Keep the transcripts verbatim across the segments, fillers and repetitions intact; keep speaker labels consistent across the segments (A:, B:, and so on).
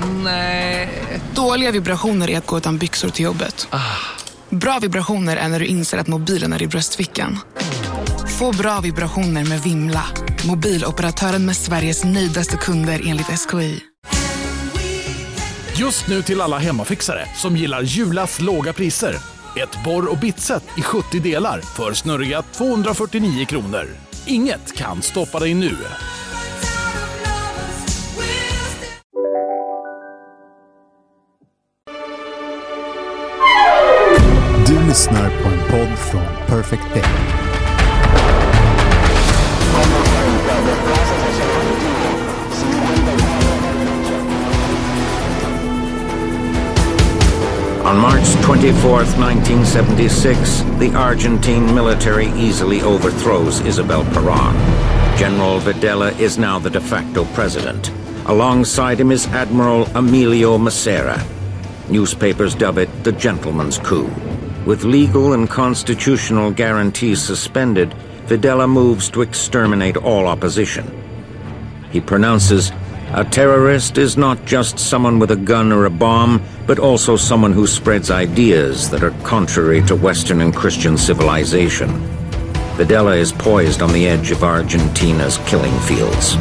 A: Nej.
B: Dåliga vibrationer är att gå utan byxor till jobbet.
A: Ah.
B: Bra vibrationer är när du inser att mobilen är i bröstfickan. Få bra vibrationer med Vimla. Mobiloperatören med Sveriges nöjdaste kunder enligt S K I.
C: Just nu till alla hemmafixare som gillar Julas låga priser. Ett borr- och bitset i sjuttio delar för snurriga tvåhundrafyrtionio kronor. Inget kan stoppa dig nu.
D: Du lyssnar på en podd från Perfect Day.
E: On March twenty-fourth, nineteen seventy-six, the Argentine military easily overthrows Isabel Perón. General Videla is now the de facto president. Alongside him is Admiral Emilio Massera. Newspapers dub it the gentleman's coup. With legal and constitutional guarantees suspended, Videla moves to exterminate all opposition. He pronounces, "A terrorist is not just someone with a gun or a bomb, but also someone who spreads ideas that are contrary to Western and Christian civilization." Videla is poised on the edge of Argentina's killing fields.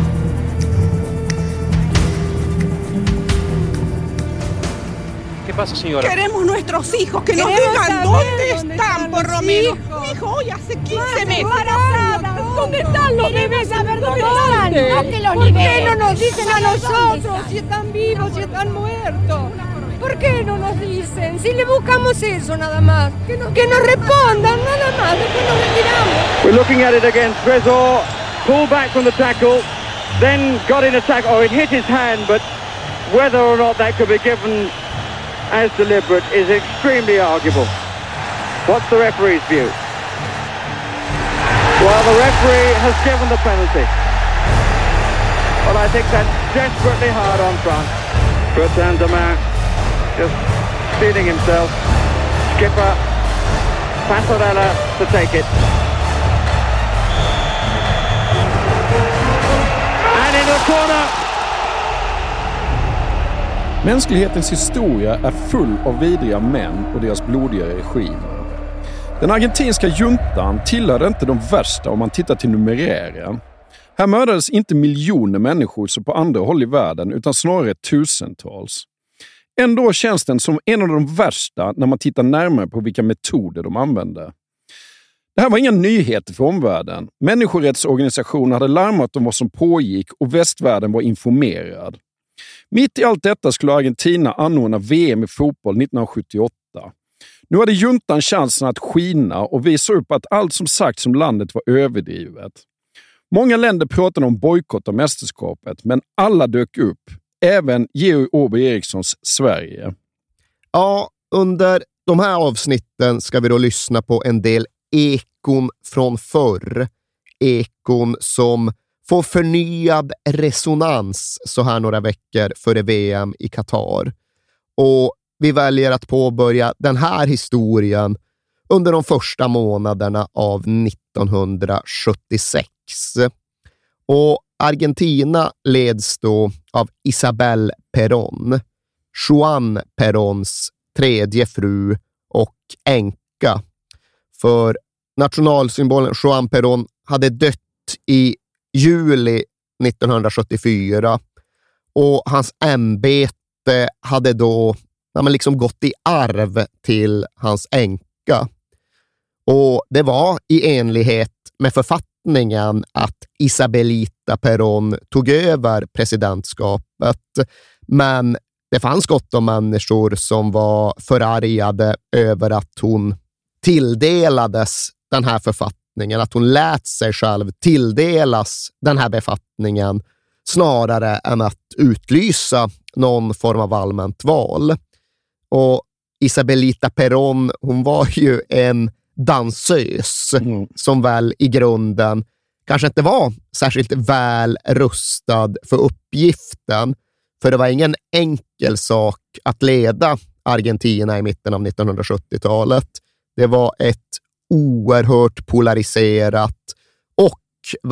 F: ¿Qué pasa, señora?
G: Queremos nuestros hijos, que nos digan dónde están, por lo menos. Mi hijo hoy hace quince meses. ¿Dónde están los bebés? Saber dónde están.
H: No que los
G: ¿Por qué no
H: liberen?
G: nos dicen a nosotros
H: están?
G: si están vivos, si están muertos? ¿Por qué no nos dicen? Si le buscamos eso nada más. Que nos, que nos respondan nada más, después nos retiramos.
F: We're looking at it again. Trezor pulled back from the tackle, then got in a tackle. Oh, it hit his hand, but whether or not that could be given as deliberate is extremely arguable. What's the referee's view? Well, the referee has given the penalty. Well, I think that's desperately hard on France. Bertrand Demain just feeling himself. Skipper Passarella to take it. And in the corner.
I: Mänsklighetens historia är full av vidriga män och deras blodiga regimer. Den argentinska juntan tillhörde inte de värsta om man tittar till numerären. Här mördades inte miljoner människor som på andra håll i världen utan snarare tusentals. Ändå känns den som en av de värsta när man tittar närmare på vilka metoder de använde. Det här var inga nyheter för omvärlden. Människorättsorganisationer hade larmat om vad som pågick och västvärlden var informerad. Mitt i allt detta skulle Argentina anordna V M i fotboll nittonhundrasjuttioåtta. Nu hade juntan chansen att skina och visa upp att allt som sagt som landet var överdrivet. Många länder pratade om bojkott av mästerskapet, men alla dök upp. Även Georg Åberg Erikssons Sverige.
J: Ja, under de här avsnitten ska vi då lyssna på en del ekon från förr. Ekon som får förnyad resonans så här några veckor före V M i Qatar. Och vi väljer att påbörja den här historien under de första månaderna av nittonhundrasjuttiosex. Och Argentina leds då av Isabel Perón, Juan Peróns tredje fru och änka. För nationalsymbolen Juan Perón hade dött i juli nittonhundrasjuttiofyra och hans ämbete hade då ja, men liksom gått i arv till hans änka. Och det var i enlighet med författningen att Isabelita Perón tog över presidentskapet, men det fanns gott om människor som var förargade över att hon tilldelades den här författningen, att hon lät sig själv tilldelas den här befattningen snarare än att utlysa någon form av allmänt val. Och Isabelita Perón, hon var ju en dansös mm. som väl i grunden kanske inte var särskilt väl rustad för uppgiften, för det var ingen enkel sak att leda Argentina i mitten av nittonhundrasjuttiotalet. Det var ett oerhört polariserat och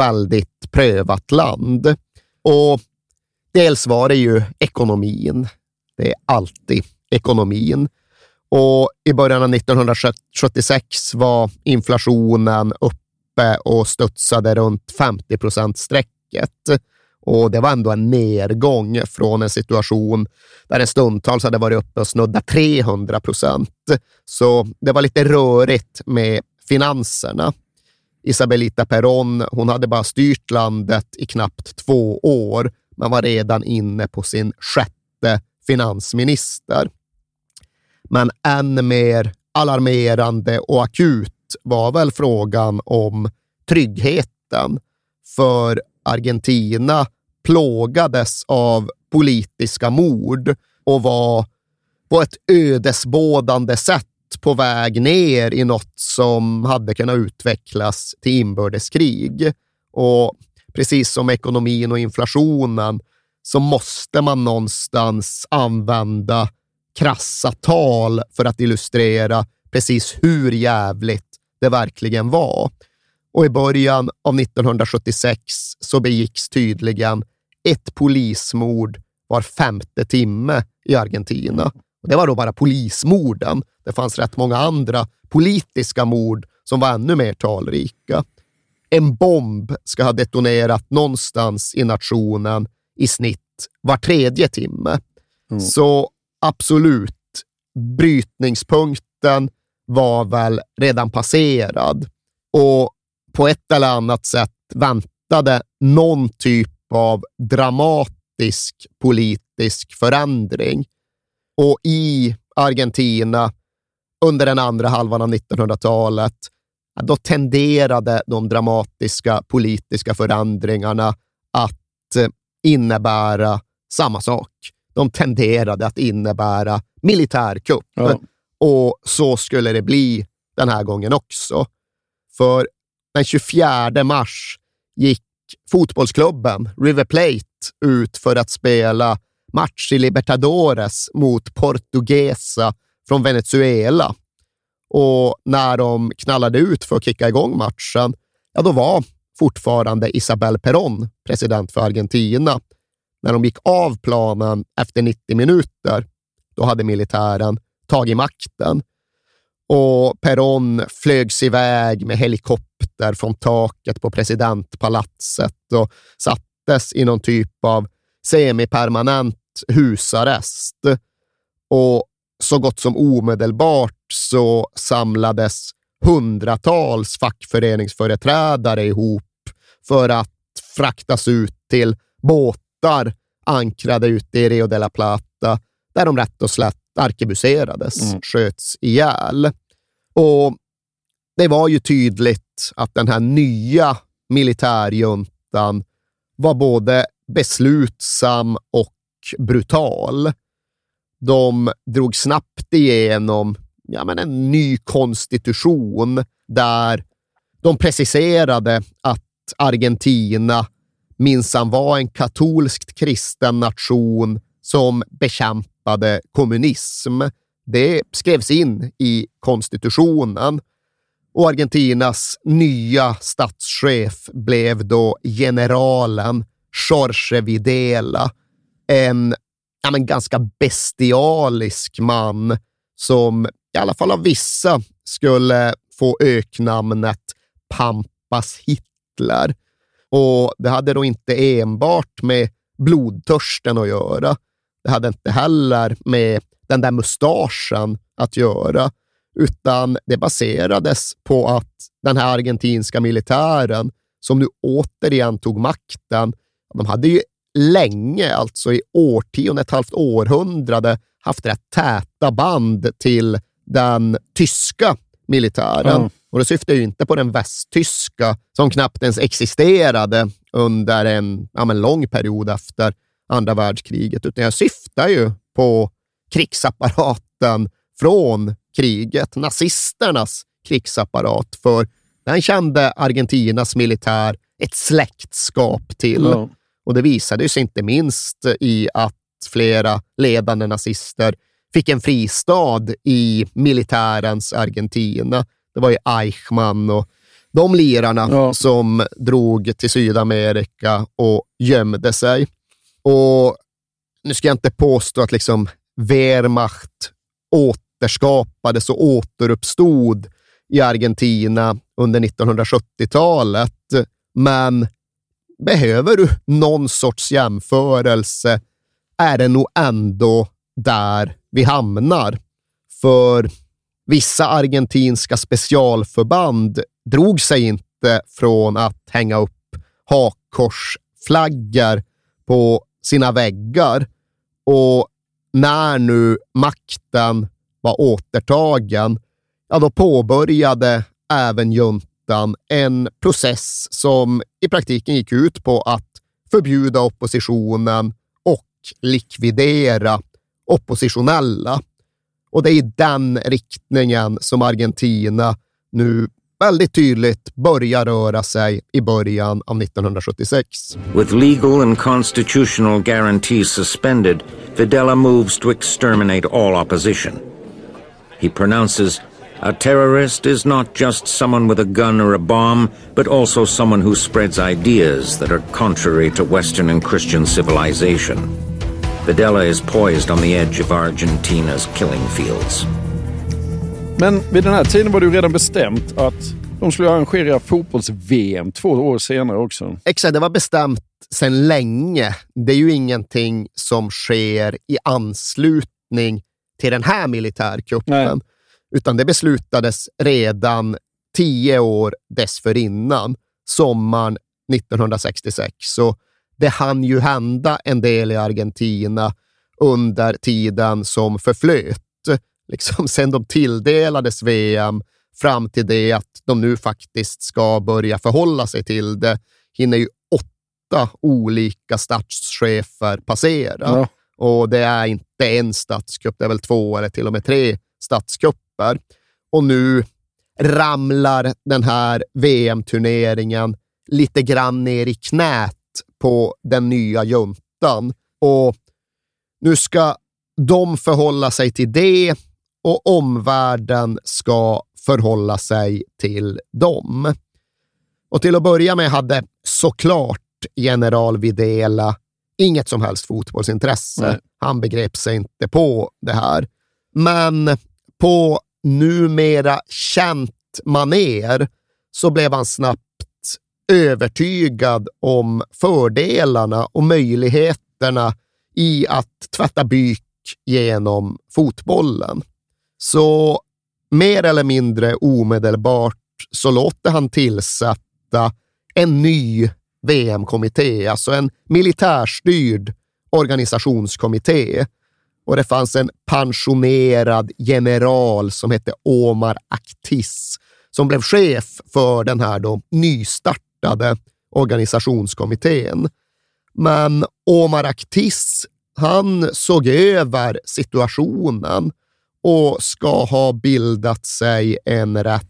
J: väldigt prövat land. Och dels var det ju ekonomin. Det är alltid ekonomin. Och i början av nittonhundrasjuttiosex var inflationen uppe och studsade runt femtio procent strecket. Och det var ändå en nedgång från en situation där det stundtals hade varit uppe och snudda trehundra procent. Så det var lite rörigt med finanserna. Isabelita Perón, hon hade bara styrt landet i knappt två år. Man var redan inne på sin sjätte finansminister. Men än mer alarmerande och akut var väl frågan om tryggheten. För Argentina plågades av politiska mord och var på ett ödesbådande sätt på väg ner i något som hade kunnat utvecklas till inbördeskrig. Och precis som ekonomin och inflationen så måste man någonstans använda krassa tal för att illustrera precis hur jävligt det verkligen var. Och i början av nittonhundrasjuttiosex så begicks tydligen ett polismord var femte timme i Argentina. Och det var då bara polismorden. Det fanns rätt många andra politiska mord som var ännu mer talrika. En bomb ska ha detonerat någonstans i nationen i snitt var tredje timme. Mm. Så absolut, brytningspunkten var väl redan passerad. Och på ett eller annat sätt väntade någon typ av dramatisk politisk förändring. Och i Argentina under den andra halvan av nittonhundratalet då tenderade de dramatiska politiska förändringarna att innebära samma sak. De tenderade att innebära militärkupp. Ja. Och så skulle det bli den här gången också. För den tjugofjärde mars gick fotbollsklubben River Plate ut för att spela match i Libertadores mot Portuguesa från Venezuela. Och när de knallade ut för att kicka igång matchen, ja då var fortfarande Isabel Perón president för Argentina. När de gick av planen efter nittio minuter, då hade militären tagit makten. Och Perón flögs iväg med helikopter från taket på presidentpalatset och sattes i någon typ av semipermanent husarrest. Och så gott som omedelbart så samlades hundratals fackföreningsföreträdare ihop för att fraktas ut till båtar ankrade ute i Rio de la Plata där de rätt och slätt arkebuserades, mm. sköts ihjäl. Och det var ju tydligt att den här nya militärjuntan var både beslutsam och brutal. De drog snabbt igenom ja, men en ny konstitution där de preciserade att Argentina minsann var en katolskt kristen nation som bekämpade kommunism. Det skrevs in i konstitutionen och Argentinas nya statschef blev då generalen Jorge Videla, en ja, men ganska bestialisk man som i alla fall av vissa skulle få öknamnet Pampas Hitler. Och det hade då inte enbart med blodtörsten att göra. Det hade inte heller med den där mustaschen att göra, utan det baserades på att den här argentinska militären som nu återigen tog makten, de hade ju länge, alltså i årtionde, ett halvt århundrade, haft rätt täta band till den tyska militären. Mm. Och det syftar ju inte på den västtyska som knappt ens existerade under en ja, men lång period efter andra världskriget, utan jag syftar ju på krigsapparaten från kriget, nazisternas krigsapparat, för den kände Argentinas militär ett släktskap till. Mm. Och det visade sig inte minst i att flera ledande nazister fick en fristad i militärens Argentina. Det var ju Eichmann och de lirarna ja. som drog till Sydamerika och gömde sig. Och nu ska jag inte påstå att liksom Wehrmacht återskapades och återuppstod i Argentina under nittonhundrasjuttiotalet. Men behöver du någon sorts jämförelse är det nog ändå där vi hamnar. För vissa argentinska specialförband drog sig inte från att hänga upp hakkorsflaggor på sina väggar. Och när nu makten var återtagen, ja, då påbörjade även juntan en process som i praktiken gick ut på att förbjuda oppositionen och likvidera oppositionella. Och det är i den riktningen som Argentina nu väldigt tydligt börjar röra sig i början av nittonhundrasjuttiosex.
E: With legal and constitutional guarantees suspended, Videla moves to exterminate all opposition. He pronounces, a terrorist is not just someone with a gun or a bomb, but also someone who spreads ideas that are contrary to Western and Christian civilization. Videla is poised on the edge of Argentina's killing fields.
I: Men vid den här tiden var det ju redan bestämt att de skulle arrangera fotbolls-V M två år senare också.
J: Exakt, det var bestämt sedan länge. Det är ju ingenting som sker i anslutning till den här militärkuppen. Nej. Utan det beslutades redan tio år dessförinnan, sommaren nittonhundrasextiosex. Så det hann ju hända en del i Argentina under tiden som förflöt. Liksom sen de tilldelades V M fram till det att de nu faktiskt ska börja förhålla sig till det, hinner ju åtta olika statschefer passera. Ja. Och det är inte en statskupp, det är väl två eller till och med tre statskupper. Och nu ramlar den här V M-turneringen lite grann ner i knät på den nya juntan. Och nu ska de förhålla sig till det och omvärlden ska förhålla sig till dem. Och till att börja med hade såklart general Videla inget som helst fotbollsintresse. Nej. Han begrep sig inte på det här. Men på numera känt maner så blev han snabbt övertygad om fördelarna och möjligheterna i att tvätta byk genom fotbollen. Så mer eller mindre omedelbart så låter han tillsätta en ny V M-kommitté, alltså en militärstyrd organisationskommitté. Och det fanns en pensionerad general som hette Omar Actis som blev chef för den här då nystartade organisationskommittén. Men Omar Actis, han såg över situationen och ska ha bildat sig en rätt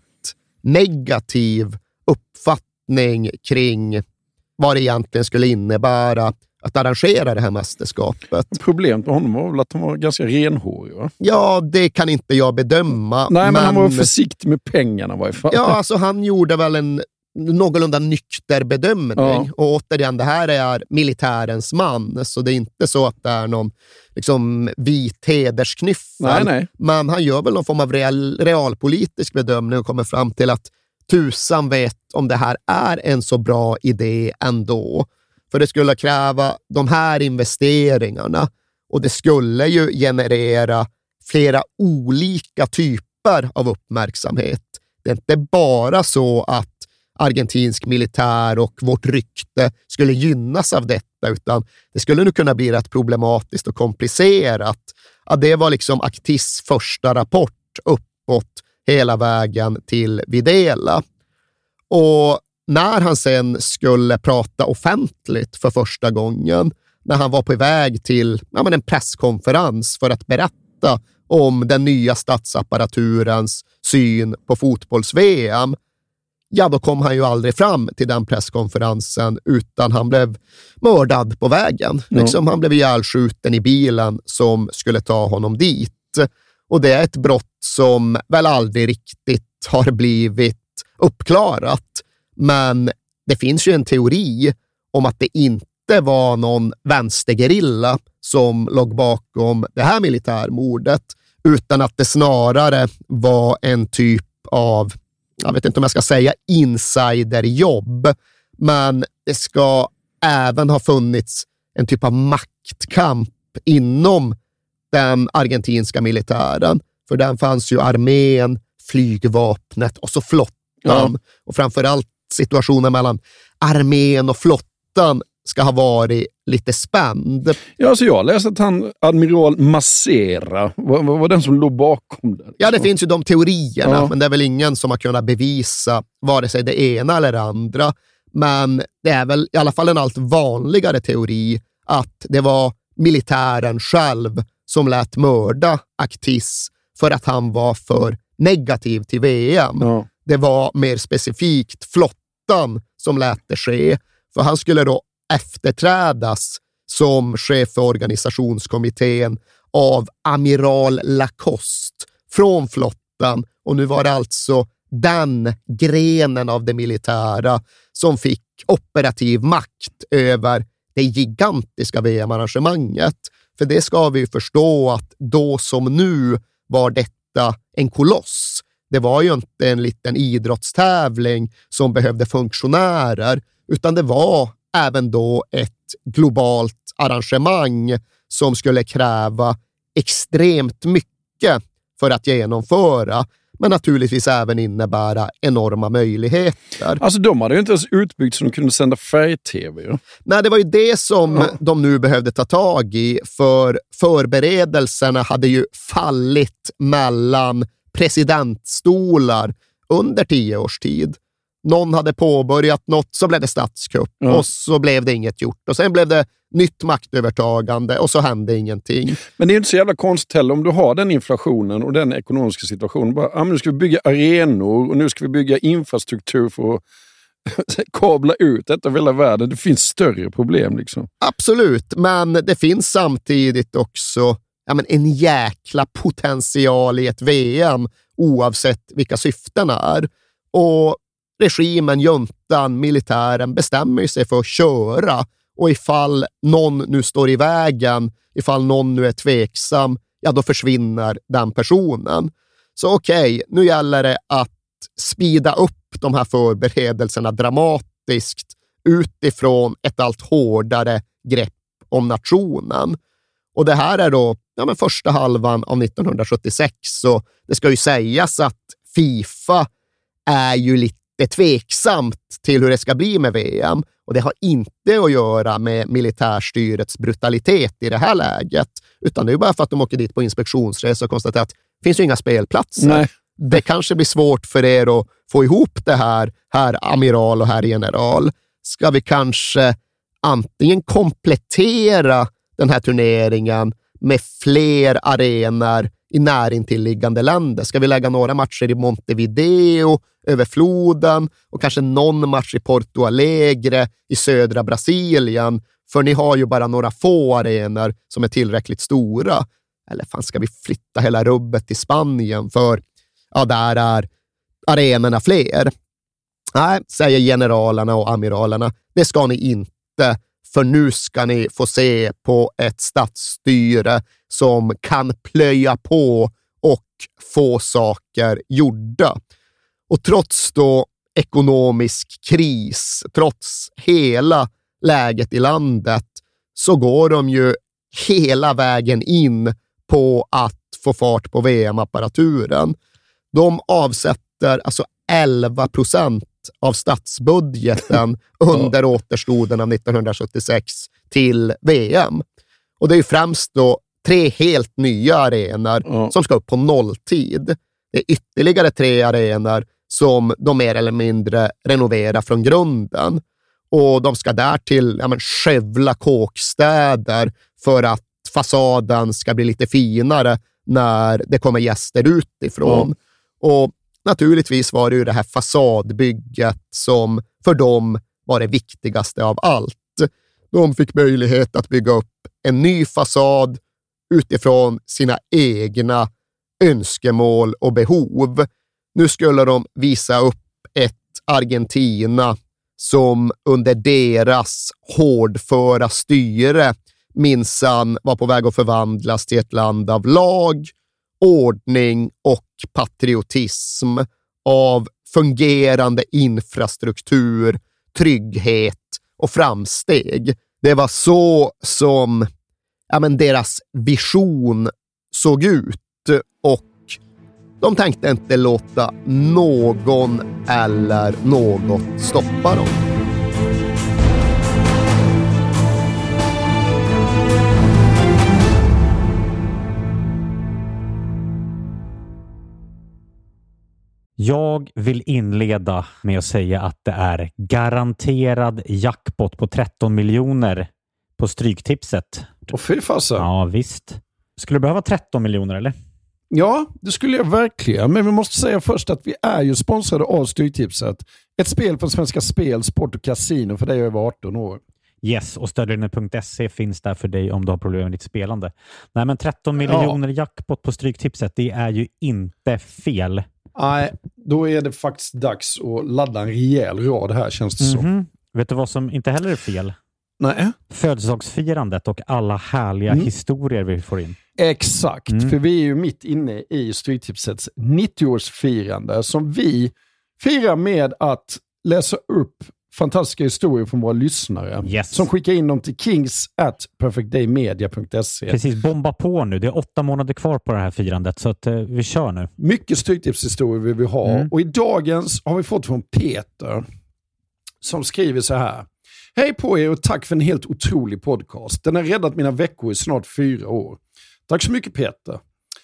J: negativ uppfattning kring vad det egentligen skulle innebära att arrangera det här mästerskapet.
I: Problemet med honom var väl att han var ganska renhårig, va?
J: Ja, det kan inte jag bedöma.
I: Nej, men, men han var försiktig med pengarna i varje fall.
J: Ja, alltså han gjorde väl en någorlunda nykter bedömning. Ja. Och återigen, det här är militärens man, så det är inte så att det är någon liksom vit hedersknyffel.
I: Nej, nej.
J: Men han gör väl någon form av real, realpolitisk bedömning och kommer fram till att tusan vet om det här är en så bra idé ändå. För det skulle kräva de här investeringarna och det skulle ju generera flera olika typer av uppmärksamhet. Det är inte bara så att argentinsk militär och vårt rykte skulle gynnas av detta, utan det skulle nu kunna bli rätt problematiskt och komplicerat. Ja, det var liksom Actis första rapport uppåt hela vägen till Videla. Och när han sen skulle prata offentligt för första gången, när han var på väg till ja, men en presskonferens för att berätta om den nya statsapparaturens syn på fotbolls-V M, ja då kom han ju aldrig fram till den presskonferensen utan han blev mördad på vägen. Ja. Liksom, han blev ihjälskjuten i bilen som skulle ta honom dit. Och det är ett brott som väl aldrig riktigt har blivit uppklarat. Men det finns ju en teori om att det inte inte var någon vänstergerilla som låg bakom det här militärmordet, utan att det snarare var en typ av, jag vet inte om jag ska säga insiderjobb, men det ska även ha funnits en typ av maktkamp inom den argentinska militären. För den fanns ju armén, flygvapnet och så flottan. Ja. Och framförallt situationen mellan armén och flottan ska ha varit lite spänd.
I: Ja, alltså jag läste att han, admiral Massera, var, var, var den som låg bakom det.
J: Ja, det finns ju de teorierna,
I: ja.
J: Men det är väl ingen som har kunnat bevisa vare sig det ena eller det andra. Men det är väl i alla fall en allt vanligare teori att det var militären själv som lät mörda Actis för att han var för negativ till V M. Ja. Det var mer specifikt flottan som lät det ske, för han skulle då efterträdas som chef för organisationskommittén av amiral Lacoste från flottan, och nu var det alltså den grenen av det militära som fick operativ makt över det gigantiska V M-arrangemanget. För det ska vi förstå att då som nu var detta en koloss. Det var ju inte en liten idrottstävling som behövde funktionärer, utan det var även då ett globalt arrangemang som skulle kräva extremt mycket för att genomföra, men naturligtvis även innebära enorma möjligheter.
I: Alltså de hade ju inte ens utbyggt så de kunde sända färg-tv. Ja.
J: Nej, det var ju det som
I: ja.
J: de nu behövde ta tag i, för förberedelserna hade ju fallit mellan presidentstolar under tio års tid. Någon hade påbörjat något, så blev det statskupp ja. och så blev det inget gjort. Och sen blev det nytt maktövertagande och så hände ingenting.
I: Men det är ju inte så jävla konstigt heller om du har den inflationen och den ekonomiska situationen. Bara, ah, nu ska vi bygga arenor och nu ska vi bygga infrastruktur för att kabla ut detta över hela världen. Det finns större problem liksom.
J: Absolut, men det finns samtidigt också ja, men en jäkla potential i ett V M oavsett vilka syftena är. Och regimen, juntan, militären bestämmer sig för att köra, och ifall någon nu står i vägen, ifall någon nu är tveksam, ja då försvinner den personen. Så okej, okay, nu gäller det att speeda upp de här förberedelserna dramatiskt utifrån ett allt hårdare grepp om nationen. Och det här är då ja, men första halvan av nittonhundrasjuttiosex, så det ska ju sägas att FIFA är ju lite tveksamt till hur det ska bli med V M, och det har inte att göra med militärstyrets brutalitet i det här läget, utan det är bara för att de åker dit på inspektionsresa och konstaterar att det finns ju inga spelplatser.
I: Nej.
J: Det kanske blir svårt för er att få ihop det här, här amiral och här general. Ska vi kanske antingen komplettera den här turneringen med fler arenor i närintilliggande länder? Ska vi lägga några matcher i Montevideo över floden och kanske någon match i Porto Alegre i södra Brasilien? För ni har ju bara några få arenor som är tillräckligt stora. Eller fan, ska vi flytta hela rubbet till Spanien för ja, där är arenorna fler? Nej, säger generalerna och amiralerna. Det ska ni inte, för nu ska ni få se på ett statsstyre som kan plöja på och få saker gjorda. Och trots då ekonomisk kris, trots hela läget i landet, så går de ju hela vägen in på att få fart på V M-apparaturen. De avsätter alltså elva procent av statsbudgeten under återstoden av nittonhundrasjuttiosex till V M. Och det är ju främst då tre helt nya arenor mm. som ska upp på nolltid. Det är ytterligare tre arenor som de mer eller mindre renoverar från grunden. Och de ska därtill ja, men, skövla kåkstäder för att fasaden ska bli lite finare när det kommer gäster utifrån. Mm. Och naturligtvis var det ju det här fasadbygget som för dem var det viktigaste av allt. De fick möjlighet att bygga upp en ny fasad utifrån sina egna önskemål och behov. Nu skulle de visa upp ett Argentina som under deras hårdföra styre minsann var på väg att förvandlas till ett land av lag, ordning och patriotism, av fungerande infrastruktur, trygghet och framsteg. Det var så som ja, men deras vision såg ut, och de tänkte inte låta någon eller något stoppa dem.
A: Jag vill inleda med att säga att det är garanterad jackpot på tretton miljoner på Stryktipset.
I: Och fy fasen.
A: Ja, visst. Skulle du behöva tretton miljoner, eller?
I: Ja, det skulle jag verkligen. Men vi måste säga först att vi är ju sponsrade av Stryktipset. Ett spel från Svenska Spel, Sport och Casino för dig över arton år.
A: Yes, och stödlinjen punkt se finns där för dig om du har problem med ditt spelande. Nej, men tretton miljoner ja. Jackpot på Stryktipset, det är ju inte fel.
I: Nej, då är det faktiskt dags att ladda en rejäl rad här, känns det
A: mm-hmm.
I: så.
A: Vet du vad som inte heller är fel?
I: Nej.
A: Födelsedagsfirandet och alla härliga mm. historier vi får in.
I: Exakt, mm. för vi är ju mitt inne i Stryktipsets nittioårsfirande som vi firar med att läsa upp fantastiska historier från våra lyssnare
A: yes.
I: som skickar in dem till kings at perfect day media punkt se.
A: Precis, bomba på nu. Det är åtta månader kvar på det här firandet så att, eh, vi kör nu.
I: Mycket Stryktipshistorier vill vi ha mm. och i dagens har vi fått från Peter som skriver så här. Hej på er och tack för en helt otrolig podcast. Den har räddat mina veckor i snart fyra år. Tack så mycket Peter.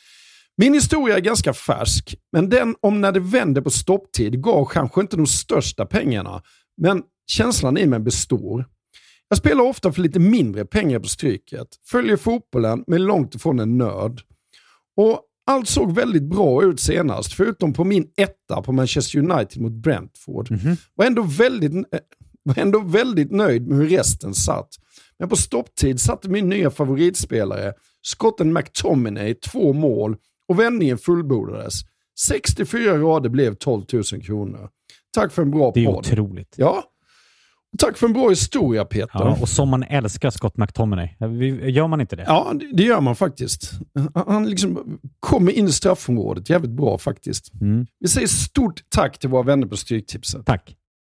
I: Min historia är ganska färsk, men den om när det vände på stopptid gav kanske inte de största pengarna, men känslan i mig består. Jag spelar ofta för lite mindre pengar på Stryket, följer fotbollen men långt ifrån en nörd. Och allt såg väldigt bra ut senast, förutom på min etta på Manchester United mot Brentford. Mm-hmm. Var ändå väldigt, var ändå väldigt nöjd med hur resten satt. Men på stopptid satte min nya favoritspelare, skotten McTominay, två mål och vändningen fullbordades. sextiofyra rader blev tolv tusen kronor. Tack för en bra podd.
A: Det är podd. Otroligt.
I: Ja. Tack för en bra historia, Peter.
A: Ja, och som man älskar Scott McTominay. Gör man inte det?
I: Ja, det gör man faktiskt. Han liksom kommer in i straffområdet jävligt bra faktiskt. Mm. Vi säger stort tack till våra vänner på Stryktipset.
A: Tack.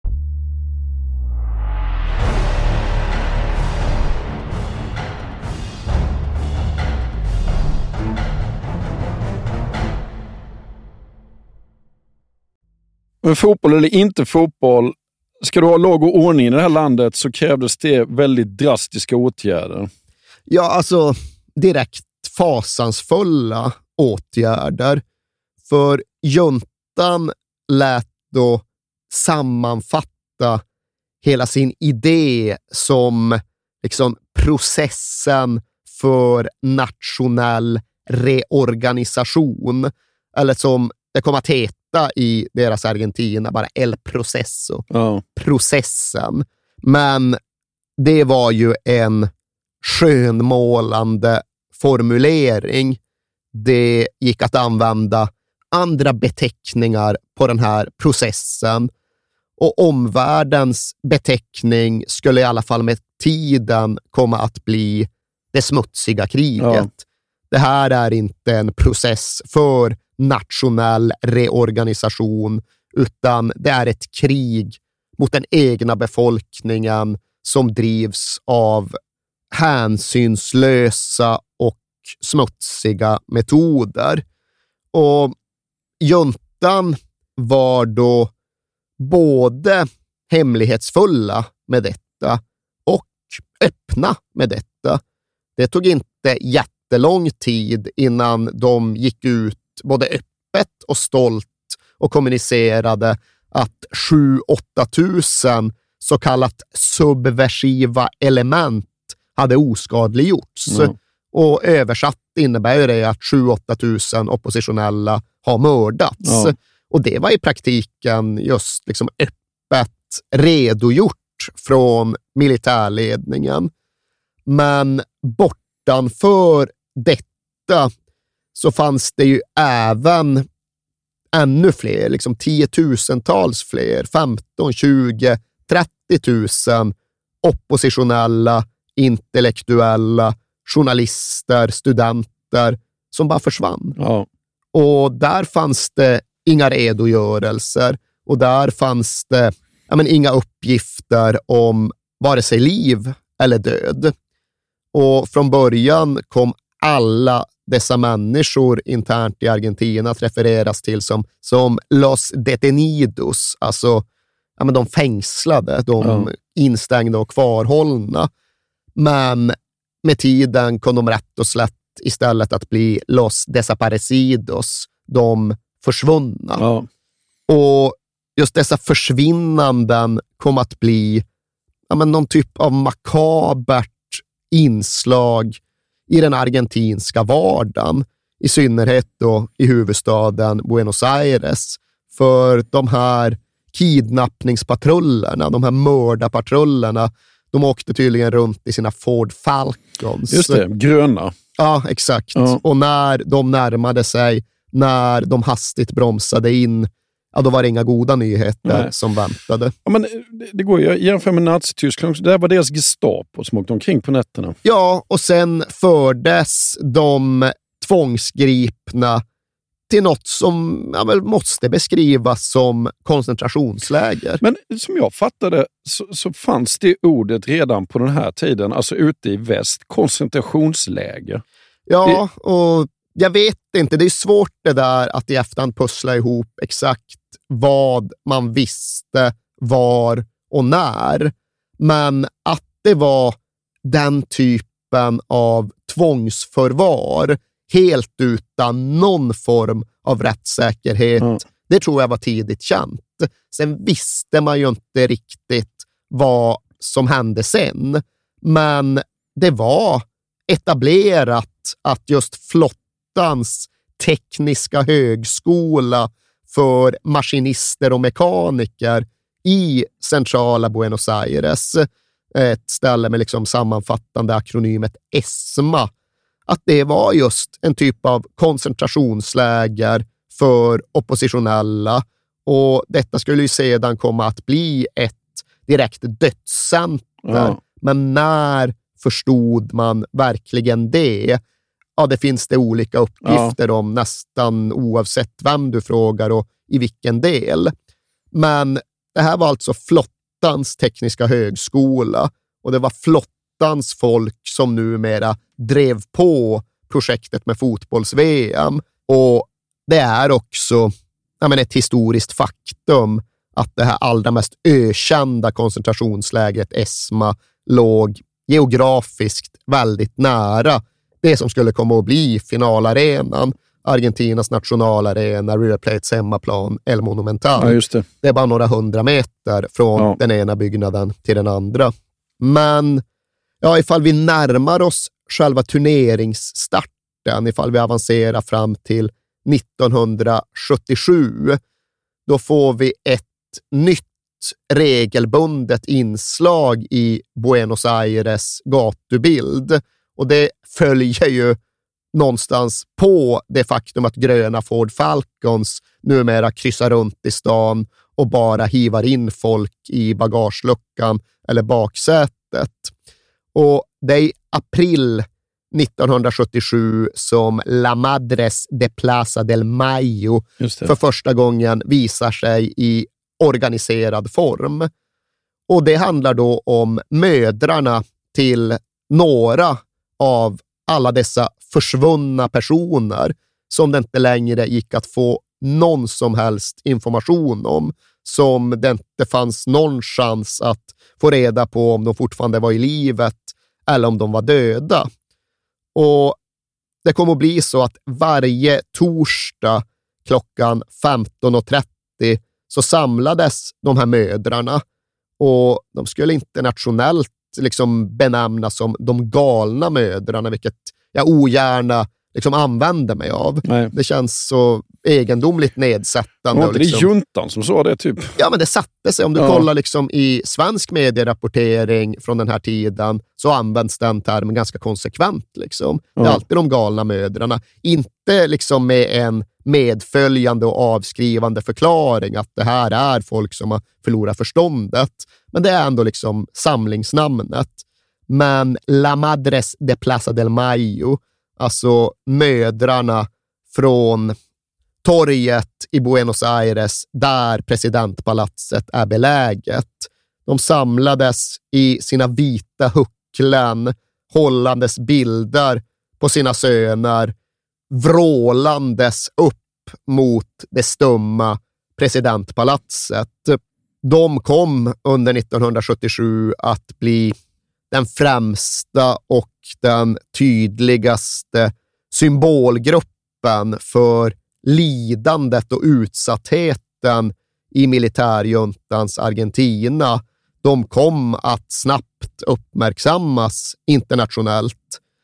I: Men fotboll eller inte fotboll, ska du ha lag och ordning i det här landet så krävdes det väldigt drastiska åtgärder.
J: Ja, alltså direkt fasansfulla åtgärder. För juntan lät då sammanfatta hela sin idé som liksom processen för nationell reorganisation. Eller som det kommer att heta i deras Argentina, bara El Proceso.
I: Oh.
J: Processen. Men det var ju en skönmålande formulering. Det gick att använda andra beteckningar på den här processen. Och omvärldens beteckning skulle i alla fall med tiden komma att bli det smutsiga kriget. Oh. Det här är inte en process för nationell reorganisation, utan det är ett krig mot den egna befolkningen som drivs av hänsynslösa och smutsiga metoder. Och juntan var då både hemlighetsfulla med detta och öppna med detta. Det tog inte jättelång tid innan de gick ut både öppet och stolt och kommunicerade att sju åtta tusen så kallat subversiva element hade oskadliggjorts. Mm. Och översatt innebär det att sju åtta tusen oppositionella har mördats. Ja. Och det var i praktiken just liksom öppet redogjort från militärledningen. Men bortanför detta så fanns det ju även ännu fler, liksom tiotusentals fler, femton, tjugo, trettio tusen oppositionella, intellektuella, journalister, studenter som bara försvann.
I: Ja.
J: Och där fanns det inga redogörelser och där fanns det ja, men, inga uppgifter om vare sig liv eller död. Och från början kom alla dessa människor internt i Argentina att refereras till som, som los detenidos, alltså ja, men de fängslade, de
I: ja.
J: instängda och kvarhållna. Men med tiden kom de rätt och slätt istället att bli los desaparecidos, de försvunna.
I: Ja.
J: Och just dessa försvinnanden kom att bli ja, men någon typ av makabert inslag i den argentinska vardagen, i synnerhet då i huvudstaden Buenos Aires. För de här kidnappningspatrullerna, de här mördarpatrullerna, de åkte tydligen runt i sina Ford Falcons.
I: Just det, gröna.
J: Ja, exakt. Ja. Och när de närmade sig, när de hastigt bromsade in, ja, då var det inga goda nyheter Nej. som väntade. Ja,
I: men det, det går ju jämför med Nazityskland. Det var deras Gestapo som åkte omkring på nätterna.
J: Ja, och sen fördes de tvångsgripna till något som ja, väl måste beskrivas som koncentrationsläger.
I: Men som jag fattade så, så fanns det ordet redan på den här tiden, alltså ute i väst, koncentrationsläger.
J: Ja, och jag vet inte, det är svårt det där att i efterhand pussla ihop exakt vad man visste, var och när. Men att det var den typen av tvångsförvar helt utan någon form av rättssäkerhet, mm. det tror jag var tidigt känt. Sen visste man ju inte riktigt vad som hände sen. Men det var etablerat att just flottans tekniska högskola för maskinister och mekaniker i centrala Buenos Aires, ett ställe med liksom sammanfattande akronymet ESMA, att det var just en typ av koncentrationsläger för oppositionella, och detta skulle ju sedan komma att bli ett direkt dödscenter. Ja. Men när förstod man verkligen det? Ja, det finns det olika uppgifter ja. om nästan oavsett vem du frågar och i vilken del. Men det här var alltså flottans tekniska högskola, och det var flottans folk som numera drev på projektet med fotbolls-V M. Och det är också jag menar, ett historiskt faktum att det här allra mest ökända koncentrationslägret ESMA låg geografiskt väldigt nära det som skulle komma att bli finalarenan, Argentinas nationalarena, River Plates hemmaplan, El Monumental.
I: Ja, just det.
J: Det är bara några hundra meter från ja. den ena byggnaden till den andra. Men ja, ifall vi närmar oss själva turneringsstarten, ifall vi avancerar fram till nittonhundrasjuttiosju, då får vi ett nytt regelbundet inslag i Buenos Aires gatubild. Och det följer ju någonstans på det faktum att gröna Ford Falcons numera kryssar runt i stan och bara hivar in folk i bagageluckan eller baksätet. Och det är i april nittonhundrasjuttiosju som La Madres de Plaza del Mayo för första gången visar sig i organiserad form. Och det handlar då om mödrarna till några av alla dessa försvunna personer som det inte längre gick att få någon som helst information om, som det inte fanns någon chans att få reda på om de fortfarande var i livet eller om de var döda. Och det kommer att bli så att varje torsdag klockan femton och trettio så samlades de här mödrarna, och de skulle internationellt liksom benämnas som de galna mödrarna, vilket jag ogärna liksom använder mig av.
I: Nej.
J: Det känns så egendomligt nedsättande.
I: Var inte
J: liksom,
I: det juntan som sa det typ?
J: Ja, men det satte sig. Om du
I: ja.
J: kollar liksom i svensk medierapportering från den här tiden så används den termen ganska konsekvent. Liksom. Ja. Det är alltid de galna mödrarna. Inte liksom med en medföljande och avskrivande förklaring att det här är folk som har förlorat förståndet. Men det är ändå liksom samlingsnamnet. Men La Madres de Plaza del Mayo, alltså mödrarna från torget i Buenos Aires där presidentpalatset är beläget. De samlades i sina vita hucklen, hållandes bilder på sina söner, vrålandes upp mot det stumma presidentpalatset. De kom under nittonhundrasjuttiosju att bli den främsta och den tydligaste symbolgruppen för lidandet och utsattheten i militärjuntans Argentina. De kom att snabbt uppmärksammas internationellt.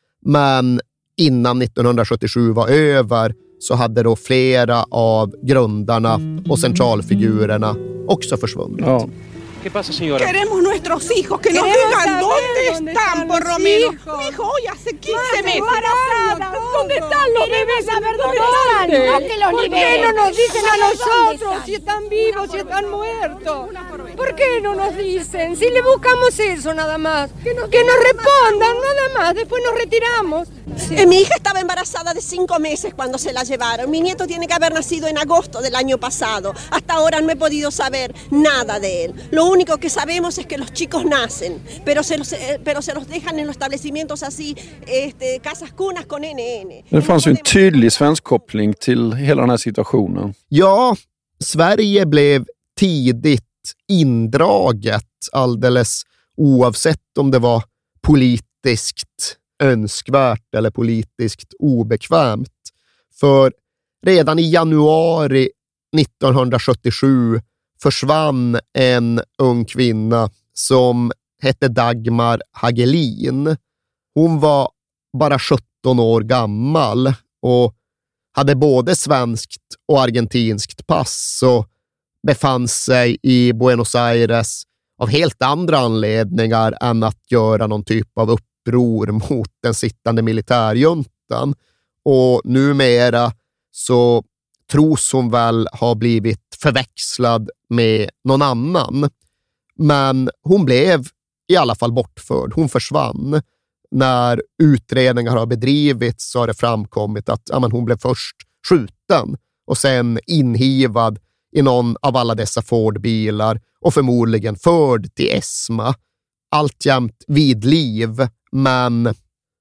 J: Men innan nittonhundrasjuttiosju var över så hade då flera av grundarna och centralfigurerna också försvunnit.
I: Ja.
H: ¿Qué pasa, señora?
K: Queremos nuestros hijos, que nos digan dónde están, por lo menos. Mi hijo hoy hace quince meses.
G: ¿Dónde están los bebés? A ver, ¿dónde están? ¿Por qué no nos dicen a nosotros si están vivos, si están muertos? ¿Por qué no nos dicen? Si le buscamos eso nada más. Que nos respondan nada más, después nos retiramos.
K: Sí. Mi hija estaba embarazada de cinco meses cuando se la llevaron. Mi nieto tiene que haber nacido en agosto del año pasado. Hasta ahora no he podido saber nada de él. Lo único que sabemos es que los chicos nacen, pero se los, eh, pero se los dejan en los establecimientos así, este, casas cunas con N N.
I: Det fanns ju en tydlig svensk koppling till hela den här situationen.
J: Ja, Sverige blev tidigt indraget alldeles oavsett om det var politiskt önskvärt eller politiskt obekvämt. För redan i januari nittonhundrasjuttiosju försvann en ung kvinna som hette Dagmar Hagelin. Hon var bara sjutton år gammal och hade både svenskt och argentinskt pass och befann sig i Buenos Aires av helt andra anledningar än att göra någon typ av uppror mot den sittande militärjuntan. Och numera så tros hon väl ha blivit förväxlad med någon annan. Men hon blev i alla fall bortförd. Hon försvann. När utredningar har bedrivits så har det framkommit att ja, men hon blev först skjuten och sen inhivad i någon av alla dessa Ford-bilar och förmodligen förd till Esma. Alltjämt vid liv, men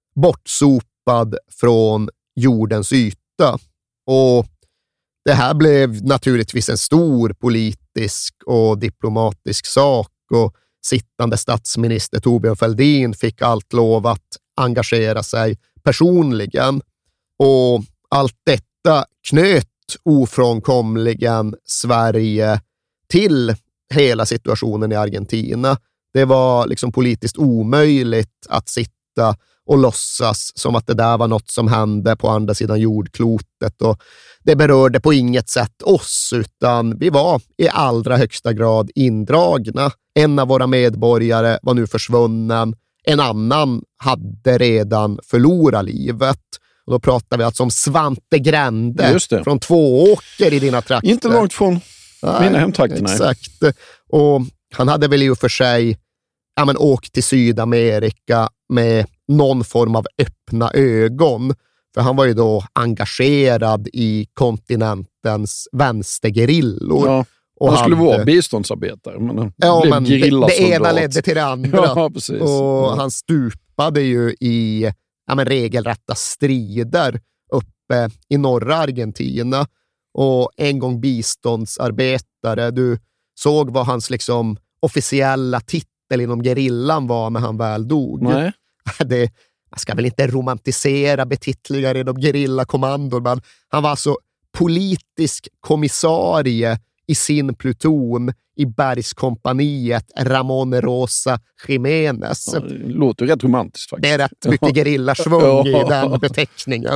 J: bortsopad från jordens yta. Och det här blev naturligtvis en stor politisk och diplomatisk sak och sittande statsminister Thorbjörn Fälldin fick allt lov att engagera sig personligen. Och allt detta knöt ofrånkomligen Sverige till hela situationen i Argentina. Det var liksom politiskt omöjligt att sitta och låtsas som att det där var något som hände på andra sidan jordklotet, och det berörde på inget sätt oss, utan vi var i allra högsta grad indragna. En av våra medborgare var nu försvunnen, en annan hade redan förlorat livet. Och då pratar vi alltså om Svante Grände från Tvååker i dina trakter.
I: Inte långt från nej, mina hemtrakter.
J: Exakt. Och han hade väl i och för sig ja, men, åkt till Sydamerika med någon form av öppna ögon. För han var ju då engagerad i kontinentens vänstergerillor. Ja,
I: och han skulle hade... vara biståndsarbetare. Men
J: ja, men det, det ena ledde till det andra.
I: Ja, precis.
J: Och
I: ja.
J: han stupade ju i ja, men, regelrätta strider uppe i norra Argentina. Och en gång biståndsarbetare. Du såg vad hans liksom officiella titel inom gerillan var när han väl dog.
I: Nej.
J: Det, man ska väl inte romantisera betitlingar inom gerillakommandon, men han var alltså politisk kommissarie i sin pluton i bergskompaniet Ramon Rosa Jiménez.
I: Ja, det låter rätt romantiskt faktiskt.
J: Det är rätt mycket gerillasvung ja. i den beteckningen.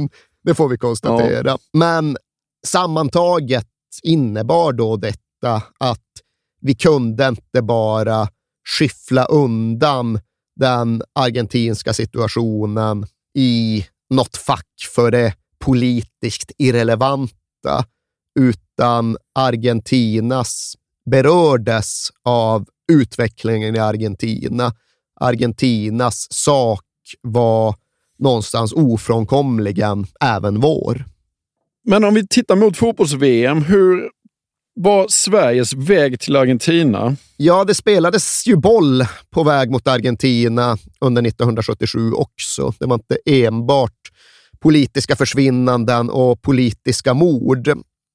J: Det får vi konstatera. Ja. Men sammantaget innebar då detta att vi kunde inte bara skyffla undan den argentinska situationen i något fack för det politiskt irrelevanta, utan Argentinas berördes av utvecklingen i Argentina. Argentinas sak var någonstans ofrånkomligen även vår.
I: Men om vi tittar mot fotbolls-V M, hur var Sveriges väg till Argentina?
J: Ja, det spelades ju boll på väg mot Argentina under nittonhundrasjuttiosju också. Det var inte enbart politiska försvinnanden och politiska mord,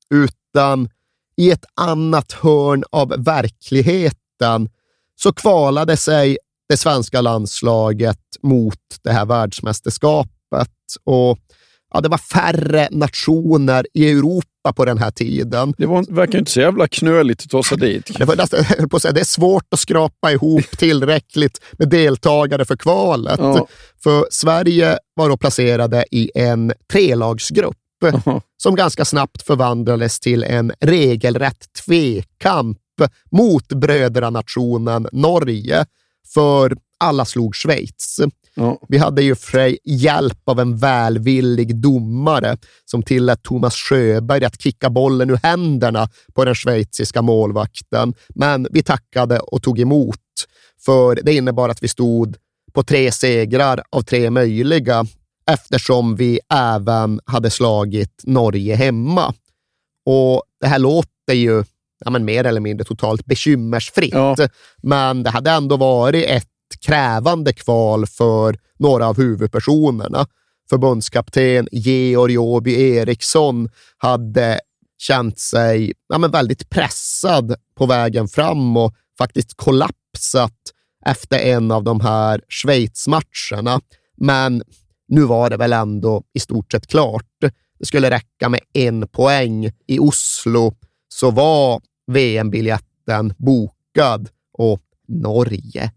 J: utan i ett annat hörn av verkligheten så kvalade sig det svenska landslaget mot det här världsmästerskapet. Och ja, det var färre nationer i Europa på den här tiden.
I: Det var, verkar inte så jävla knöligt att ta sig dit.
J: Det, var nästan, jag höll på att säga, det är svårt att skrapa ihop tillräckligt med deltagare för kvalet. Ja. För Sverige var då placerade i en trelagsgrupp uh-huh. som ganska snabbt förvandlades till en regelrätt tvekamp mot brödranationen Norge, för alla slog Schweiz. Ja. Vi hade ju för hjälp av en välvillig domare som tillät Thomas Sjöberg att kicka bollen ur händerna på den schweiziska målvakten. Men vi tackade och tog emot, för det innebar att vi stod på tre segrar av tre möjliga, eftersom vi även hade slagit Norge hemma. Och det här låter ju ja, men mer eller mindre totalt bekymmersfritt. Ja. Men det hade ändå varit ett krävande kval för några av huvudpersonerna. Förbundskapten Georg Åby Eriksson hade känt sig ja, men väldigt pressad på vägen fram och faktiskt kollapsat efter en av de här Schweiz-matcherna. Men nu var det väl ändå i stort sett klart. Det skulle räcka med en poäng i Oslo, så var V M-biljetten bokad. Och Norge,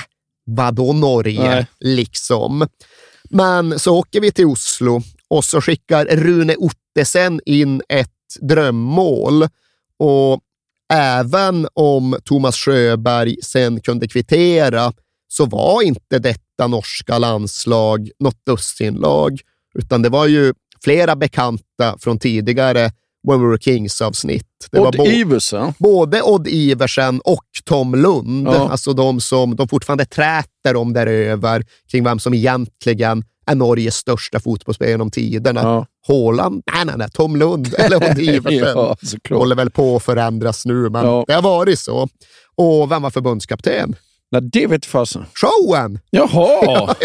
J: vadå Norge? Nej. Liksom. Men så åker vi till Oslo och så skickar Rune Ottesen in ett drömmål. Och även om Thomas Sjöberg sen kunde kvittera, så var inte detta norska landslag något dussinlag, utan det var ju flera bekanta från tidigare When We Were Kings-avsnitt. Det
I: Odd
J: var bo-
I: Iversen.
J: Både Odd Iversen och Tom Lund. Ja. Alltså de som de fortfarande träter om däröver kring vem som egentligen är Norges största fotbollsspelare genom tiderna. Ja. Haaland? Nej, nej, nej. Tom Lund eller Odd Iversen. Ja, håller väl på att förändras nu, men ja. Det har varit så. Och vem var förbundskapten?
I: Nej, det vet fasen.
J: Showen!
I: Jaha!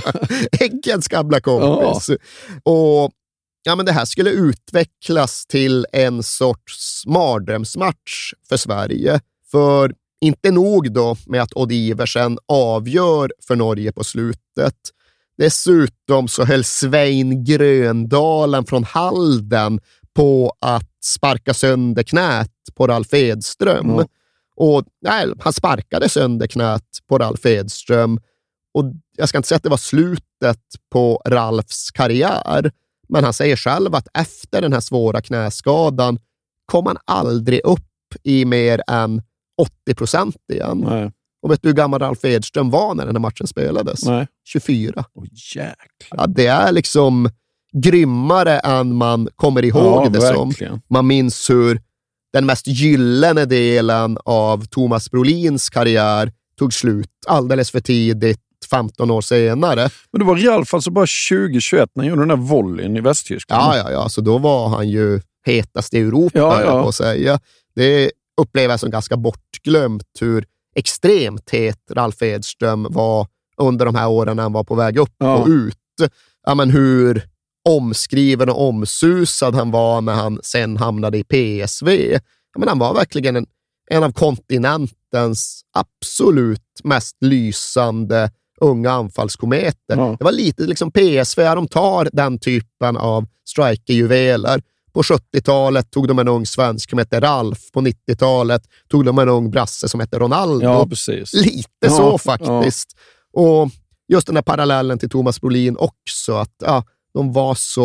J: Äggens gamla kompis. Ja. Och ja, men det här skulle utvecklas till en sorts mardrömsmatch för Sverige. För inte nog då med att Odd Iversen avgör för Norge på slutet. Dessutom så höll Svein Gröndalen från Halden på att sparka sönder knät på Ralf Edström. Mm. Och nej, han sparkade sönder knät på Ralf Edström. Och jag ska inte säga att det var slutet på Ralfs karriär. Men han säger själv att efter den här svåra knäskadan kom han aldrig upp i mer än åttio procent igen. Nej. Och vet du hur gammal Ralf Edström var när den här matchen spelades?
I: Nej.
J: tjugofyra.
I: Åh, jäklar.
J: Ja, det är liksom grymmare än man kommer ihåg ja, det verkligen. Som. Man minns hur den mest gyllene delen av Thomas Brolins karriär tog slut alldeles för tidigt, femton år senare.
I: Men det var Ralf alltså bara tjugo tjugoett när han gjorde den där volleyn i Västtyskland.
J: Ja, ja, ja. Så då var han ju hetast i Europa, ja, ja. På att säga. Det upplever jag som ganska bortglömt hur extremt het Ralf Edström var under de här åren när han var på väg upp ja. Och ut. Ja, men hur omskriven och omsusad han var när han sen hamnade i P S V. Ja, men han var verkligen en, en av kontinentens absolut mest lysande unga anfallskometer. Ja. Det var lite liksom P S V, de tar den typen av strikerjuveler. På sjuttiotalet tog de en ung svensk som hette Ralf. På nittiotalet tog de en ung brasse som hette Ronaldo.
I: Ja, precis.
J: Lite ja, så faktiskt. Ja. Och just den här parallellen till Thomas Brolin också, att ja, de var så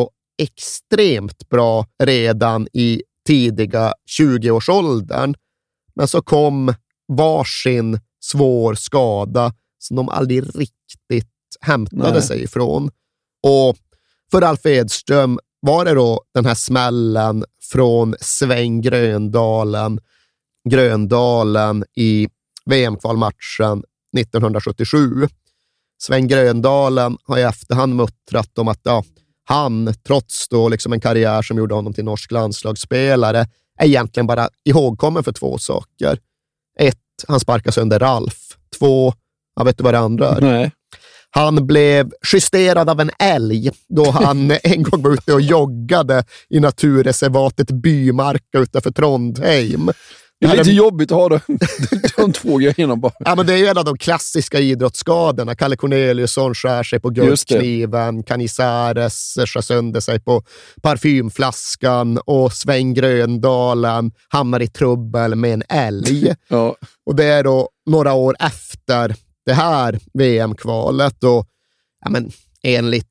J: extremt bra redan i tidiga tjugoårsåldern. Men så kom varsin svår skada som de aldrig riktigt hämtade Nej. sig ifrån. Och för Alf Edström var det då den här smällen från Sven Gröndalen, Gröndalen i V M-kvalmatchen nittonhundrasjuttiosju. Sven Gröndalen har i efterhand muttrat om att ja, han, trots då liksom en karriär som gjorde honom till norsk landslagsspelare, är egentligen bara ihågkommen för två saker. Ett, han sparkas under Ralf. Två, jag vet du vad det andra är?
I: Nej.
J: Han blev justerad av en älg då han en gång var ute och joggade i naturreservatet Bymarka utanför Trondheim.
I: Det är lite de... jobbigt att ha de, de två grejerna bara.
J: Ja, men det är ju en av de klassiska idrottsskadorna. Kalle Corneliusson skär sig på guldkniven, Canizares skär sönder sig på parfymflaskan och Sven Gröndalen hamnar i trubbel med en älg.
I: Ja.
J: Och det är då några år efter det här V M-kvalet och ja, men, enligt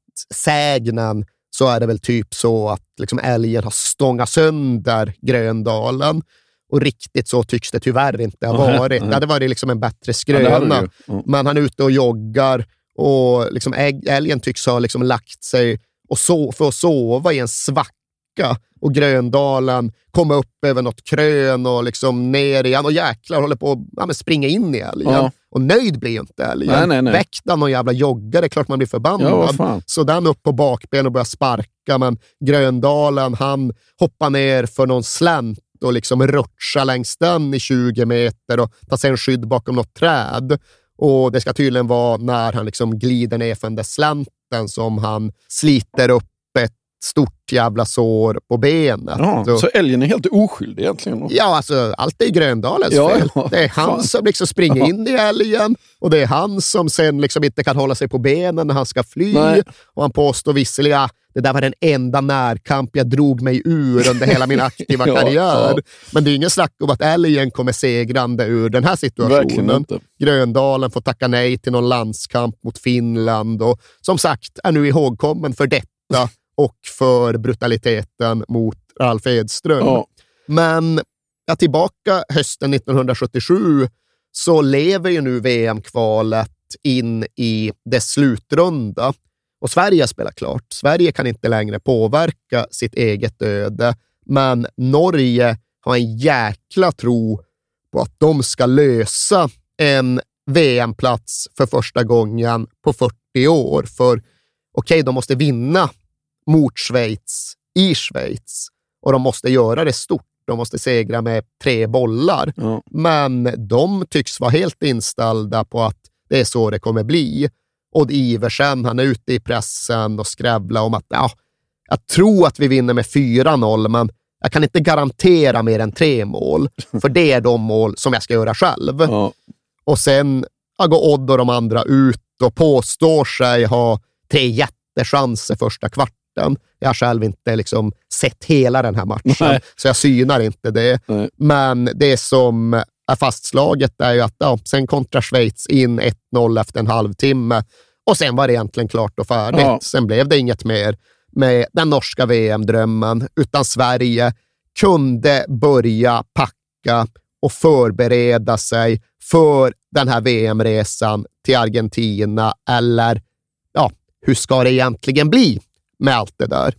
J: sägnen så är det väl typ så att liksom älgen har stångat sönder Gröndalen. Och riktigt så tycks det tyvärr inte ha varit. Det hade varit liksom en bättre skröna. Ja, mm. Men han är ute och joggar och liksom älgen tycks ha liksom lagt sig och so- för att sova i en svacka. Och Gröndalen kommer upp över något krön och liksom ner igen. Och jäklar håller på att ja, springa in i älgen. Ja. Och nöjd blir ju inte älgen.
I: Nej, nej, nej.
J: Väckte någon jävla joggare, klart man blir förbannad.
I: Ja,
J: så den upp på bakben och börjar sparka. Men Gröndalen, han hoppar ner för någon slänt och liksom rutscha längs den i tjugo meter och ta sig en skydd bakom något träd. Och det ska tydligen vara när han liksom glider ner för den där slänten som han sliter upp ett stort jävla sår på benet.
I: Ja,
J: så,
I: så älgen är helt oskyldig egentligen?
J: Ja, alltså allt är Gröndalens
I: ja,
J: fel.
I: Ja,
J: det är han fan. som liksom springer ja. in i älgen och det är han som sen liksom inte kan hålla sig på benen när han ska fly. Nej. Och han påstår visserligen att det där var den enda närkamp jag drog mig ur under hela min aktiva ja, karriär. Ja. Men det är ingen snack om att älgen kommer segrande ur den här situationen. Gröndalen får tacka nej till någon landskamp mot Finland och som sagt är nu ihågkommen för detta och för brutaliteten mot Alf Edström. Ja. Men ja, tillbaka hösten nittonhundrasjuttiosju så lever ju nu V M-kvalet in i dess slutrunda. Och Sverige spelar klart. Sverige kan inte längre påverka sitt eget öde. Men Norge har en jäkla tro på att de ska lösa en V M-plats för första gången på fyrtio år. För okej, okay, de måste vinna mot Schweiz i Schweiz. Och de måste göra det stort. De måste segra med tre bollar.
I: Ja.
J: Men de tycks vara helt inställda på att det är så det kommer bli. Odd Iversen, han är ute i pressen och skrävlar om att ja, jag tror att vi vinner med fyra noll, men jag kan inte garantera mer än tre mål. För det är de mål som jag ska göra själv.
I: Ja.
J: Och sen ja, går Odd och de andra ut och påstår sig ha tre jättechanser första kvarten. Jag har själv inte liksom sett hela den här matchen, Nej. så jag synar inte det.
I: Nej.
J: Men det som är fastslaget är ju att ja, sen kontrar Schweiz in ett noll efter en halvtimme och sen var det egentligen klart och färdigt.
I: Ja.
J: Sen blev det inget mer med den norska V M-drömmen utan Sverige kunde börja packa och förbereda sig för den här V M-resan till Argentina eller ja, hur ska det egentligen bli med allt det där?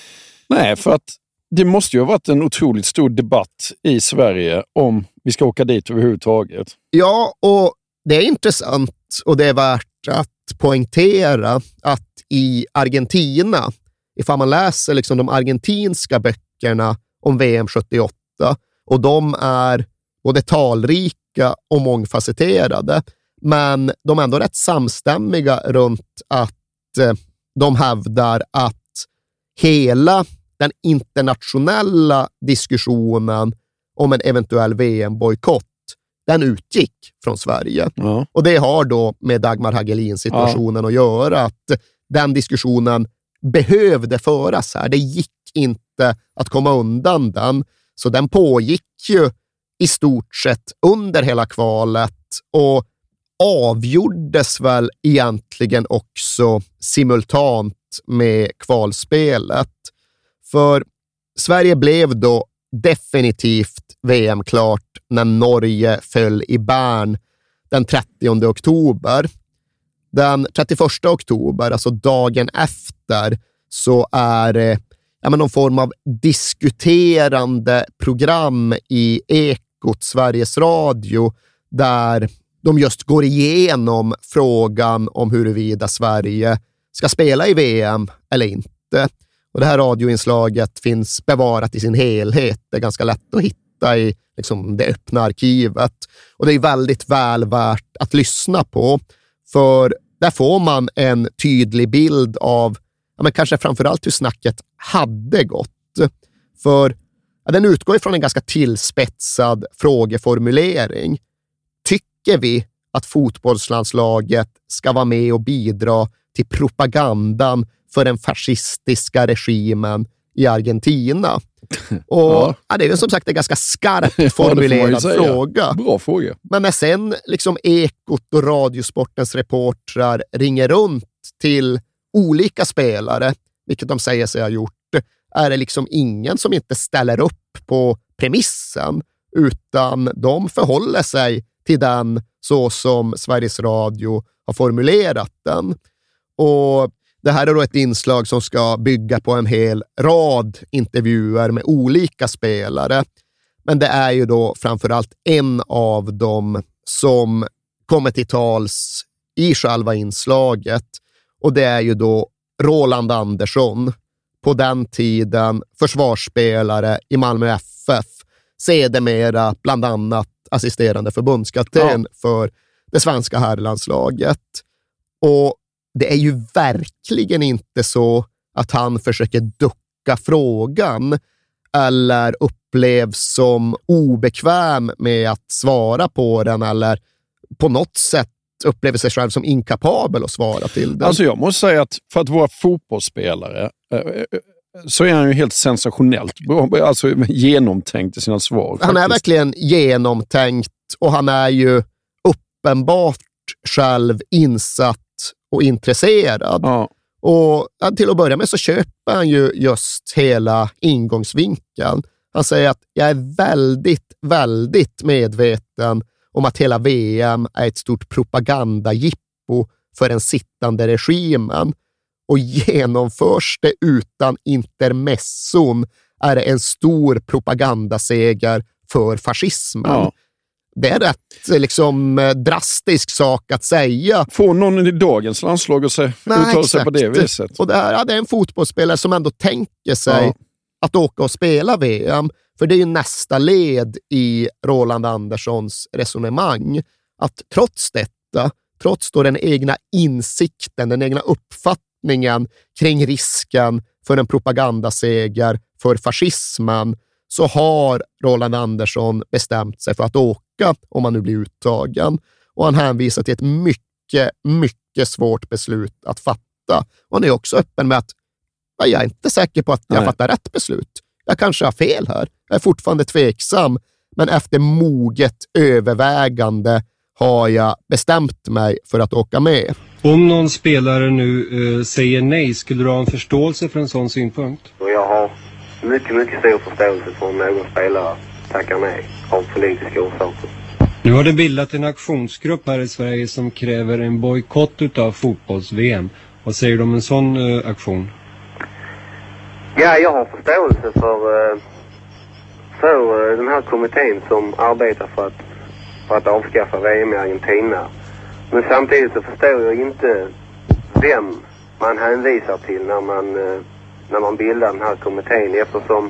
I: Nej, för att det måste ju ha varit en otroligt stor debatt i Sverige om vi ska åka dit överhuvudtaget.
J: Ja, och det är intressant och det är värt att poängtera att i Argentina, ifall man läser liksom de argentinska böckerna om V M sjuttioåtta och de är både talrika och mångfacetterade, men de är ändå rätt samstämmiga runt att de hävdar att hela den internationella diskussionen om en eventuell V M-bojkott, den utgick från Sverige.
I: Ja.
J: Och det har då med Dagmar Hagelins situationen ja. att göra, att den diskussionen behövde föras här. Det gick inte att komma undan den, så den pågick ju i stort sett under hela kvalet och avgjordes väl egentligen också simultant med kvalspelet. För Sverige blev då definitivt V M-klart när Norge föll i Bern den trettionde oktober. Den trettioförsta oktober, alltså dagen efter, så är det ja, men någon form av diskuterande program i Ekot Sveriges Radio där de just går igenom frågan om huruvida Sverige ska spela i V M eller inte. Och det här radioinslaget finns bevarat i sin helhet. Det är ganska lätt att hitta i liksom, det öppna arkivet. Och det är väldigt väl värt att lyssna på. För där får man en tydlig bild av ja, men kanske framförallt hur snacket hade gått. För ja, den utgår ifrån en ganska tillspetsad frågeformulering. Tycker vi att fotbollslandslaget ska vara med och bidra till propagandan för den fascistiska regimen i Argentina? Och ja. Ja, det är ju som sagt en ganska skarpt formulerad ja, fråga.
I: Bra fråga.
J: Men när sen liksom Ekot och Radiosportens reportrar ringer runt till olika spelare, vilket de säger sig ha gjort, är det liksom ingen som inte ställer upp på premissen, utan de förhåller sig till den så som Sveriges Radio har formulerat den. Och det här är då ett inslag som ska bygga på en hel rad intervjuer med olika spelare. Men det är ju då framförallt en av dem som kommer till tals i själva inslaget. Och det är ju då Roland Andersson, på den tiden försvarsspelare i Malmö F F, sedermera bland annat assisterande förbundskapten ja. för det svenska herrlandslaget. Och det är ju verkligen inte så att han försöker ducka frågan eller upplevs som obekväm med att svara på den eller på något sätt upplever sig själv som inkapabel att svara till den.
I: Alltså jag måste säga att för att vara fotbollsspelare så är han ju helt sensationellt alltså genomtänkt i sina svar.
J: Han faktiskt. är verkligen genomtänkt och han är ju uppenbart själv insatt och intresserad. Ja. Och till att börja med så köper han ju just hela ingångsvinkeln. Han säger att jag är väldigt, väldigt medveten om att hela V M är ett stort propagandagippo för den sittande regimen. Och genomförs det utan intermesson är det en stor propagandaseger för fascismen. Ja. Det är rätt liksom, drastisk sak att säga.
I: Får någon i dagens landslag att sig, uttala sig på det viset?
J: Och det, här, ja, det är en fotbollsspelare som ändå tänker sig ja. att åka och spela V M. För det är ju nästa led i Roland Anderssons resonemang. Att trots detta, trots då den egna insikten, den egna uppfattningen kring risken för en propagandaseger för fascismen, så har Roland Andersson bestämt sig för att åka om han nu blir uttagen. Och han hänvisar till ett mycket, mycket svårt beslut att fatta. Och han är också öppen med att jag är inte säker på att jag Nej. fattar rätt beslut. Jag kanske har fel här. Jag är fortfarande tveksam. Men efter moget övervägande har jag bestämt mig för att åka med.
H: Om någon spelare nu uh, säger nej, skulle du ha en förståelse för en sån synpunkt?
L: Och jag har mycket, mycket stor förståelse för om någon spelare tackar nej av politiska orsaker.
H: Nu har det bildat en aktionsgrupp här i Sverige som kräver en bojkott av fotbolls-V M. Vad säger du om en sån uh, aktion?
L: Ja, jag har förståelse för, uh, för uh, den här kommittén som arbetar för att, för att avskaffa V M i Argentina. Men samtidigt så förstår jag inte vem man hänvisar till när man, uh, när man bildar den här kommittén, eftersom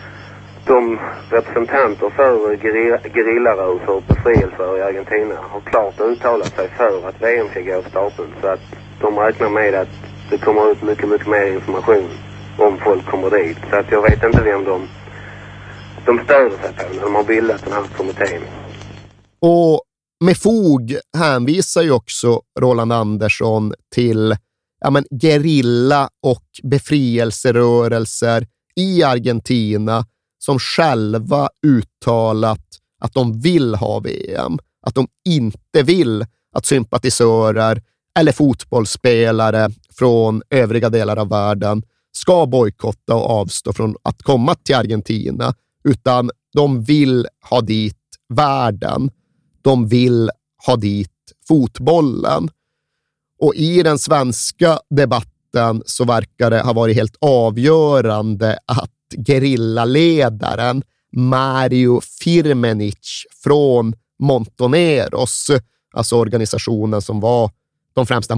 L: de representanter för gerillarörelser och befrielser i Argentina har klart uttalat sig för att V M ska gå av stapeln, så att de räknar med att det kommer ut mycket, mycket mer information om folk kommer dit. Så att jag vet inte vem de, de stöder sig på när de har bildat den här kommittén.
J: Och med fog hänvisar ju också Roland Andersson till ja, men, gerilla och befrielserörelser i Argentina som själva uttalat att de vill ha V M. Att de inte vill att sympatisörer eller fotbollsspelare från övriga delar av världen ska bojkotta och avstå från att komma till Argentina, utan de vill ha dit världen. De vill ha dit fotbollen. Och i den svenska debatten så verkar det ha varit helt avgörande att gerillaledaren Mario Firmenich från Montoneros, alltså organisationen som var de främsta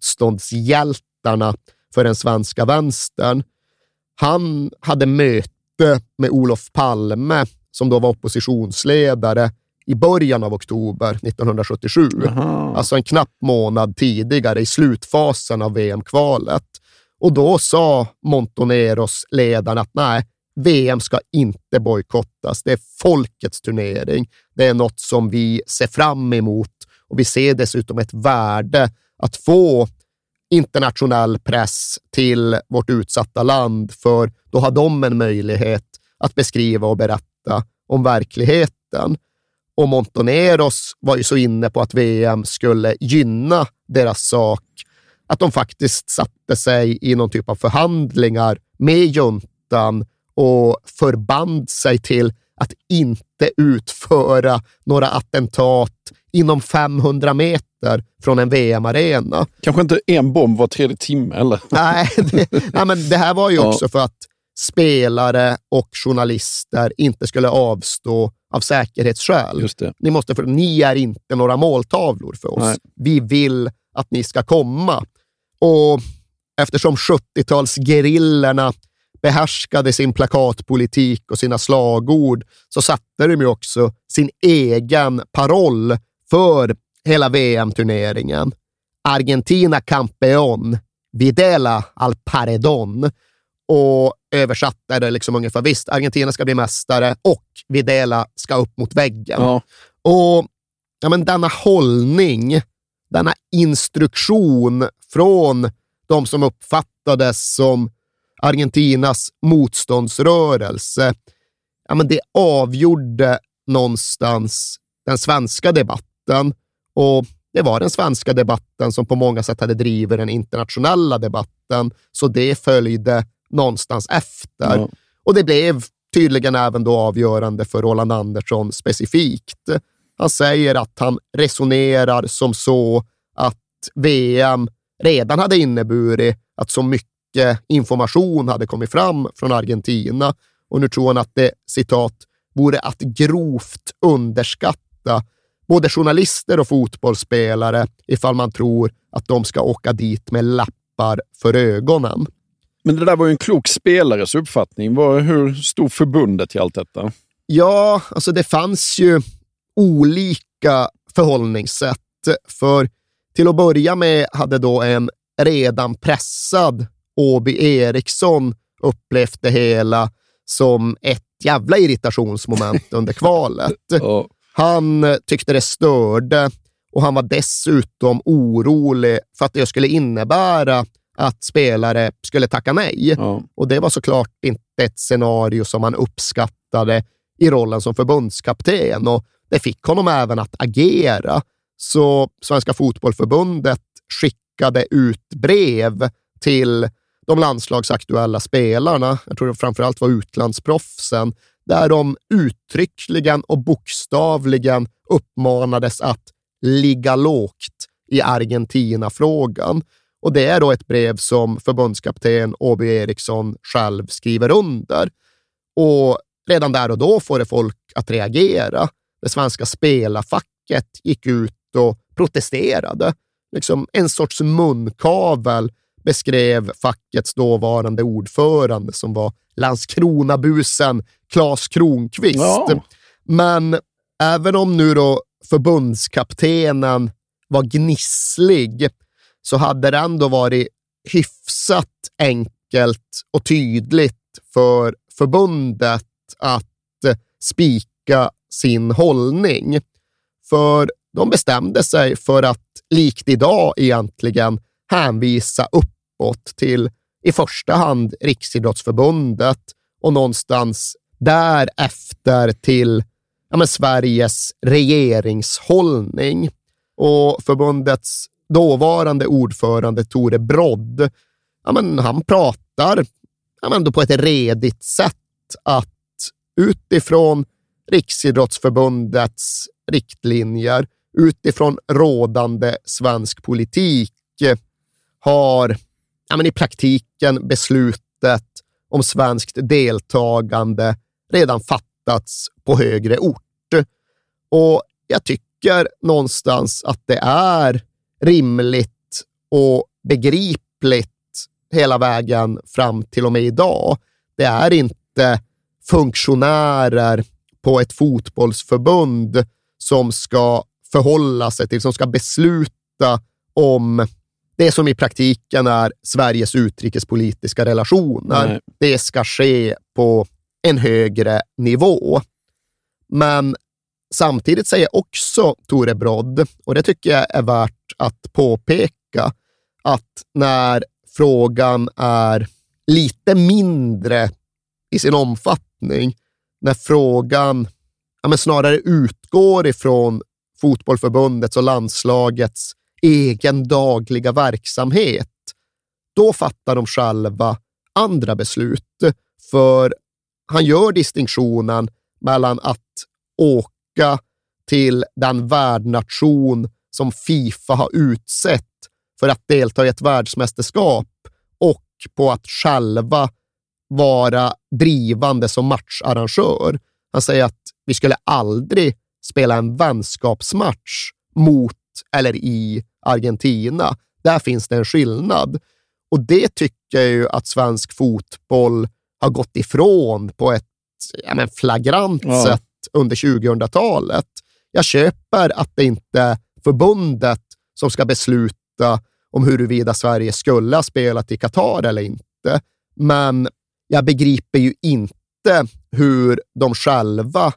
J: motståndshjältarna för den svenska vänstern, han hade möte med Olof Palme som då var oppositionsledare i början av oktober nittonhundrasjuttiosju. Aha. Alltså en knapp månad tidigare i slutfasen av V M-kvalet. Och då sa Montoneros ledaren att nej, V M ska inte bojkottas. Det är folkets turnering. Det är något som vi ser fram emot och vi ser dessutom ett värde att få internationell press till vårt utsatta land, för då har de en möjlighet att beskriva och berätta om verkligheten. Och Montoneros var ju så inne på att V M skulle gynna deras sak att de faktiskt satte sig i någon typ av förhandlingar med juntan och förband sig till att inte utföra några attentat inom femhundra meter från en V M-arena.
I: Kanske inte en bomb var tredje timme, eller?
J: Nej, det, nej, men det här var ju också ja. för att spelare och journalister inte skulle avstå av säkerhetsskäl.
I: Just det.
J: Ni, måste, för, ni är inte några måltavlor för oss. Nej. Vi vill att ni ska komma. Och eftersom sjuttiotalsgerillorna behärskade sin plakatpolitik och sina slagord, så satte de ju också sin egen paroll för hela V M-turneringen. Argentina campeón, Videla al paredón. Och översatt är det liksom ungefär, visst, Argentina ska bli mästare och Videla ska upp mot väggen.
I: Ja.
J: Och ja, men denna hållning, denna instruktion från de som uppfattades som Argentinas motståndsrörelse, ja, men det avgjorde någonstans den svenska debatten, och det var den svenska debatten som på många sätt hade drivit den internationella debatten, så det följde någonstans efter. Ja. Och det blev tydligen även då avgörande för Roland Andersson specifikt. Han säger att han resonerar som så att V M redan hade inneburit att så mycket information hade kommit fram från Argentina, och nu tror han att det, citat, vore att grovt underskatta både journalister och fotbollsspelare ifall man tror att de ska åka dit med lappar för ögonen.
I: Men det där var ju en klok spelares uppfattning. Var, hur stod förbundet i allt detta?
J: Ja, alltså det fanns ju olika förhållningssätt. För till att börja med hade då en redan pressad Åby Eriksson upplevt det hela som ett jävla irritationsmoment under kvalet.
I: Ja.
J: Han tyckte det störde, och han var dessutom orolig för att det skulle innebära att spelare skulle tacka nej.
I: Ja.
J: Och det var såklart inte ett scenario som han uppskattade i rollen som förbundskapten, och det fick honom även att agera. Så Svenska fotbollförbundet skickade ut brev till de landslagsaktuella spelarna, jag tror det framförallt var utlandsproffsen, där de uttryckligen och bokstavligen uppmanades att ligga lågt i Argentina-frågan. Och det är då ett brev som förbundskapten Åby Eriksson själv skriver under. Och redan där och då får det folk att reagera. Det svenska spelarfacket gick ut och protesterade. Liksom en sorts munkavel beskrev fackets dåvarande ordförande, som var Landskronabusen Claes Kronqvist.
I: Ja.
J: Men även om nu då förbundskaptenen var gnisslig, så hade det ändå varit hyfsat enkelt och tydligt för förbundet att spika sin hållning. För de bestämde sig för att likt idag egentligen hänvisa uppåt till i första hand Riksidrottsförbundet och någonstans därefter till ja, men Sveriges regeringshållning. Och förbundets dåvarande ordförande Tore Brodd, ja, men han pratar ja, men då på ett redigt sätt att utifrån Riksidrottsförbundets riktlinjer, utifrån rådande svensk politik har ja, men i praktiken beslutet om svenskt deltagande redan fattats på högre ort. Och jag tycker någonstans att det är rimligt och begripligt hela vägen fram till och med idag. Det är inte funktionärer på ett fotbollsförbund som ska förhålla sig till, som ska besluta om det som i praktiken är Sveriges utrikespolitiska relationer. Nej. Det ska ske på en högre nivå. Men samtidigt säger också Tore Brodd, och det tycker jag är värt att påpeka, att när frågan är lite mindre i sin omfattning, när frågan ja, men snarare utgår ifrån fotbollförbundets och landslagets egen dagliga verksamhet, då fattar de själva andra beslut. För han gör distinktionen mellan att åka till den värdnation som FIFA har utsett för att delta i ett världsmästerskap och på att själva vara drivande som matcharrangör. Han säger att vi skulle aldrig spela en vänskapsmatch mot eller i Argentina. Där finns det en skillnad. Och det tycker jag ju att svensk fotboll har gått ifrån på ett ja, men flagrant ja. sätt under tjugohundratalet. Jag köper att det inte är förbundet som ska besluta om huruvida Sverige skulle ha spelat i Qatar eller inte. Men jag begriper ju inte hur de själva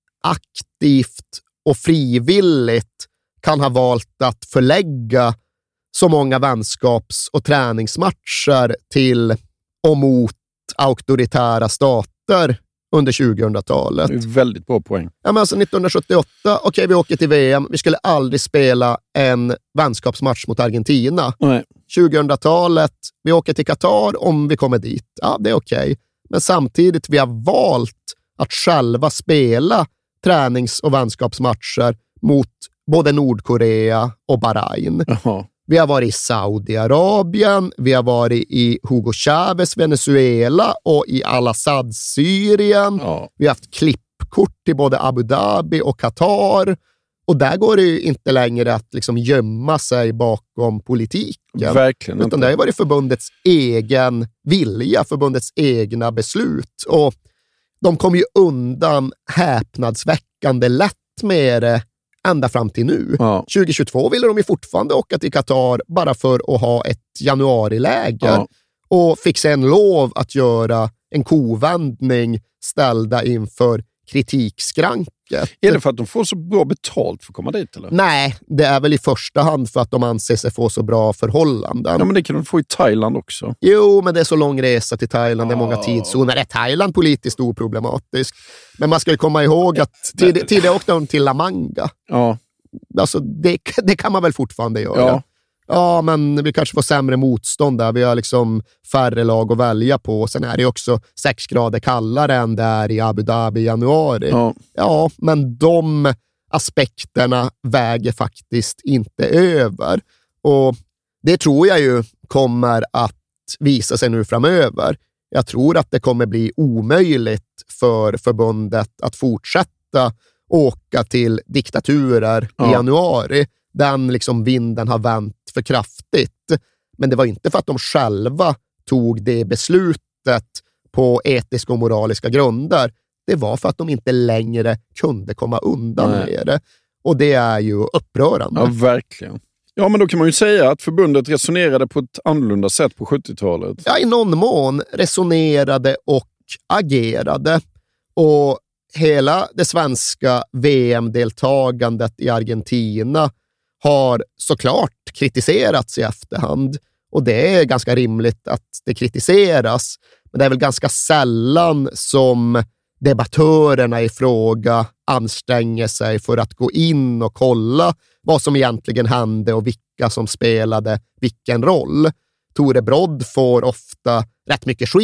J: aktivt och frivilligt kan ha valt att förlägga så många vänskaps- och träningsmatcher till och mot auktoritära stater under tjugohundratalet.
I: Det är väldigt bra poäng.
J: Ja, men alltså nittonhundrasjuttioåtta, okej okay, vi åker till V M, vi skulle aldrig spela en vänskapsmatch mot Argentina.
I: Nej.
J: tjugohundratalet, vi åker till Qatar om vi kommer dit. Ja, det är okej. Okay. Men samtidigt, vi har valt att själva spela tränings- och vänskapsmatcher mot både Nordkorea och Bahrain.
I: Jaha.
J: Vi har varit i Saudiarabien, vi har varit i Hugo Chávez Venezuela och i Al-Assad Syrien.
I: Ja.
J: Vi har haft klippkort till både Abu Dhabi och Qatar. Och där går det ju inte längre att liksom gömma sig bakom politiken.
I: Verkligen
J: utan
I: inte.
J: det har ju varit förbundets egen vilja, förbundets egna beslut. Och de kom ju undan häpnadsväckande lätt med det ända fram till nu.
I: Ja.
J: tjugohundratjugotvå ville de ju fortfarande åka till Qatar bara för att ha ett januariläger.
I: Ja.
J: Och fick sen lov att göra en kovändning ställda inför kritikskranket.
I: Är det för att de får så bra betalt för att komma dit? Eller?
J: Nej, det är väl i första hand för att de anser sig få så bra förhållanden.
I: Ja, men det kan de få i Thailand också.
J: Jo, men det är så lång resa till Thailand, det är många
I: Oh.
J: tidszoner. Är Thailand politiskt oproblematiskt? Men man ska ju komma ihåg att tid, tidigare åkte de till La Manga.
I: Ja.
J: Alltså, det, det kan man väl fortfarande göra.
I: Ja.
J: Ja, men vi kanske får sämre motstånd där. Vi har liksom färre lag att välja på. Sen är det också sex grader kallare än där i Abu Dhabi i januari.
I: Ja.
J: Ja, men de aspekterna väger faktiskt inte över. Och det tror jag ju kommer att visa sig nu framöver. Jag tror att det kommer bli omöjligt för förbundet att fortsätta åka till diktaturer
I: Ja.
J: i januari. Den liksom vinden har vänt för kraftigt. Men det var inte för att de själva tog det beslutet på etiska och moraliska grunder. Det var för att de inte längre kunde komma undan
I: Nej.
J: med det. Och det är ju upprörande.
I: Ja, verkligen. Ja, men då kan man ju säga att förbundet resonerade på ett annorlunda sätt på sjuttiotalet.
J: Ja, i någon mån resonerade och agerade. Och hela det svenska V M-deltagandet i Argentina har såklart kritiserats i efterhand. Och det är ganska rimligt att det kritiseras. Men det är väl ganska sällan som debattörerna i fråga anstränger sig för att gå in och kolla vad som egentligen hände och vilka som spelade vilken roll. Tore Brodd får ofta rätt mycket skit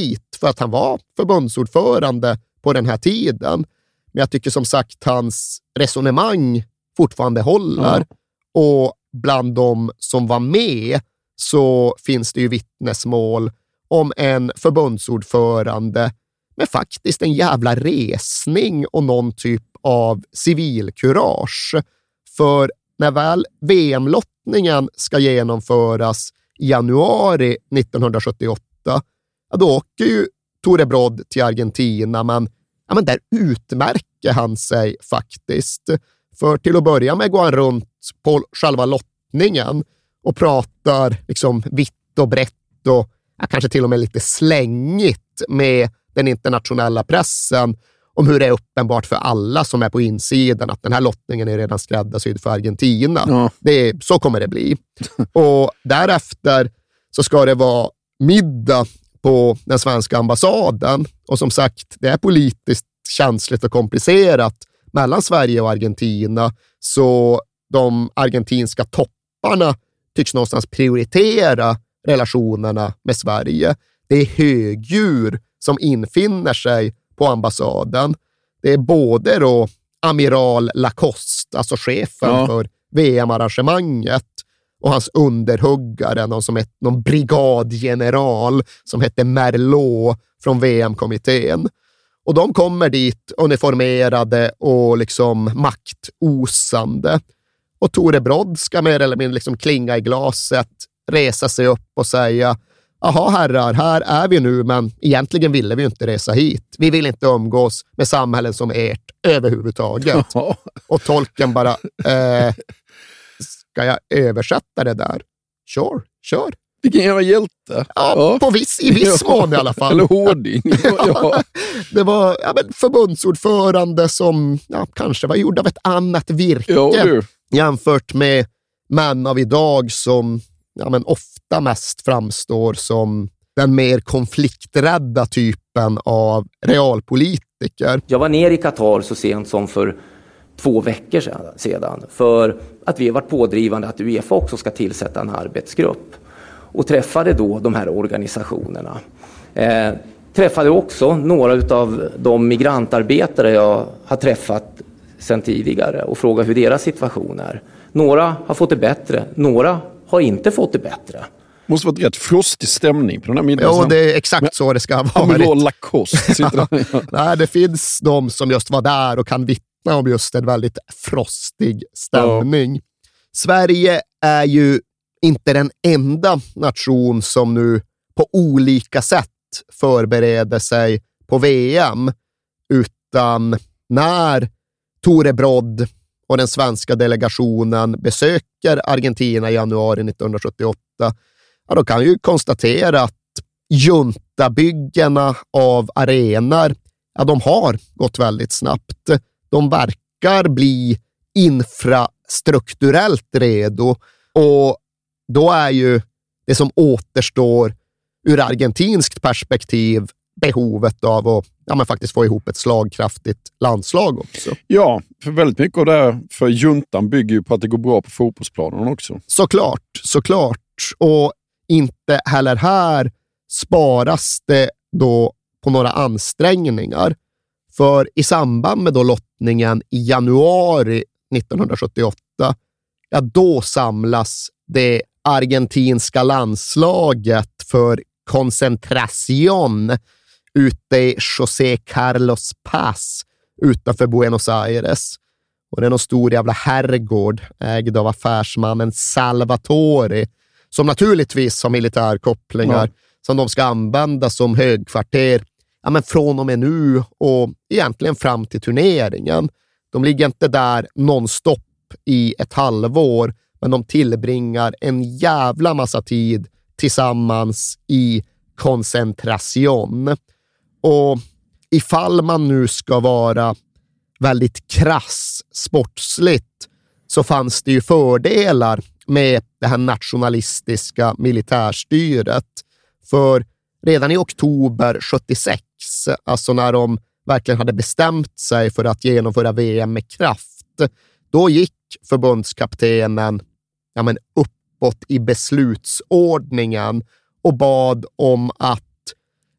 J: för att han var förbundsordförande på den här tiden. Men jag tycker som sagt hans resonemang fortfarande håller. Mm. Och bland de som var med så finns det ju vittnesmål om en förbundsordförande med faktiskt en jävla resning och någon typ av civilkurage. För när väl V M-lottningen ska genomföras i januari nittonhundrasjuttioåtta, ja, då åker ju Tore Brodd till Argentina, men, ja, men där utmärker han sig faktiskt. För till att börja med går han runt på själva lottningen och pratar liksom vitt och brett och ja, kanske till och med lite slängigt med den internationella pressen om hur det är uppenbart för alla som är på insidan att den här lottningen är redan skräddarsydd för Argentina. Ja. Det är, så kommer det bli. Och därefter så ska det vara middag på den svenska ambassaden. Och som sagt, det är politiskt känsligt och komplicerat mellan Sverige och Argentina. Så de argentinska topparna tycks någonstans prioritera relationerna med Sverige. Det är högdjur som infinner sig på ambassaden. Det är både då amiral Lacoste, alltså chefen ja. för V M-arrangemanget, och hans underhuggare, någon, som är, någon brigadgeneral som heter Merlot från V M-kommittén. Och de kommer dit uniformerade och liksom maktosande. Och Tore Brodd ska mer eller mindre liksom klinga i glaset, resa sig upp och säga: jaha herrar, här är vi nu, men egentligen ville vi inte resa hit. Vi vill inte umgås med samhällen som ert överhuvudtaget. Och tolken bara, eh, ska jag översätta det där? Sure, kör.
I: Vilken jävla hjälte.
J: Ja, ja. På viss, i viss mån i alla fall.
I: Eller hårding.
J: Ja, det var ja, men förbundsordförande som ja, kanske var gjord av ett annat virke. Ja, jämfört med män av idag som ja, men ofta mest framstår som den mer konflikträdda typen av realpolitiker.
M: Jag var nere i Qatar så sent som för två veckor sedan för att vi har varit pådrivande att UEFA också ska tillsätta en arbetsgrupp, och träffade då de här organisationerna. Eh, träffade också några av de migrantarbetare jag har träffat sedan tidigare och frågade hur deras situation är. Några har fått det bättre, några har inte fått det bättre.
I: Det måste vara ett rätt frostig stämning på den här middagen.
J: Ja, det är exakt men, så det ska vara.
I: Amiral Lacoste sitter
J: ja. Nej, det finns de som just var där och kan vittna om just en väldigt frostig stämning. Ja. Sverige är ju inte den enda nation som nu på olika sätt förbereder sig på V M, utan när Tore Brodd och den svenska delegationen besöker Argentina i januari nittonhundrasjuttioåtta, ja, då kan ju konstatera att juntabyggena av arenor, ja, de har gått väldigt snabbt. De verkar bli infrastrukturellt redo, och då är ju det som återstår ur argentinskt perspektiv behovet av att ja, men faktiskt få ihop ett slagkraftigt landslag också.
I: Ja, för väldigt mycket av det här för juntan bygger ju på att det går bra på fotbollsplanen också.
J: Såklart, såklart. Och inte heller här sparas det då på några ansträngningar. För i samband med då lottningen i januari nittonhundrasjuttioåtta, ja, då samlas det argentinska landslaget för koncentración ute i José Carlos Paz utanför Buenos Aires. Och det är någon stor jävla herrgård ägd av affärsmannen Salvatore, som naturligtvis har militärkopplingar, ja. som de ska använda som högkvarter ja, men från och med nu och egentligen fram till turneringen. De ligger inte där nonstop i ett halvår, men de tillbringar en jävla massa tid tillsammans i koncentration. Och ifall man nu ska vara väldigt krass sportsligt, så fanns det ju fördelar med det här nationalistiska militärstyret. För redan i oktober sjuttiosex, alltså när de verkligen hade bestämt sig för att genomföra V M med kraft, då gick förbundskaptenen ja, men uppåt i beslutsordningen och bad om att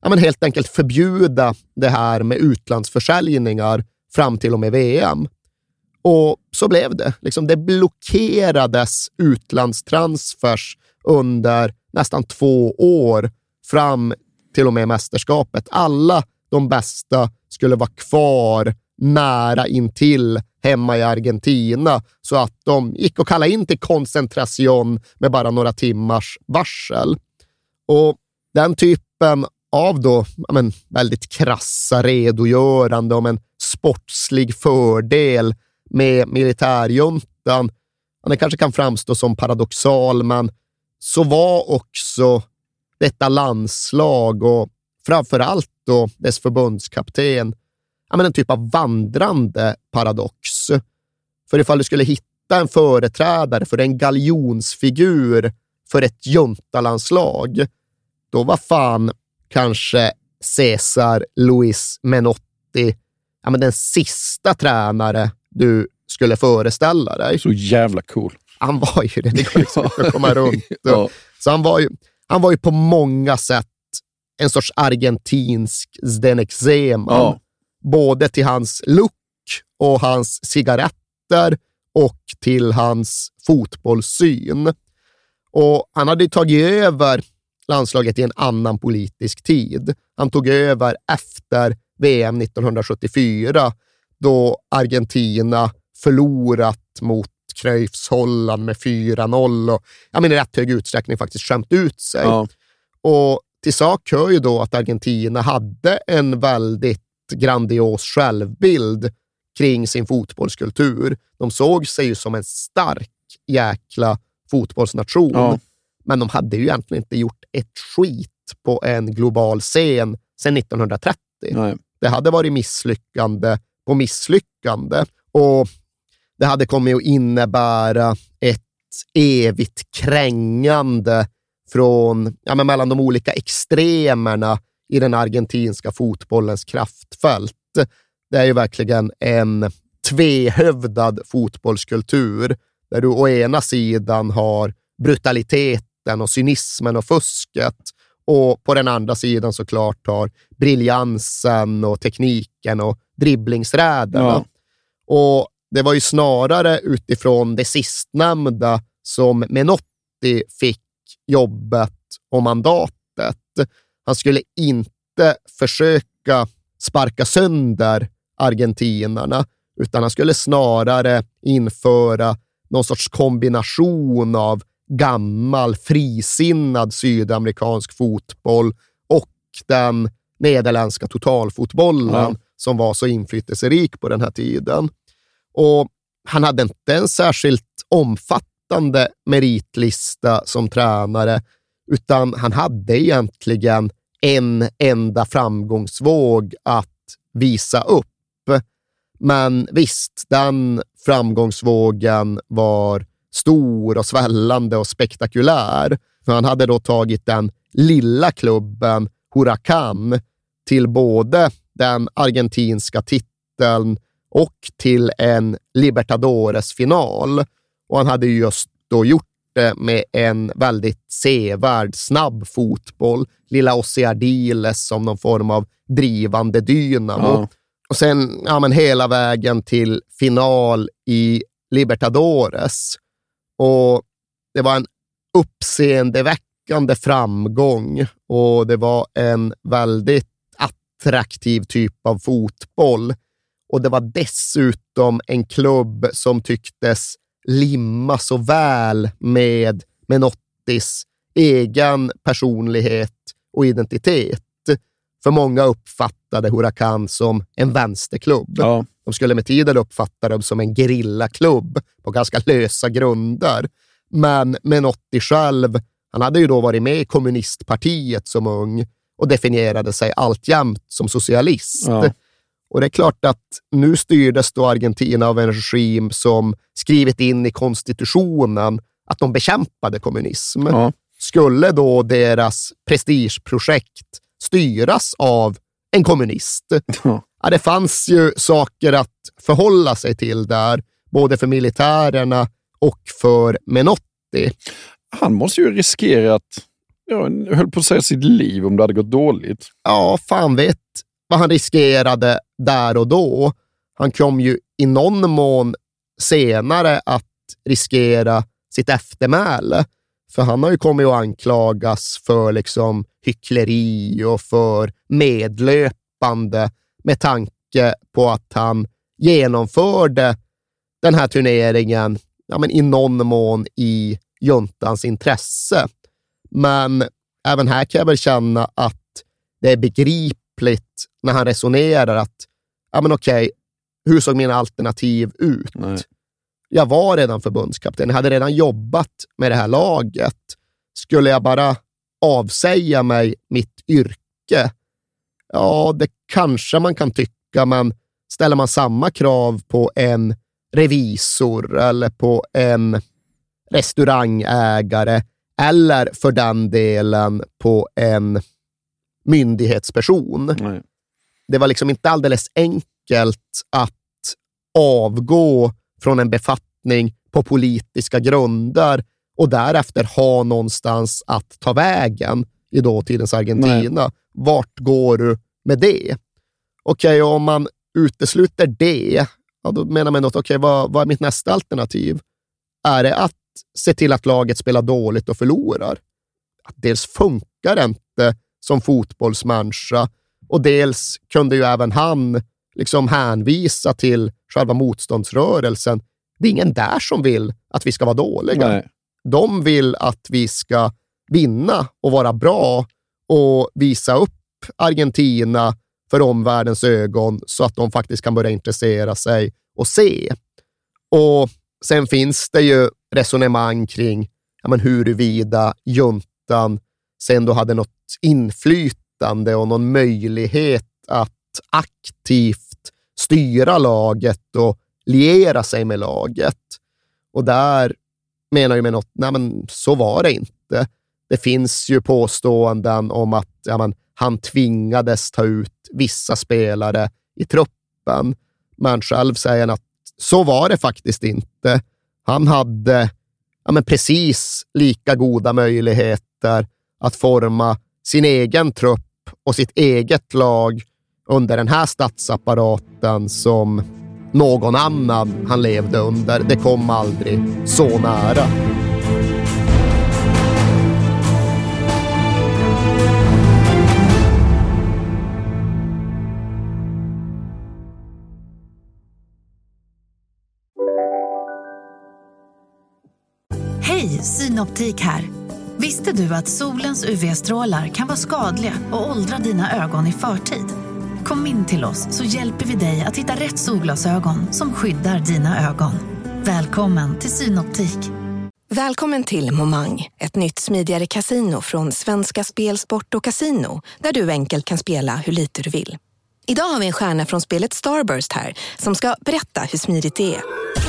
J: ja, men helt enkelt förbjuda det här med utlandsförsäljningar fram till och med V M. Och så blev det. Liksom det blockerades utlandstransfers under nästan två år fram till och med mästerskapet. Alla de bästa skulle vara kvar nära intill hemma i Argentina så att de gick och kalla in till koncentration med bara några timmars varsel. Och den typen av då, men, väldigt krassa redogörande om en sportslig fördel med militärjuntan, det kanske kan framstå som paradoxal, men så var också detta landslag och framförallt då dess förbundskapten ja, men en typ av vandrande paradox. För ifall du skulle hitta en företrädare för en galjonsfigur för ett juntalandslag, då var fan kanske Cesar Luis Menotti ja, men den sista tränare du skulle föreställa dig.
I: Så jävla cool.
J: Han var ju det, det går liksom inte att komma runt. Ja. Så han var, ju, han var ju på många sätt en sorts argentinsk Zdeněk Zeman. Ja. Både till hans look och hans cigaretter och till hans fotbollssyn. Och han hade tagit över landslaget i en annan politisk tid. Han tog över efter V M nittonhundrasjuttiofyra då Argentina förlorat mot Cruyffs Holland med fyra noll och jag menar, i rätt hög utsträckning faktiskt skämt ut sig. Ja. Och till sak hör ju då att Argentina hade en väldigt grandios självbild kring sin fotbollskultur. De såg sig ju som en stark jäkla fotbollsnation. Ja. Men de hade ju egentligen inte gjort ett skit på en global scen sedan nittonhundratrettio. Nej. Det hade varit misslyckande på misslyckande och det hade kommit att innebära ett evigt krängande från, ja, men mellan de olika extremerna i den argentinska fotbollens kraftfält. Det är ju verkligen en tvehövdad fotbollskultur där du å ena sidan har brutaliteten och cynismen och fusket och på den andra sidan såklart har briljansen och tekniken och dribblingsräderna. Ja. Och det var ju snarare utifrån det sistnämnda som Menotti fick jobbet och mandatet. Han skulle inte försöka sparka sönder argentinarna utan han skulle snarare införa någon sorts kombination av gammal frisinnad sydamerikansk fotboll och den nederländska totalfotbollen ja. som var så inflytelserik på den här tiden. Och han hade inte en särskilt omfattande meritlista som tränare utan han hade egentligen en enda framgångsvåg att visa upp. Men visst, den framgångsvågen var stor och svällande och spektakulär. För han hade då tagit den lilla klubben Huracán till både den argentinska titeln och till en Libertadores-final. Och han hade just då gjort det med en väldigt sevärd, snabb fotboll. Lilla Ossi Ardiles som någon form av drivande dynamo. Ja. Och sen ja, men hela vägen till final i Libertadores. Och det var en uppseendeväckande framgång och det var en väldigt attraktiv typ av fotboll. Och det var dessutom en klubb som tycktes limma så väl med Menottis egen personlighet och identitet. För många uppfattade Huracán som en vänsterklubb. Ja. De skulle med tiden uppfatta dem som en gerillaklubb på ganska lösa grunder. Men Menotti själv, han hade ju då varit med i kommunistpartiet som ung och definierade sig alltjämt som socialist. Ja. Och det är klart att nu styrdes då Argentina av en regim som skrivit in i konstitutionen att de bekämpade kommunism. Ja. Skulle då deras prestigeprojekt styras av en kommunist? Ja. Ja, det fanns ju saker att förhålla sig till där, både för militärerna och för Menotti.
I: Han måste ju riskera att jag höll på att säga sitt liv om det hade gått dåligt.
J: Ja, fan vet vad han riskerade där och då. Han kom ju i någon mån senare att riskera sitt eftermäle. För han har ju kommit att anklagas för liksom hyckleri och för medlöpande med tanke på att han genomförde den här turneringen ja, men i någon mån i juntans intresse. Men även här kan jag väl känna att det är begripligt när han resonerar att ja, men okej, hur såg mina alternativ ut? Nej. Jag var redan förbundskapten. Jag hade redan jobbat med det här laget. Skulle jag bara avsäga mig mitt yrke? Ja, det kanske man kan tycka, men ställer man samma krav på en revisor eller på en restaurangägare eller för den delen på en myndighetsperson. Nej. Det var liksom inte alldeles enkelt att avgå från en befattning på politiska grunder och därefter ha någonstans att ta vägen i dåtidens Argentina. Nej. Vart går du med det? Okej, okay, om man utesluter det, ja, då menar man något, okej, okay, vad, vad är mitt nästa alternativ? Är det att se till att laget spelar dåligt och förlorar? Att dels funkar det inte som fotbollsmänniska och dels kunde ju även han liksom hänvisa till själva motståndsrörelsen. Det är ingen där som vill att vi ska vara dåliga. Nej. De vill att vi ska vinna och vara bra och visa upp Argentina för omvärldens ögon så att de faktiskt kan börja intressera sig och se. Och sen finns det ju resonemang kring ja, men huruvida juntan sen då hade något inflytande och någon möjlighet att aktivt styra laget och liera sig med laget. Och där menar ju med något, nej men så var det inte. Det finns ju påståenden om att ja, men, han tvingades ta ut vissa spelare i truppen. Men själv säger han att så var det faktiskt inte. Han hade ja, men precis lika goda möjligheter att forma sin egen trupp och sitt eget lag under den här statsapparaten som någon annan han levde under. Det kom aldrig så nära.
N: Hej, Synoptik här. Visste du att solens U V-strålar kan vara skadliga och åldra dina ögon i förtid? Kom in till oss så hjälper vi dig att hitta rätt solglasögon som skyddar dina ögon. Välkommen till Synoptik.
O: Välkommen till Momang, ett nytt smidigare casino från Svenska Spel, Sport och Casino, där du enkelt kan spela hur lite du vill. Idag har vi en stjärna från spelet Starburst här som ska berätta hur smidigt det är.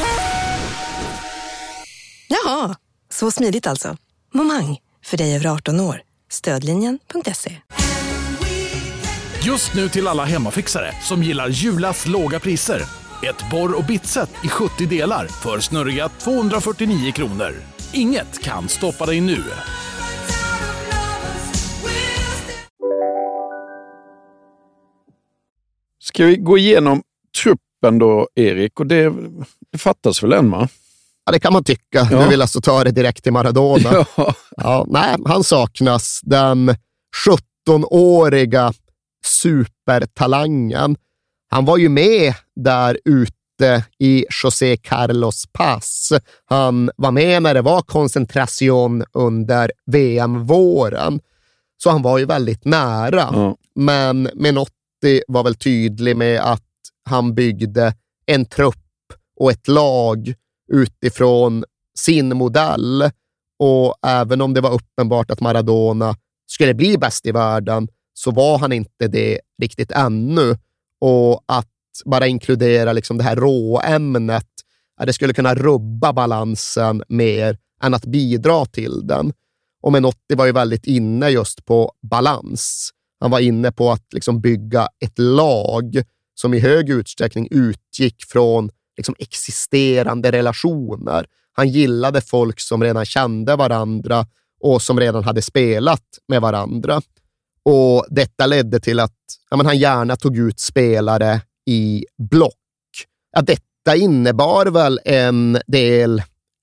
O: Jaha, så smidigt alltså. Momang, för dig över arton år. Stödlinjen punkt se.
C: Just nu till alla hemmafixare som gillar Julas låga priser. Ett borr- och bitset i sjuttio delar för snurriga tvåhundrafyrtionio kronor. Inget kan stoppa dig nu.
I: Ska vi gå igenom truppen då, Erik? Och det, det fattas väl en, va?
J: Ja, det kan man tycka. Ja. Du vill alltså ta det direkt till Maradona. Ja. Ja, nej, han saknas. Den sjuttonåriga supertalangen. Han var ju med där ute i José Carlos Paz. Han var med när det var koncentration under V M-våren. Så han var ju väldigt nära. Mm. Men Menotti var väl tydlig med att han byggde en trupp och ett lag utifrån sin modell. Och även om det var uppenbart att Maradona skulle bli bäst i världen så var han inte det riktigt ännu. Och att bara inkludera liksom det här råämnet, att det skulle kunna rubba balansen mer än att bidra till den. Och Menotti var ju väldigt inne just på balans. Han var inne på att liksom bygga ett lag som i hög utsträckning utgick från liksom existerande relationer. Han gillade folk som redan kände varandra och som redan hade spelat med varandra. Och detta ledde till att ja, men han gärna tog ut spelare i block. Ja, detta innebar väl en del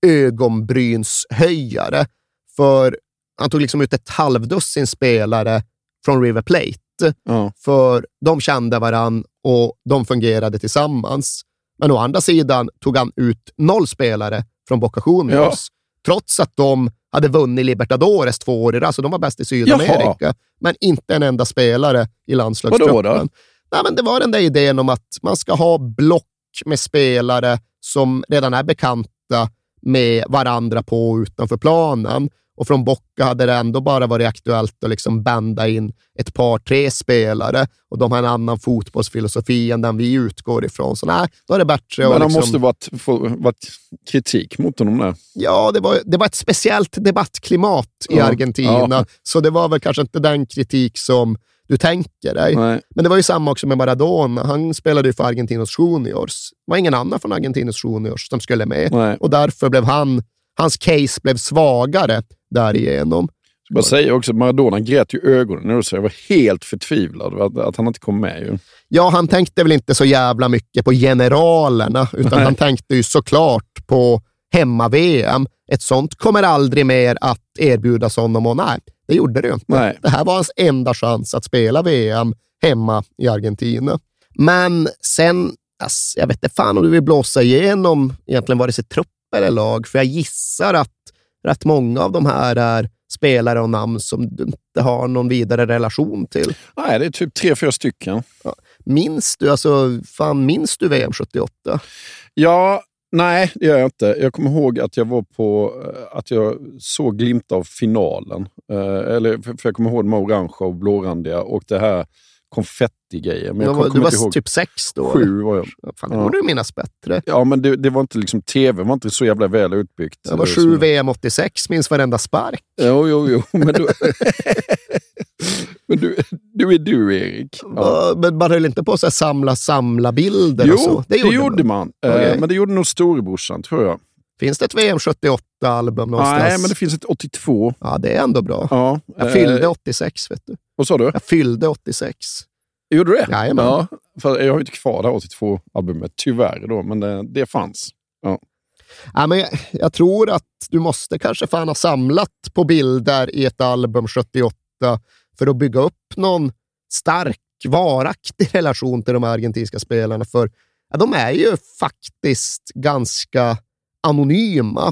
J: ögonbrynshöjare, för han tog liksom ut ett halvdussin spelare från River Plate,
I: ja.
J: för de kände varann och de fungerade tillsammans. Men å andra sidan tog han ut noll spelare från Boca Juniors, ja. trots att de hade vunnit Libertadores två år i rad, så de var bäst i Sydamerika. Jaha. Men inte en enda spelare i landslagstruppen. Nej, men det var den där idén om att man ska ha block med spelare som redan är bekanta med varandra på och utanför planen. Och från Boca hade det ändå bara varit aktuellt att liksom banda in ett par, tre spelare. Och de har en annan fotbollsfilosofi än den vi utgår ifrån. Så nej, då är det bättre.
I: Men det
J: liksom...
I: måste varit, få, varit kritik mot honom där.
J: Ja, det var, det var ett speciellt debattklimat i ja. Argentina. Ja. Så det var väl kanske inte den kritik som du tänker dig. Nej. Men det var ju samma också med Maradona. Han spelade ju för Argentinos Juniors. Det var ingen annan från Argentinos Juniors som skulle med. Nej. Och därför blev han, hans case blev svagare därigenom.
I: Jag säger också att Maradona grät ju ögonen när du säger jag var helt förtvivlad att, att han inte kom med. Ju.
J: Ja, han tänkte väl inte så jävla mycket på generalerna, utan Nej. han tänkte ju såklart på hemma-V M. Ett sånt kommer aldrig mer att erbjudas honom, och nej, det gjorde det ju inte. Nej. Det här var hans enda chans att spela V M hemma i Argentina. Men sen, alltså, jag vet inte fan om du vill blåsa igenom egentligen vare sig trupp eller lag, för jag gissar att rätt många av de här är spelare och namn som du inte har någon vidare relation till.
I: Nej, det är typ tre, fyra stycken.
J: Ja. Minns du, alltså, fan, minns du V M sjuttioåtta?
I: Ja, nej, det gör jag inte. Jag kommer ihåg att jag var på, att jag såg glimt av finalen. Eh, eller, för jag kommer ihåg de orangea och blårandiga och det här konfetti-grejer. Men jag
J: var,
I: kom,
J: du var
I: ihåg.
J: Typ sex då?
I: Sju var jag.
J: Fan, det borde
I: ja.
J: du minnas bättre.
I: Ja, men det, det var inte liksom, tv var inte så jävla väl utbyggt.
J: Jag var sju V M åttiosex, minns varenda spark.
I: Jo, jo, jo. Men du, men du, du är du, Erik.
J: Ja. Men man höll inte på att så här, samla, samla bilder
I: jo,
J: och så?
I: Det gjorde, det gjorde man. man. Okay. Men det gjorde nog storebrorsan, tror jag.
J: Finns det ett V M sjuttioåtta-album någonstans?
I: Nej, men det finns ett åttiotvå.
J: Ja, det är ändå bra.
I: Ja.
J: Jag fyllde åttiosex, vet du.
I: Vad sa du?
J: Jag fyllde åttiosex.
I: Gjorde du det?
J: Jajamän.
I: Ja, för jag har ju inte kvar det här åttiotvå-albumet, tyvärr då, men det, det fanns. Ja.
J: Ja, men jag, jag tror att du måste kanske fan ha samlat på bilder i ett album sjuttioåtta för att bygga upp någon stark, varaktig relation till de här argentinska spelarna, för ja, de är ju faktiskt ganska anonyma,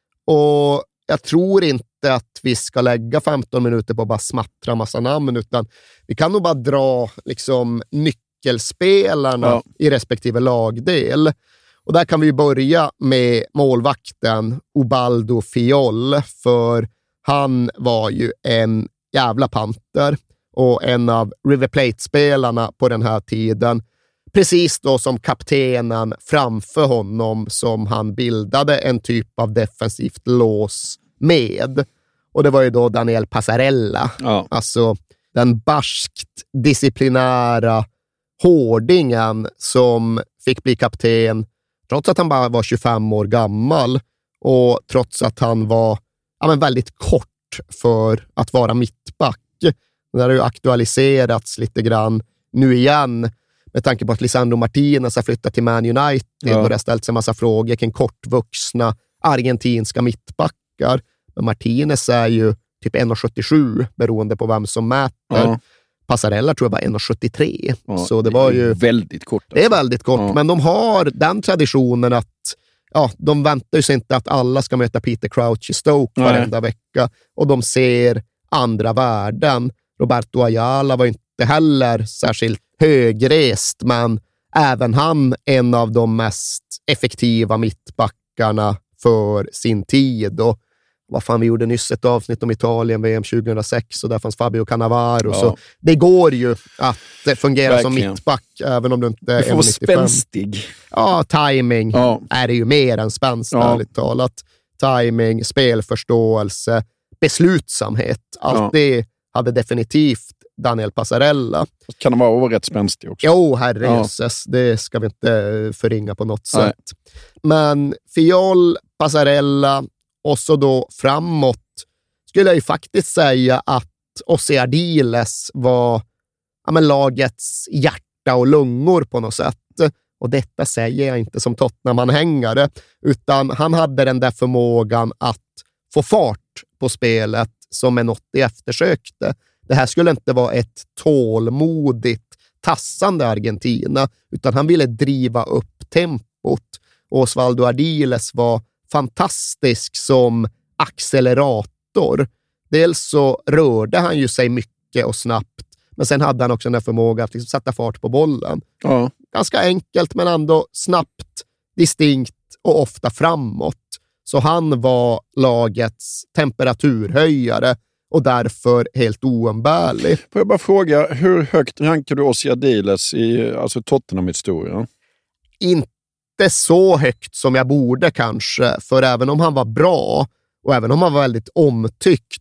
J: och jag tror inte att vi ska lägga femton minuter på att bara smattra massa namn, utan vi kan nog bara dra liksom nyckelspelarna ja. i respektive lagdel. Och där kan vi börja med målvakten Ubaldo Fiol, för han var ju en jävla panter och en av River Plate-spelarna på den här tiden. Precis då som kaptenen framför honom, som han bildade en typ av defensivt lås med. Och det var ju då Daniel Passarella. Ja. Alltså den barskt disciplinära hårdingen som fick bli kapten trots att han bara var tjugofem år gammal och trots att han var ja, men väldigt kort för att vara mittback. Det har ju aktualiserats lite grann nu igen med tanke på att Lisandro Martinez har flyttat till Man United ja. och det har ställts en massa frågor kring kortvuxna argentinska mittbackar. Men Martinez är ju typ en komma sjuttiosju beroende på vem som mäter. Ja. Passarella tror jag var en komma sjuttiotre. Ja, så det var ju
I: väldigt kort. Alltså.
J: Det är väldigt kort, ja. Men de har den traditionen att ja, de väntar ju sig inte att alla ska möta Peter Crouch i Stoke Nej. varenda vecka, och de ser andra värden. Roberto Ayala var inte heller särskilt högrest, men även han en av de mest effektiva mittbackarna för sin tid. Och vad fan, vi gjorde nyss ett avsnitt om Italien V M tjugohundrasex och där fanns Fabio Cannavaro. Ja. Så det går ju att fungera Verkligen. som mittback även om du inte är
I: du får vara spänstig.
J: Ja, timing ja. är det ju mer än spänst, ja. ärligt talat. Timing, spelförståelse, beslutsamhet. Allt ja. det hade definitivt Daniel Passarella.
I: Kan det vara rätt spänstig också?
J: Jo, herrejösses. Ja. Det ska vi inte förringa på något Nej. sätt. Men Fiol, Passarella och så då framåt skulle jag ju faktiskt säga att Ossi Ardiles var ja, men lagets hjärta och lungor på något sätt. Och detta säger jag inte som Tottenham-anhängare, utan han hade den där förmågan att få fart på spelet som är något i eftersökte. Det här skulle inte vara ett tålmodigt, tassande Argentina, utan han ville driva upp tempot. Och Osvaldo Ardiles var fantastisk som accelerator. Dels så rörde han ju sig mycket och snabbt, men sen hade han också den här förmågan att liksom sätta fart på bollen.
I: Ja.
J: Ganska enkelt, men ändå snabbt, distinkt och ofta framåt. Så han var lagets temperaturhöjare och därför helt oumbärlig.
I: Får jag bara fråga, hur högt rankar du Ossi Ardiles i alltså Tottenham-historien?
J: Inte så högt som jag borde kanske, för även om han var bra och även om han var väldigt omtyckt,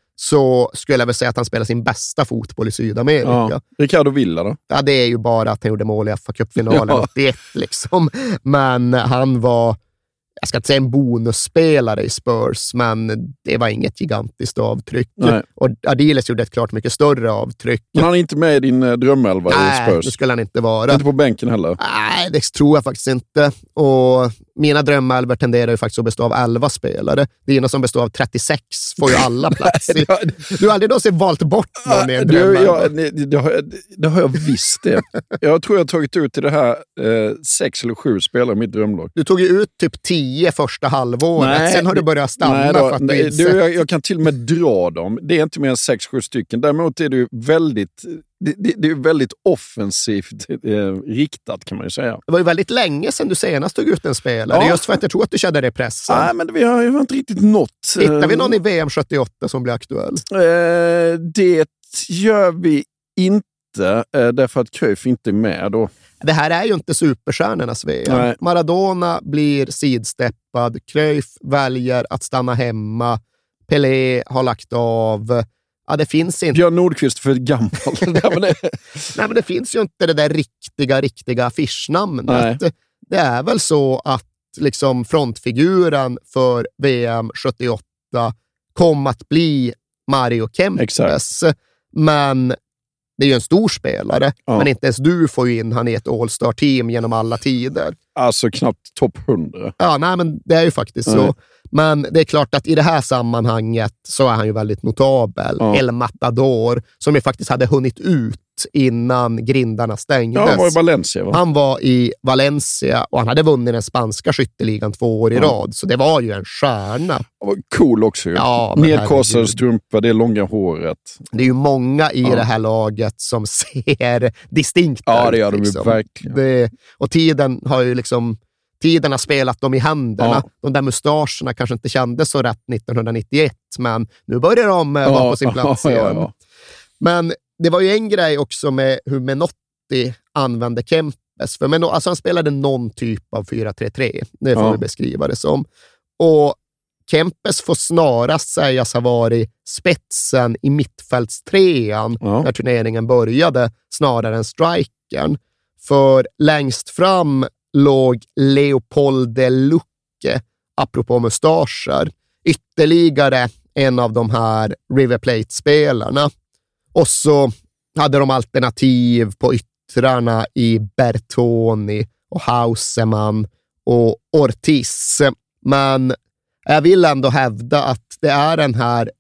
J: så skulle jag väl säga att han spelar sin bästa fotboll i Sydamerika.
I: Ja. Ricardo Villa då?
J: Ja, det är ju bara att han gjorde mål i F A-cupfinalen ja. åttioett liksom. Men han var, jag ska inte säga en bonusspelare i Spurs, men det var inget gigantiskt avtryck.
I: Nej.
J: Och Ardiles gjorde ett klart mycket större avtryck.
I: Men han är inte med i din drömelva
J: Nej,
I: i Spurs?
J: det skulle han inte vara.
I: Inte på bänken heller?
J: Nej, det tror jag faktiskt inte. Och mina drömelver tenderar ju faktiskt att bestå av elva spelare. Dina som består av trettiosex får ju alla plats i. Du har aldrig då se valt bort någon i en drömelva?
I: Det, det, har, det har jag visst det. Jag tror jag har tagit ut i det här eh, sex eller sju spelare i mitt drömlag.
J: Du tog ju ut typ tio första halvåret. Nej, sen har du börjat stanna
I: nej då,
J: för att
I: nej,
J: du
I: du, jag, jag kan till och med dra dem. Det är inte mer än sex, sju stycken. Däremot är det ju väldigt, det, det, det är väldigt offensivt eh, riktat kan man ju säga.
J: Det var ju väldigt länge sedan du senast tog ut en spelare. Ja. Just för att jag tror att du kände dig pressad.
I: Nej, men vi har ju inte riktigt nått.
J: Hittar vi någon i V M sjuttioåtta som blir aktuell?
I: Eh, det gör vi inte, eh, därför att Cruyff inte är med då.
J: Det här är ju inte superstjärnornas V M. Nej. Maradona blir sidsteppad. Cruyff väljer att stanna hemma. Pelé har lagt av. Ja, det finns inte.
I: Björn Nordqvist för gammal.
J: Nej, men det... Nej, men det finns ju inte det där riktiga, riktiga affischnamnet. Nej. Det är väl så att liksom frontfiguren för V M sjuttioåtta kom att bli Mario Kempes.
I: Exakt.
J: Men det är ju en stor spelare, ja. Men inte ens du får ju in han i ett all-star-team genom alla tider.
I: Alltså knappt topp hundra.
J: Ja, nej, men det är ju faktiskt nej. så. Men det är klart att i det här sammanhanget så är han ju väldigt notabel. Ja. El Matador, som ju faktiskt hade hunnit ut innan grindarna stängdes.
I: Ja, han var i Valencia, va?
J: Han var i Valencia och han hade vunnit den spanska skytteligan två år i ja. rad. Så det var ju en stjärna.
I: Han var cool också. Ja, nedkorsad strumpa, det långa håret.
J: Det är ju många i ja. det här laget som ser distinkt
I: ja,
J: ut.
I: Ja, det gör de
J: liksom.
I: ju verkligen.
J: Det, och tiden har ju liksom Tiden har spelat dem i händerna. Ja. De där mustascherna kanske inte kändes så rätt nittonhundranittioett, men nu börjar de ja. vara på sin plats igen. Ja, ja. Men det var ju en grej också med hur Menotti använde Kempes. För Menotti, alltså han spelade någon typ av fyra tre tre. Det får ja. vi beskriva det som. Och Kempes får snarast sägas ha varit spetsen i mittfältstrean ja. när turneringen började, snarare än strikern. För längst fram låg Leopold de Lucke, apropå mustascher, ytterligare en av de här River Plate-spelarna. Och så hade de alternativ på yttrarna i Bertoni och Hauseman och Ortiz. Men jag vill ändå hävda att det är den här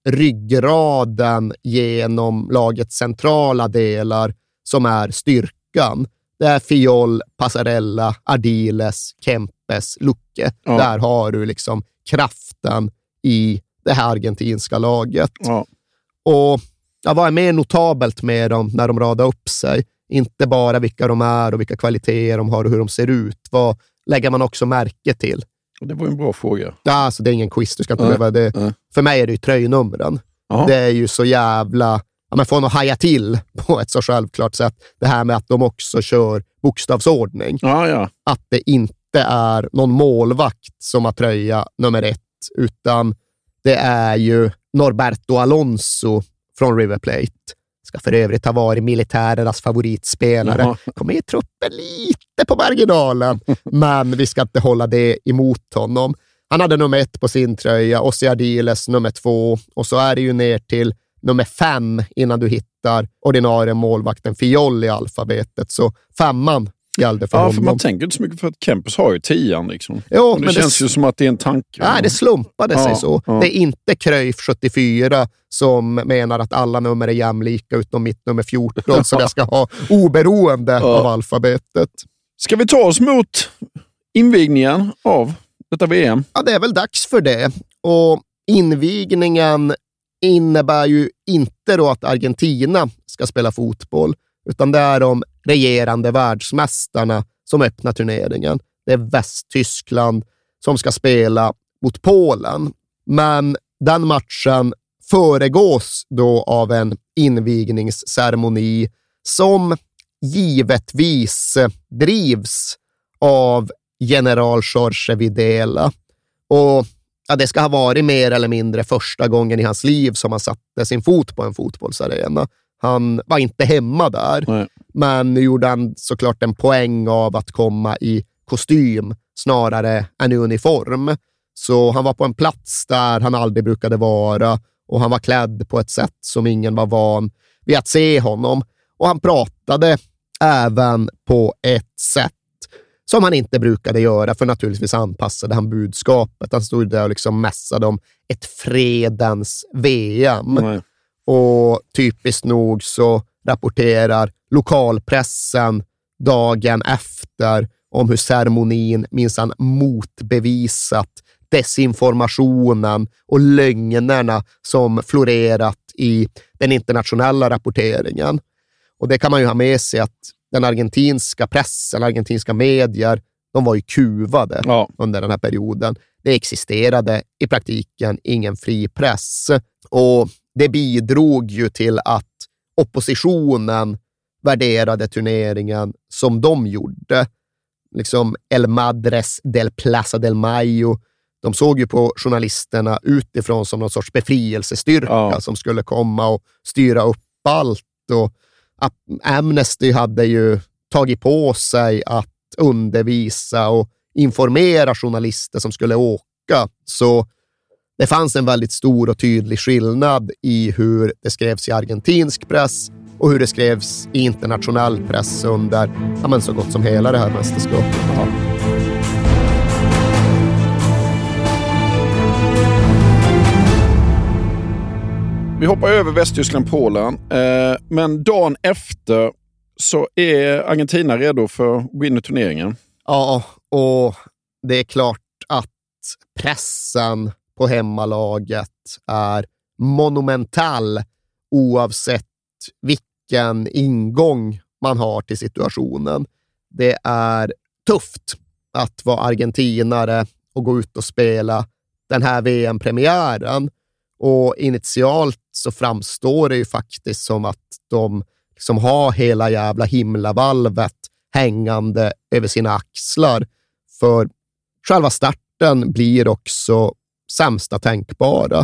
J: ryggraden genom lagets centrala delar som är styrkan. Det är Fiol, Passarella, Ardiles, Kempes, Lucke. Ja. Där har du liksom kraften i det här argentinska laget.
I: Ja.
J: Och ja, vad är mer notabelt med dem när de radar upp sig? Inte bara vilka de är och vilka kvaliteter de har och hur de ser ut. Vad lägger man också märke till?
I: Det var en bra fråga.
J: Ja, alltså det är ingen quiz. Du ska inte
I: äh,
J: behöva det.
I: Äh.
J: För mig är det ju tröjnumren. Aha. Det är ju så jävla... Ja, man får nog haja till på ett så självklart sätt. Det här med att de också kör bokstavsordning.
I: Ja, ja.
J: Att det inte är någon målvakt som har tröja nummer ett, utan det är ju Norberto Alonso från River Plate. Ska för övrigt ha varit militärernas favoritspelare. Jaha. Kommer i truppen lite på marginalen, men vi ska inte hålla det emot honom. Han hade nummer ett på sin tröja, Ossi Ardiles nummer två och så är det ju ner till nummer fem innan du hittar ordinarie målvakten Fiol i alfabetet. Så femman gällde för
I: ja,
J: honom.
I: För man tänker inte så mycket för att Kempes har ju tian liksom.
J: Jo,
I: det
J: men
I: känns
J: det,
I: ju som att det är en tanke.
J: Nej, det slumpade
I: ja,
J: sig så. Ja. Det är inte Cruyff sjuttiofyra som menar att alla nummer är jämlika utom mitt nummer fjorton som jag ska ha oberoende ja. av alfabetet.
I: Ska vi ta oss mot invigningen av detta V M?
J: Ja, det är väl dags för det. Och invigningen innebär ju inte då att Argentina ska spela fotboll, utan det är de regerande världsmästarna som öppnar turneringen. Det är Västtyskland som ska spela mot Polen. Men den matchen föregås då av en invigningsceremoni som givetvis drivs av general Jorge Videla. Och ja, det ska ha varit mer eller mindre första gången i hans liv som han satte sin fot på en fotbollsarena. Han var inte hemma där, Nej. men nu gjorde han såklart en poäng av att komma i kostym snarare än i uniform. Så han var på en plats där han aldrig brukade vara och han var klädd på ett sätt som ingen var van vid att se honom. Och han pratade även på ett sätt som han inte brukade göra, för naturligtvis anpassade han budskapet. Han stod där och liksom mässade om ett fredens V M. Nej. Och typiskt nog så rapporterar lokalpressen dagen efter om hur ceremonin minsann motbevisat desinformationen och lögnerna som florerat i den internationella rapporteringen. Och det kan man ju ha med sig att den argentinska pressen, argentinska medier, de var ju kuvade ja. under den här perioden. Det existerade i praktiken ingen fri press. Och det bidrog ju till att oppositionen värderade turneringen som de gjorde. Liksom El Madres del Plaza del Mayo. De såg ju på journalisterna utifrån som någon sorts befrielsestyrka ja. som skulle komma och styra upp allt. Och Amnesty hade ju tagit på sig att undervisa och informera journalister som skulle åka. Så det fanns en väldigt stor och tydlig skillnad i hur det skrevs i argentinsk press och hur det skrevs i internationell press under ja, men så gott som hela det här mästerskapet. Ja.
I: Vi hoppar över Västtyskland-Polen, eh, men dagen efter så är Argentina redo för att gå in i turneringen.
J: Ja, och det är klart att pressen på hemmalaget är monumental oavsett vilken ingång man har till situationen. Det är tufft att vara argentinare och gå ut och spela den här V M-premiären. Och initialt så framstår det ju faktiskt som att de liksom har hela jävla himlavalvet hängande över sina axlar. För själva starten blir också sämsta tänkbara.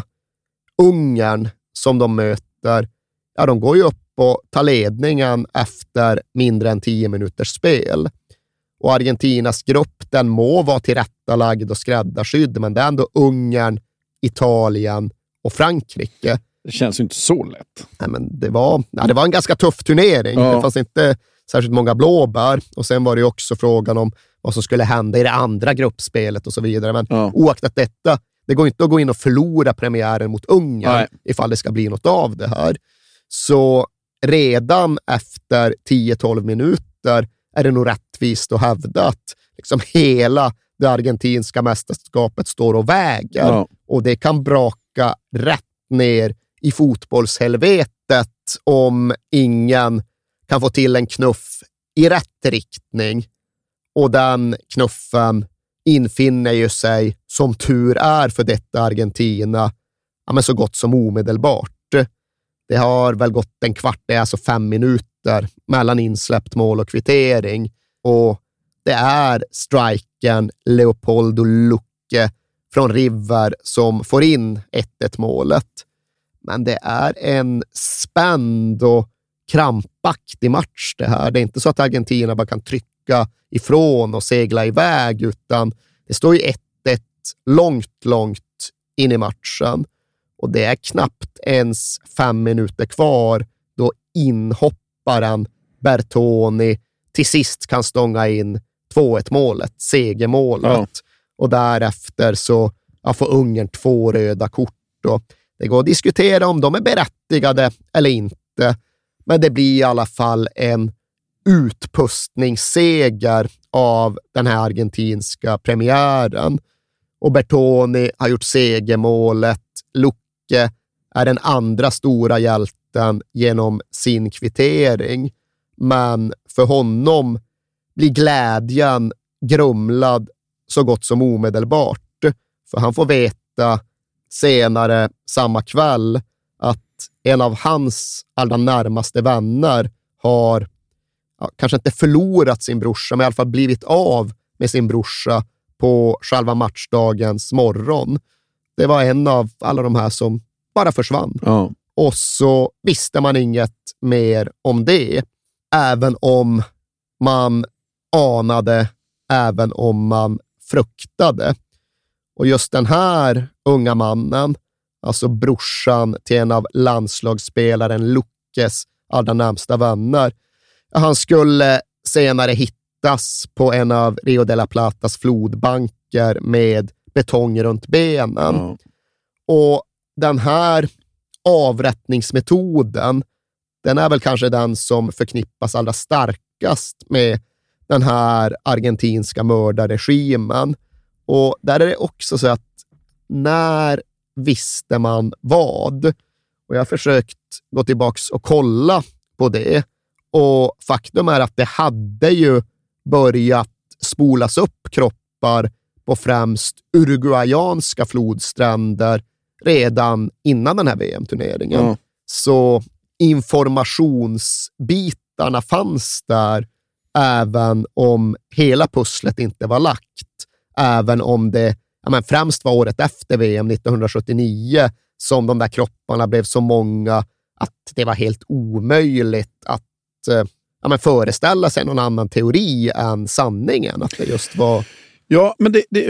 J: Ungern som de möter, ja, de går ju upp och tar ledningen efter mindre än tio minuters spel. Och Argentinas grupp, den må vara tillrättalagd och skräddarskydd, men det är ändå Ungern, Italien och Frankrike.
I: Det känns ju inte så lätt.
J: Nej, men det var, ja, det var en ganska tuff turnering. Ja. Det fanns inte särskilt många blåbär. Och sen var det också frågan om vad som skulle hända i det andra gruppspelet och så vidare. Men ja. oaktat detta, det går inte att gå in och förlora premiären mot Ungern Nej. ifall det ska bli något av det här. Så redan efter tio tolv minuter är det nog rättvist att hävda att liksom hela det argentinska mästerskapet står och väger. Ja. Och det kan braka rätt ner i fotbollshelvetet om ingen kan få till en knuff i rätt riktning. Och den knuffen infinner ju sig, som tur är för detta Argentina, ja, men så gott som omedelbart. Det har väl gått en kvart, det är alltså fem minuter mellan insläppt mål och kvittering. Och det är striken Leopoldo Lucke från River som får in ett ett målet. Men det är en spänd och krampaktig match det här. Det är inte så att Argentina bara kan trycka ifrån och segla iväg, utan det står ju ett ett långt, långt in i matchen. Och det är knappt ens fem minuter kvar då inhopparen Bertoni till sist kan stånga in två ett målet, segermålet. Ja. Och därefter så ja, får Ungern två röda kort. Och det går att diskutera om de är berättigade eller inte. Men det blir i alla fall en utpustningsseger av den här argentinska premiären. Och Bertoni har gjort segermålet. Lucke är den andra stora hjälten genom sin kvittering. Men för honom blir glädjen grumlad så gott som omedelbart. För han får veta senare samma kväll att en av hans allra närmaste vänner har ja, kanske inte förlorat sin brorsa, men i alla fall blivit av med sin brorsa på själva matchdagens morgon. Det var en av alla de här som bara försvann. Ja. Och så visste man inget mer om det. Även om man anade, även om man fruktade. Och just den här unga mannen, alltså brorsan till en av landslagsspelaren Luckes allra närmsta vänner, han skulle senare hittas på en av Rio de la Platas flodbanker med betong runt benen. Mm. Och den här avrättningsmetoden, den är väl kanske den som förknippas allra starkast med den här argentinska mördarregimen. Och där är det också så att när visste man vad? Och jag har försökt gå tillbaks och kolla på det. Och faktum är att det hade ju börjat spolas upp kroppar på främst uruguayanska flodstränder redan innan den här V M-turneringen. Mm. Så informationsbitarna fanns där även om hela pusslet inte var lagt. Även om det ja, men främst var året efter V M nittonhundrasjuttionio som de där kropparna blev så många att det var helt omöjligt att ja, men föreställa sig någon annan teori än sanningen. Att det just var...
I: Ja, men det, det,